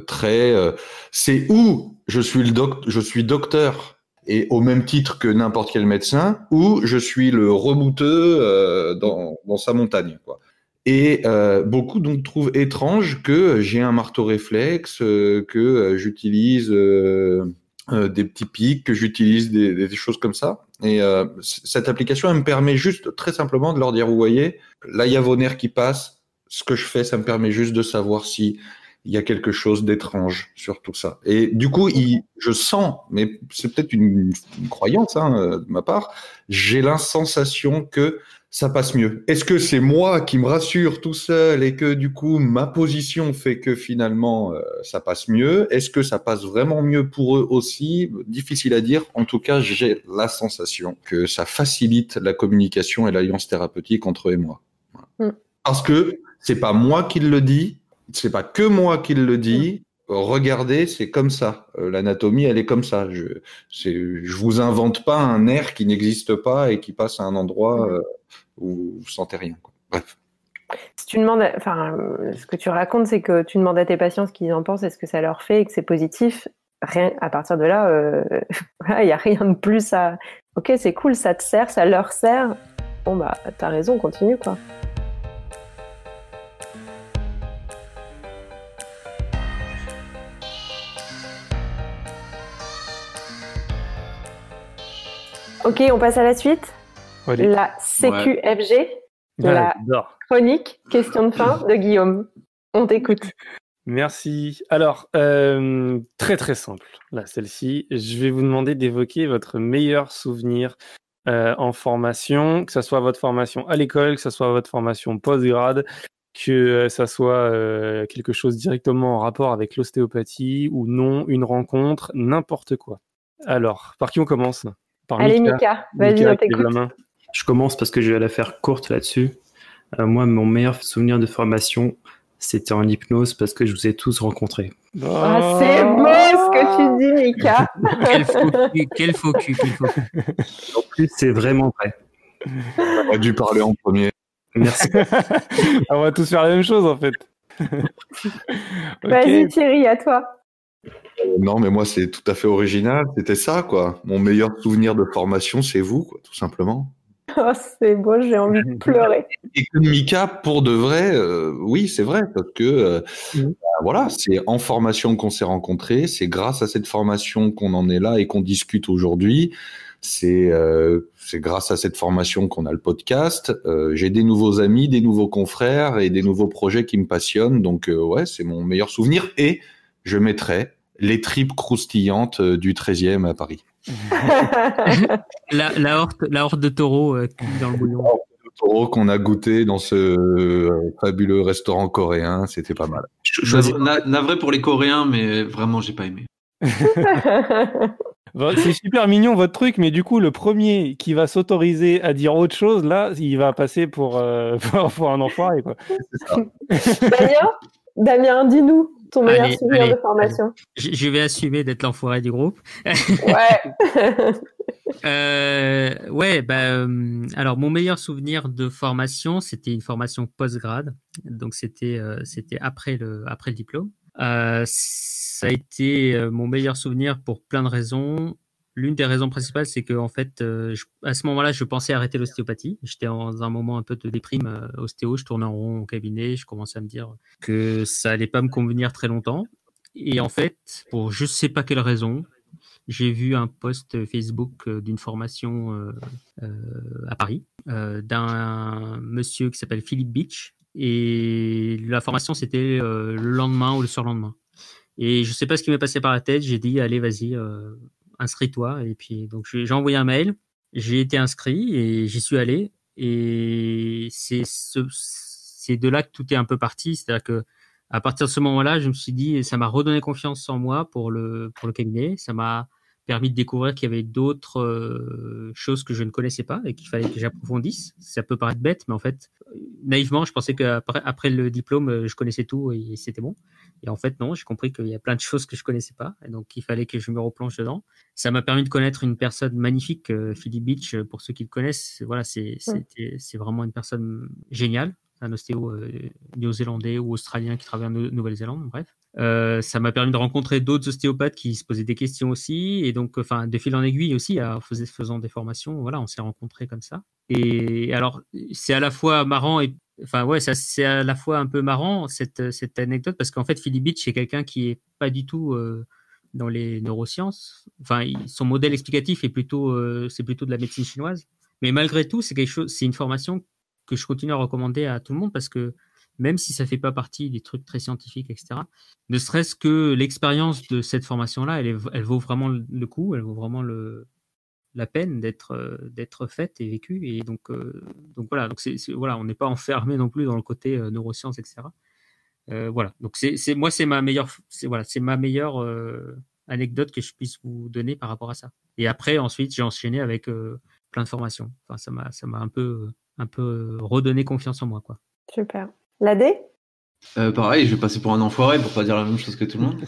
c'est où je suis docteur et au même titre que n'importe quel médecin, ou je suis le rebouteux dans sa montagne, quoi. Et beaucoup donc trouvent étrange que j'ai un marteau réflexe, que j'utilise des petits pics, que j'utilise des choses comme ça. Et cette application, elle me permet juste très simplement de leur dire, vous voyez, là, il y a vos nerfs qui passent. Ce que je fais, ça me permet juste de savoir si il y a quelque chose d'étrange sur tout ça. Et du coup, je sens, mais c'est peut-être une croyance de ma part, j'ai la sensation que ça passe mieux. Est-ce que c'est moi qui me rassure tout seul et que du coup, ma position fait que finalement, ça passe mieux? Est-ce que ça passe vraiment mieux pour eux aussi? Difficile à dire. En tout cas, j'ai la sensation que ça facilite la communication et l'alliance thérapeutique entre eux et moi. Voilà. Parce que c'est pas moi qui le dis, c'est pas que moi qui le dis. Regardez, c'est comme ça. L'anatomie, elle est comme ça. Je vous invente pas un nerf qui n'existe pas et qui passe à un endroit où vous sentez rien, quoi. Bref. Si tu demandes, ce que tu racontes, c'est que tu demandes à tes patients ce qu'ils en pensent, est-ce que ça leur fait et que c'est positif. Rien, à partir de là, il n'y a rien de plus à. Ok, c'est cool, ça te sert, ça leur sert. Bon bah, t'as raison, continue quoi. Ok, on passe à la suite. Allez. La CQFG de la chronique question de fin de Guillaume. On t'écoute. Merci. Alors, très très simple, là, celle-ci. Je vais vous demander d'évoquer votre meilleur souvenir en formation, que ce soit votre formation à l'école, que ce soit votre formation post-grade, que ça soit quelque chose directement en rapport avec l'ostéopathie ou non, une rencontre, n'importe quoi. Alors, par qui on commence ? Allez, Mika, vas-y, on t'écoute. Je commence parce que je vais la faire courte là-dessus. Moi, mon meilleur souvenir de formation, c'était en hypnose parce que je vous ai tous rencontrés. Ah, c'est beau ce que tu dis, Mika. Quel faux cul. En plus, c'est vraiment vrai. On aurait dû parler en premier. Merci. On va tous faire la même chose, en fait. Vas-y, Thierry, à toi. Non, mais moi, c'est tout à fait original. C'était ça, quoi. Mon meilleur souvenir de formation, c'est vous, quoi, tout simplement. Oh, c'est beau, j'ai envie de pleurer. Et que Mika, pour de vrai, oui, c'est vrai, parce que voilà, c'est en formation qu'on s'est rencontrés, c'est grâce à cette formation qu'on en est là et qu'on discute aujourd'hui. C'est grâce à cette formation qu'on a le podcast. J'ai des nouveaux amis, des nouveaux confrères et des nouveaux projets qui me passionnent. Donc, ouais, c'est mon meilleur souvenir. Et je mettrai les tripes croustillantes du 13e à Paris. La horte de taureau dans le bouillon. Taureau qu'on a goûté dans ce fabuleux restaurant coréen, c'était pas mal. Navré pour les Coréens, mais vraiment, j'ai pas aimé. C'est super mignon votre truc, mais du coup, le premier qui va s'autoriser à dire autre chose, là, il va passer pour un enfoiré, quoi. Damien, dis-nous ton meilleur souvenir de formation. Je vais assumer d'être l'enfoiré du groupe. Alors mon meilleur souvenir de formation, c'était une formation post-grade, donc c'était après le diplôme. Ça a été mon meilleur souvenir pour plein de raisons. L'une des raisons principales, c'est que en fait, à ce moment-là, je pensais arrêter l'ostéopathie. J'étais dans un moment un peu de déprime ostéo. Je tournais en rond au cabinet. Je commençais à me dire que ça allait pas me convenir très longtemps. Et en fait, pour je sais pas quelle raison, j'ai vu un post Facebook d'une formation à Paris d'un monsieur qui s'appelle Philippe Beach. Et la formation, c'était le lendemain ou le surlendemain. Et je sais pas ce qui m'est passé par la tête. J'ai dit, allez, vas-y, inscris-toi. Et puis, donc, j'ai envoyé un mail. J'ai été inscrit et j'y suis allé. Et c'est de là que tout est un peu parti. C'est-à-dire que à partir de ce moment-là, je me suis dit, ça m'a redonné confiance en moi pour le cabinet. Ça m'a permis de découvrir qu'il y avait d'autres choses que je ne connaissais pas et qu'il fallait que j'approfondisse. Ça peut paraître bête, mais en fait, naïvement, je pensais qu'après le diplôme, je connaissais tout et c'était bon. Et en fait, non, j'ai compris qu'il y a plein de choses que je connaissais pas, et donc il fallait que je me replonge dedans. Ça m'a permis de connaître une personne magnifique, Philippe Beach, pour ceux qui le connaissent. Voilà, c'est vraiment une personne géniale, un ostéo néo-zélandais ou australien qui travaille en Nouvelle-Zélande, bref. Ça m'a permis de rencontrer d'autres ostéopathes qui se posaient des questions aussi, et donc, de fil en aiguille aussi, faisant des formations, voilà, on s'est rencontrés comme ça. Et alors, c'est à la fois marrant et c'est à la fois un peu marrant cette anecdote, parce qu'en fait Philippe Beach c'est quelqu'un qui est pas du tout dans les neurosciences. Enfin, son modèle explicatif est plutôt c'est plutôt de la médecine chinoise. Mais malgré tout, c'est une formation que je continue à recommander à tout le monde, parce que même si ça fait pas partie des trucs très scientifiques, etc., ne serait-ce que l'expérience de cette formation-là, elle vaut vraiment le coup, elle vaut vraiment la peine d'être faite et vécue. Et donc voilà, donc voilà, on n'est pas enfermé non plus dans le côté neurosciences, etc. Voilà, donc c'est ma meilleure anecdote que je puisse vous donner par rapport à ça. Et après, ensuite, j'ai enchaîné avec plein de formations. Enfin, ça m'a un peu redonné confiance en moi, quoi. Super. Ladé ? Pareil, je vais passer pour un enfoiré pour pas dire la même chose que tout le monde.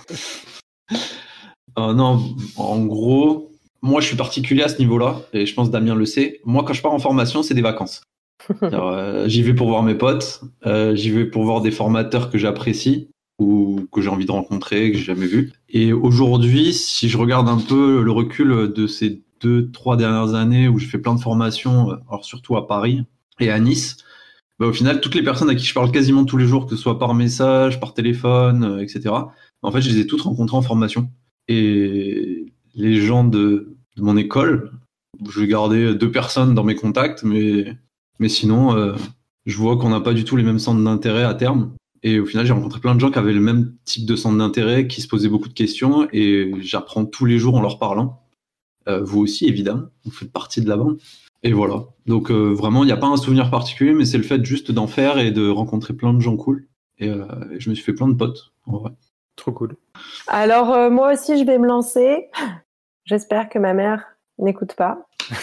Non, en gros, moi je suis particulier à ce niveau-là, et je pense que Damien le sait. Moi, quand je pars en formation, c'est des vacances. J'y vais pour voir mes potes, j'y vais pour voir des formateurs que j'apprécie ou que j'ai envie de rencontrer, que j'ai jamais vu. Et aujourd'hui, si je regarde un peu le recul de ces 2-3 dernières années où j'ai fait plein de formations, alors surtout à Paris et à Nice, au final, toutes les personnes à qui je parle quasiment tous les jours, que ce soit par message, par téléphone, etc., en fait, je les ai toutes rencontrées en formation. Et les gens de mon école, je vais garder 2 personnes dans mes contacts, mais sinon, je vois qu'on n'a pas du tout les mêmes centres d'intérêt à terme. Et au final, j'ai rencontré plein de gens qui avaient le même type de centre d'intérêt, qui se posaient beaucoup de questions, et j'apprends tous les jours en leur parlant. Vous aussi, évidemment, vous faites partie de la bande. Et voilà. Donc vraiment, il n'y a pas un souvenir particulier, mais c'est le fait juste d'en faire et de rencontrer plein de gens cool. Et je me suis fait plein de potes, en vrai. Trop cool. Alors, moi aussi, je vais me lancer. J'espère que ma mère n'écoute pas.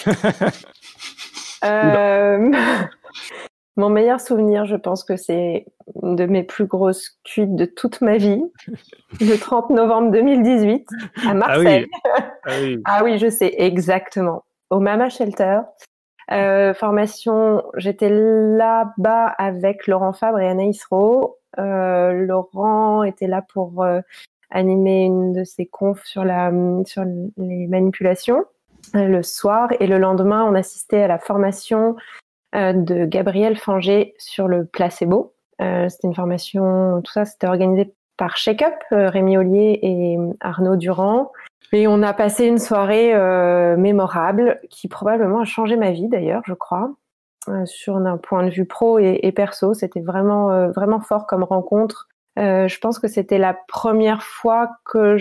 Mon meilleur souvenir, je pense que c'est de mes plus grosses cuites de toute ma vie, le 30 novembre 2018, à Marseille. Ah oui, je sais exactement. Au Mama Shelter. Formation, j'étais là-bas avec Laurent Fabre et Anaïs Rowe. Laurent était là pour animer une de ses confs sur les manipulations le soir, et le lendemain on assistait à la formation de Gabriel Fanger sur le placebo. C'était une formation, tout ça c'était organisé par Shake Up, Rémi Ollier et Arnaud Durand, et on a passé une soirée mémorable qui probablement a changé ma vie d'ailleurs, je crois, sur un point de vue pro et perso. C'était vraiment fort comme rencontre. Je pense que c'était la première fois que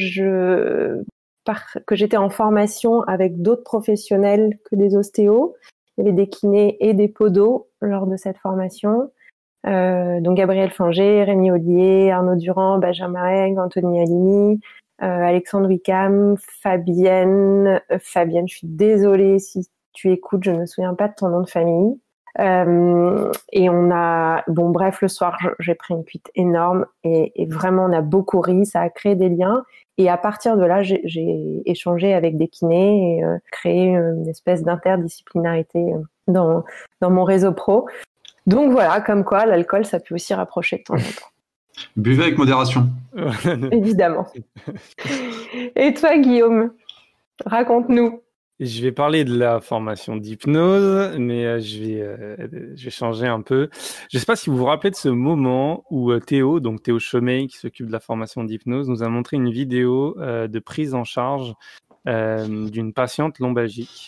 j'étais en formation avec d'autres professionnels que des ostéos. Il y avait des kinés et des podos lors de cette formation. Donc Gabriel Finger, Rémi Ollier, Arnaud Durand, Benjamin Egg, Anthony Alimi, Alexandre Wickham, Fabienne, je suis désolée si tu écoutes, je ne me souviens pas de ton nom de famille. Et le soir, j'ai pris une cuite énorme et vraiment on a beaucoup ri, ça a créé des liens. Et à partir de là, j'ai échangé avec des kinés et créé une espèce d'interdisciplinarité dans mon réseau pro. Donc voilà, comme quoi l'alcool, ça peut aussi rapprocher de temps en temps. Buvez avec modération. Évidemment. Et toi, Guillaume, raconte-nous. Je vais parler de la formation d'hypnose, mais je vais changer un peu. Je ne sais pas si vous vous rappelez de ce moment où Théo Chaumeil, qui s'occupe de la formation d'hypnose, nous a montré une vidéo de prise en charge d'une patiente lombalgique.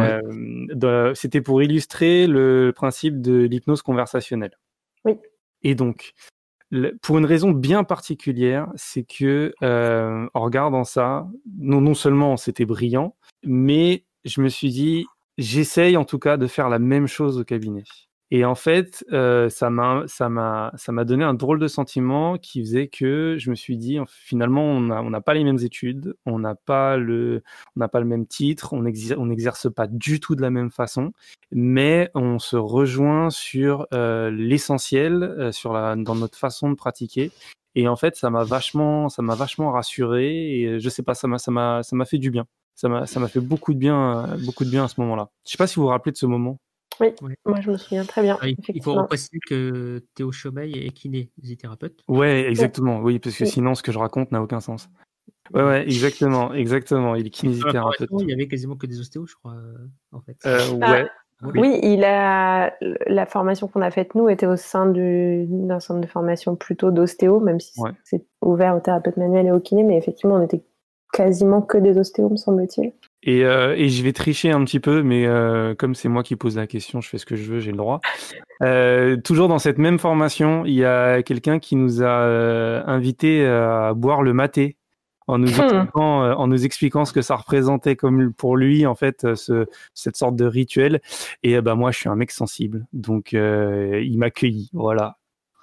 C'était pour illustrer le principe de l'hypnose conversationnelle. Oui. Et donc, pour une raison bien particulière, c'est que en regardant ça, non seulement c'était brillant, mais je me suis dit, j'essaye en tout cas de faire la même chose au cabinet. Et en fait, ça m'a donné un drôle de sentiment qui faisait que je me suis dit, finalement, on n'a pas les mêmes études, on n'a pas le même titre, on n'exerce pas du tout de la même façon, mais on se rejoint sur l'essentiel, dans notre façon de pratiquer. Et en fait, ça m'a vachement rassuré. Et je sais pas, ça m'a fait du bien. Ça m'a fait beaucoup de bien à ce moment-là. Je sais pas si vous vous rappelez de ce moment. Oui, moi je me souviens très bien. Il faut préciser que Théo Chaumeil est kinésithérapeute. Ouais, exactement. Oui, parce que sinon, ce que je raconte n'a aucun sens. Ouais, exactement. Il est kinésithérapeute. Il y avait quasiment que des ostéos, je crois, en fait. Ouais. Oui, la formation qu'on a faite, nous, était au sein d'un centre de formation plutôt d'ostéo, même si c'est ouvert aux thérapeutes manuels et aux kinés, mais effectivement, on était quasiment que des ostéos, me semble-t-il. Et je vais tricher un petit peu, mais comme c'est moi qui pose la question, je fais ce que je veux, j'ai le droit. Toujours dans cette même formation, il y a quelqu'un qui nous a invités à boire le maté en nous expliquant ce que ça représentait comme pour lui, en fait, cette sorte de rituel. Et moi, je suis un mec sensible, donc il m'a accueilli, voilà.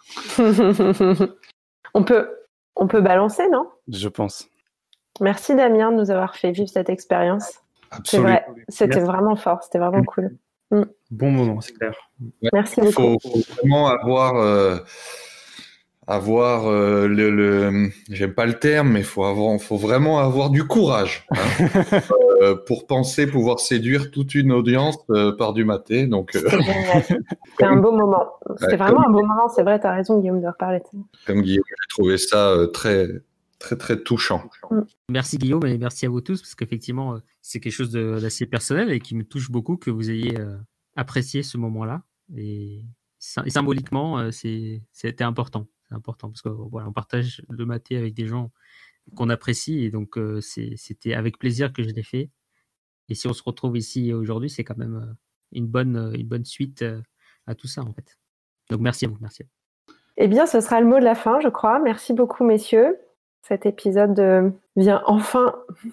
On peut balancer, non ? Je pense. Merci Damien de nous avoir fait vivre cette expérience. Absolument. C'est vrai, c'était vraiment fort, c'était vraiment cool. Bon moment, c'est clair. Ouais. Merci beaucoup. Il faut vraiment avoir j'aime pas le terme, mais faut vraiment avoir du courage pour penser pouvoir séduire toute une audience par du maté. Donc, c'était génial. C'était un beau moment. C'était vraiment un beau moment. C'est vrai, tu as raison Guillaume de reparler de ça. Comme Guillaume, j'ai trouvé ça très très très touchant. Merci Guillaume et merci à vous tous parce qu'effectivement c'est quelque chose d'assez personnel et qui me touche beaucoup que vous ayez apprécié ce moment-là et symboliquement c'était important. C'est important parce que voilà, on partage le maté avec des gens qu'on apprécie et donc c'était avec plaisir que je l'ai fait. Et si on se retrouve ici aujourd'hui, c'est quand même une bonne suite à tout ça en fait. Donc merci à vous, merci. Eh bien, ce sera le mot de la fin, je crois. Merci beaucoup, messieurs. Cet épisode vient enfin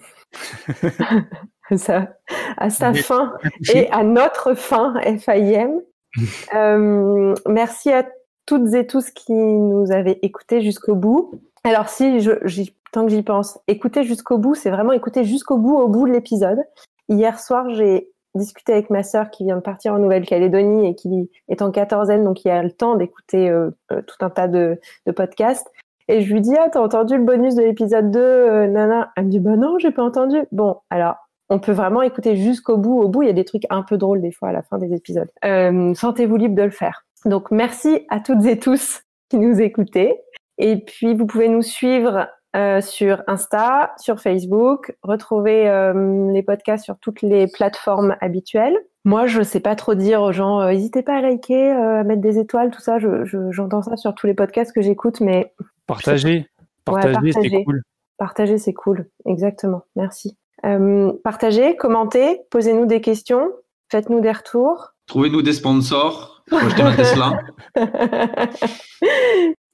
à sa fin et à notre fin, FAIM. Merci à toutes et tous qui nous avez écoutés jusqu'au bout. Alors tant que j'y pense, écouter jusqu'au bout, c'est vraiment écouter jusqu'au bout, au bout de l'épisode. Hier soir, j'ai discuté avec ma sœur qui vient de partir en Nouvelle-Calédonie et qui est en quatorzaine, donc qui a le temps d'écouter tout un tas de podcasts. Et je lui dis, t'as entendu le bonus de l'épisode 2 nana. Elle me dit, non, j'ai pas entendu. Bon, alors, on peut vraiment écouter jusqu'au bout. Au bout, il y a des trucs un peu drôles des fois à la fin des épisodes. Sentez-vous libre de le faire. Donc, merci à toutes et tous qui nous écoutez. Et puis, vous pouvez nous suivre sur Insta, sur Facebook, retrouver les podcasts sur toutes les plateformes habituelles. Moi, je sais pas trop dire aux gens, n'hésitez pas à liker, à mettre des étoiles, tout ça. J'entends ça sur tous les podcasts que j'écoute, mais... Partagez, c'est cool. Partager, c'est cool. Exactement. Merci. Partagez, commentez, posez-nous des questions, faites-nous des retours. Trouvez-nous des sponsors pour acheter ma Tesla.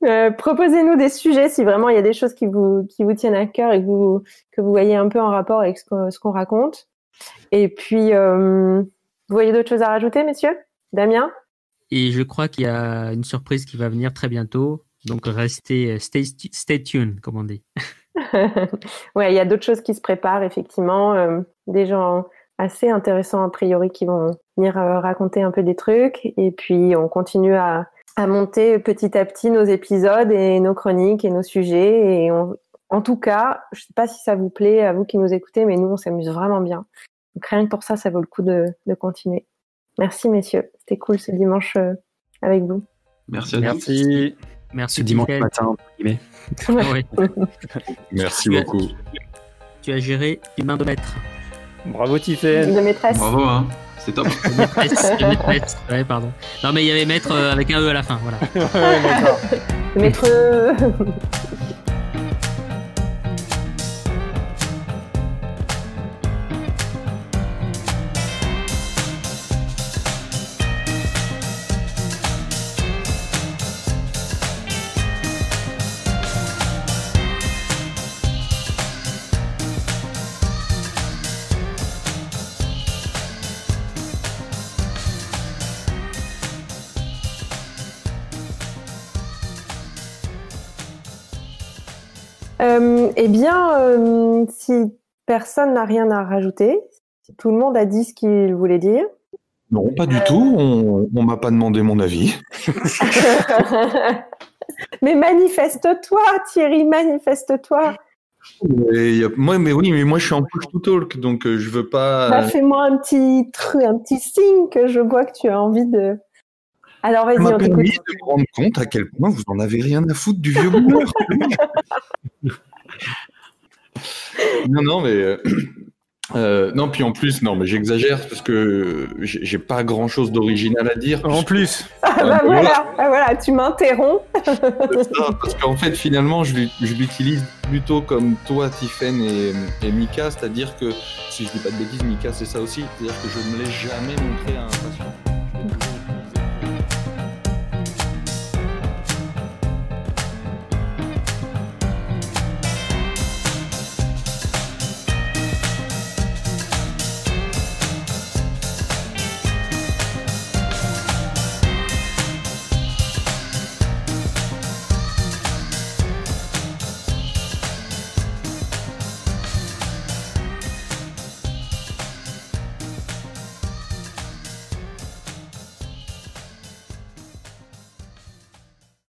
Proposez-nous des sujets si vraiment il y a des choses qui vous tiennent à cœur et que vous voyez un peu en rapport avec ce qu'on raconte. Et puis, vous voyez d'autres choses à rajouter, messieurs? Damien? Et je crois qu'il y a une surprise qui va venir très bientôt. Donc, restez, stay tuned, comme on dit. Ouais, il y a d'autres choses qui se préparent, effectivement. Des gens assez intéressants, a priori, qui vont venir raconter un peu des trucs. Et puis, on continue à monter petit à petit nos épisodes et nos chroniques et nos sujets. Et en tout cas, je ne sais pas si ça vous plaît, à vous qui nous écoutez, mais nous, on s'amuse vraiment bien. Donc, rien que pour ça, ça vaut le coup de continuer. Merci, messieurs. C'était cool ce dimanche avec vous. Merci à tous. Merci. Ce dimanche matin, entre guillemets. Ouais. Merci beaucoup. Tu as géré une main de maître. Bravo, Tiffaine. De maîtresse. Bravo, hein. C'est top. De maîtresse. Ouais, pardon. Non, mais il y avait maître avec un E à la fin. Voilà. Ouais, d'accord. Maître. Eh bien, si personne n'a rien à rajouter, si tout le monde a dit ce qu'il voulait dire. Non, pas du tout. On m'a pas demandé mon avis. Mais manifeste-toi, Thierry, manifeste-toi. Mais moi, je suis en push to talk, donc je veux pas. Bah, fais-moi un petit signe que je vois que tu as envie de. Alors vas-y, Ça m'a on permis t'écoute. de me rendre compte à quel point vous en avez rien à foutre du vieux boomer. Non, mais non, puis en plus, non, mais j'exagère parce que j'ai pas grand-chose d'original à dire. En plus. Voilà, tu m'interromps. C'est ça, parce qu'en fait, finalement, je l'utilise plutôt comme toi, Tiffaine et Mika, c'est-à-dire que, si je dis pas de bêtises, Mika, c'est ça aussi, c'est-à-dire que je ne me l'ai jamais montré à un patient.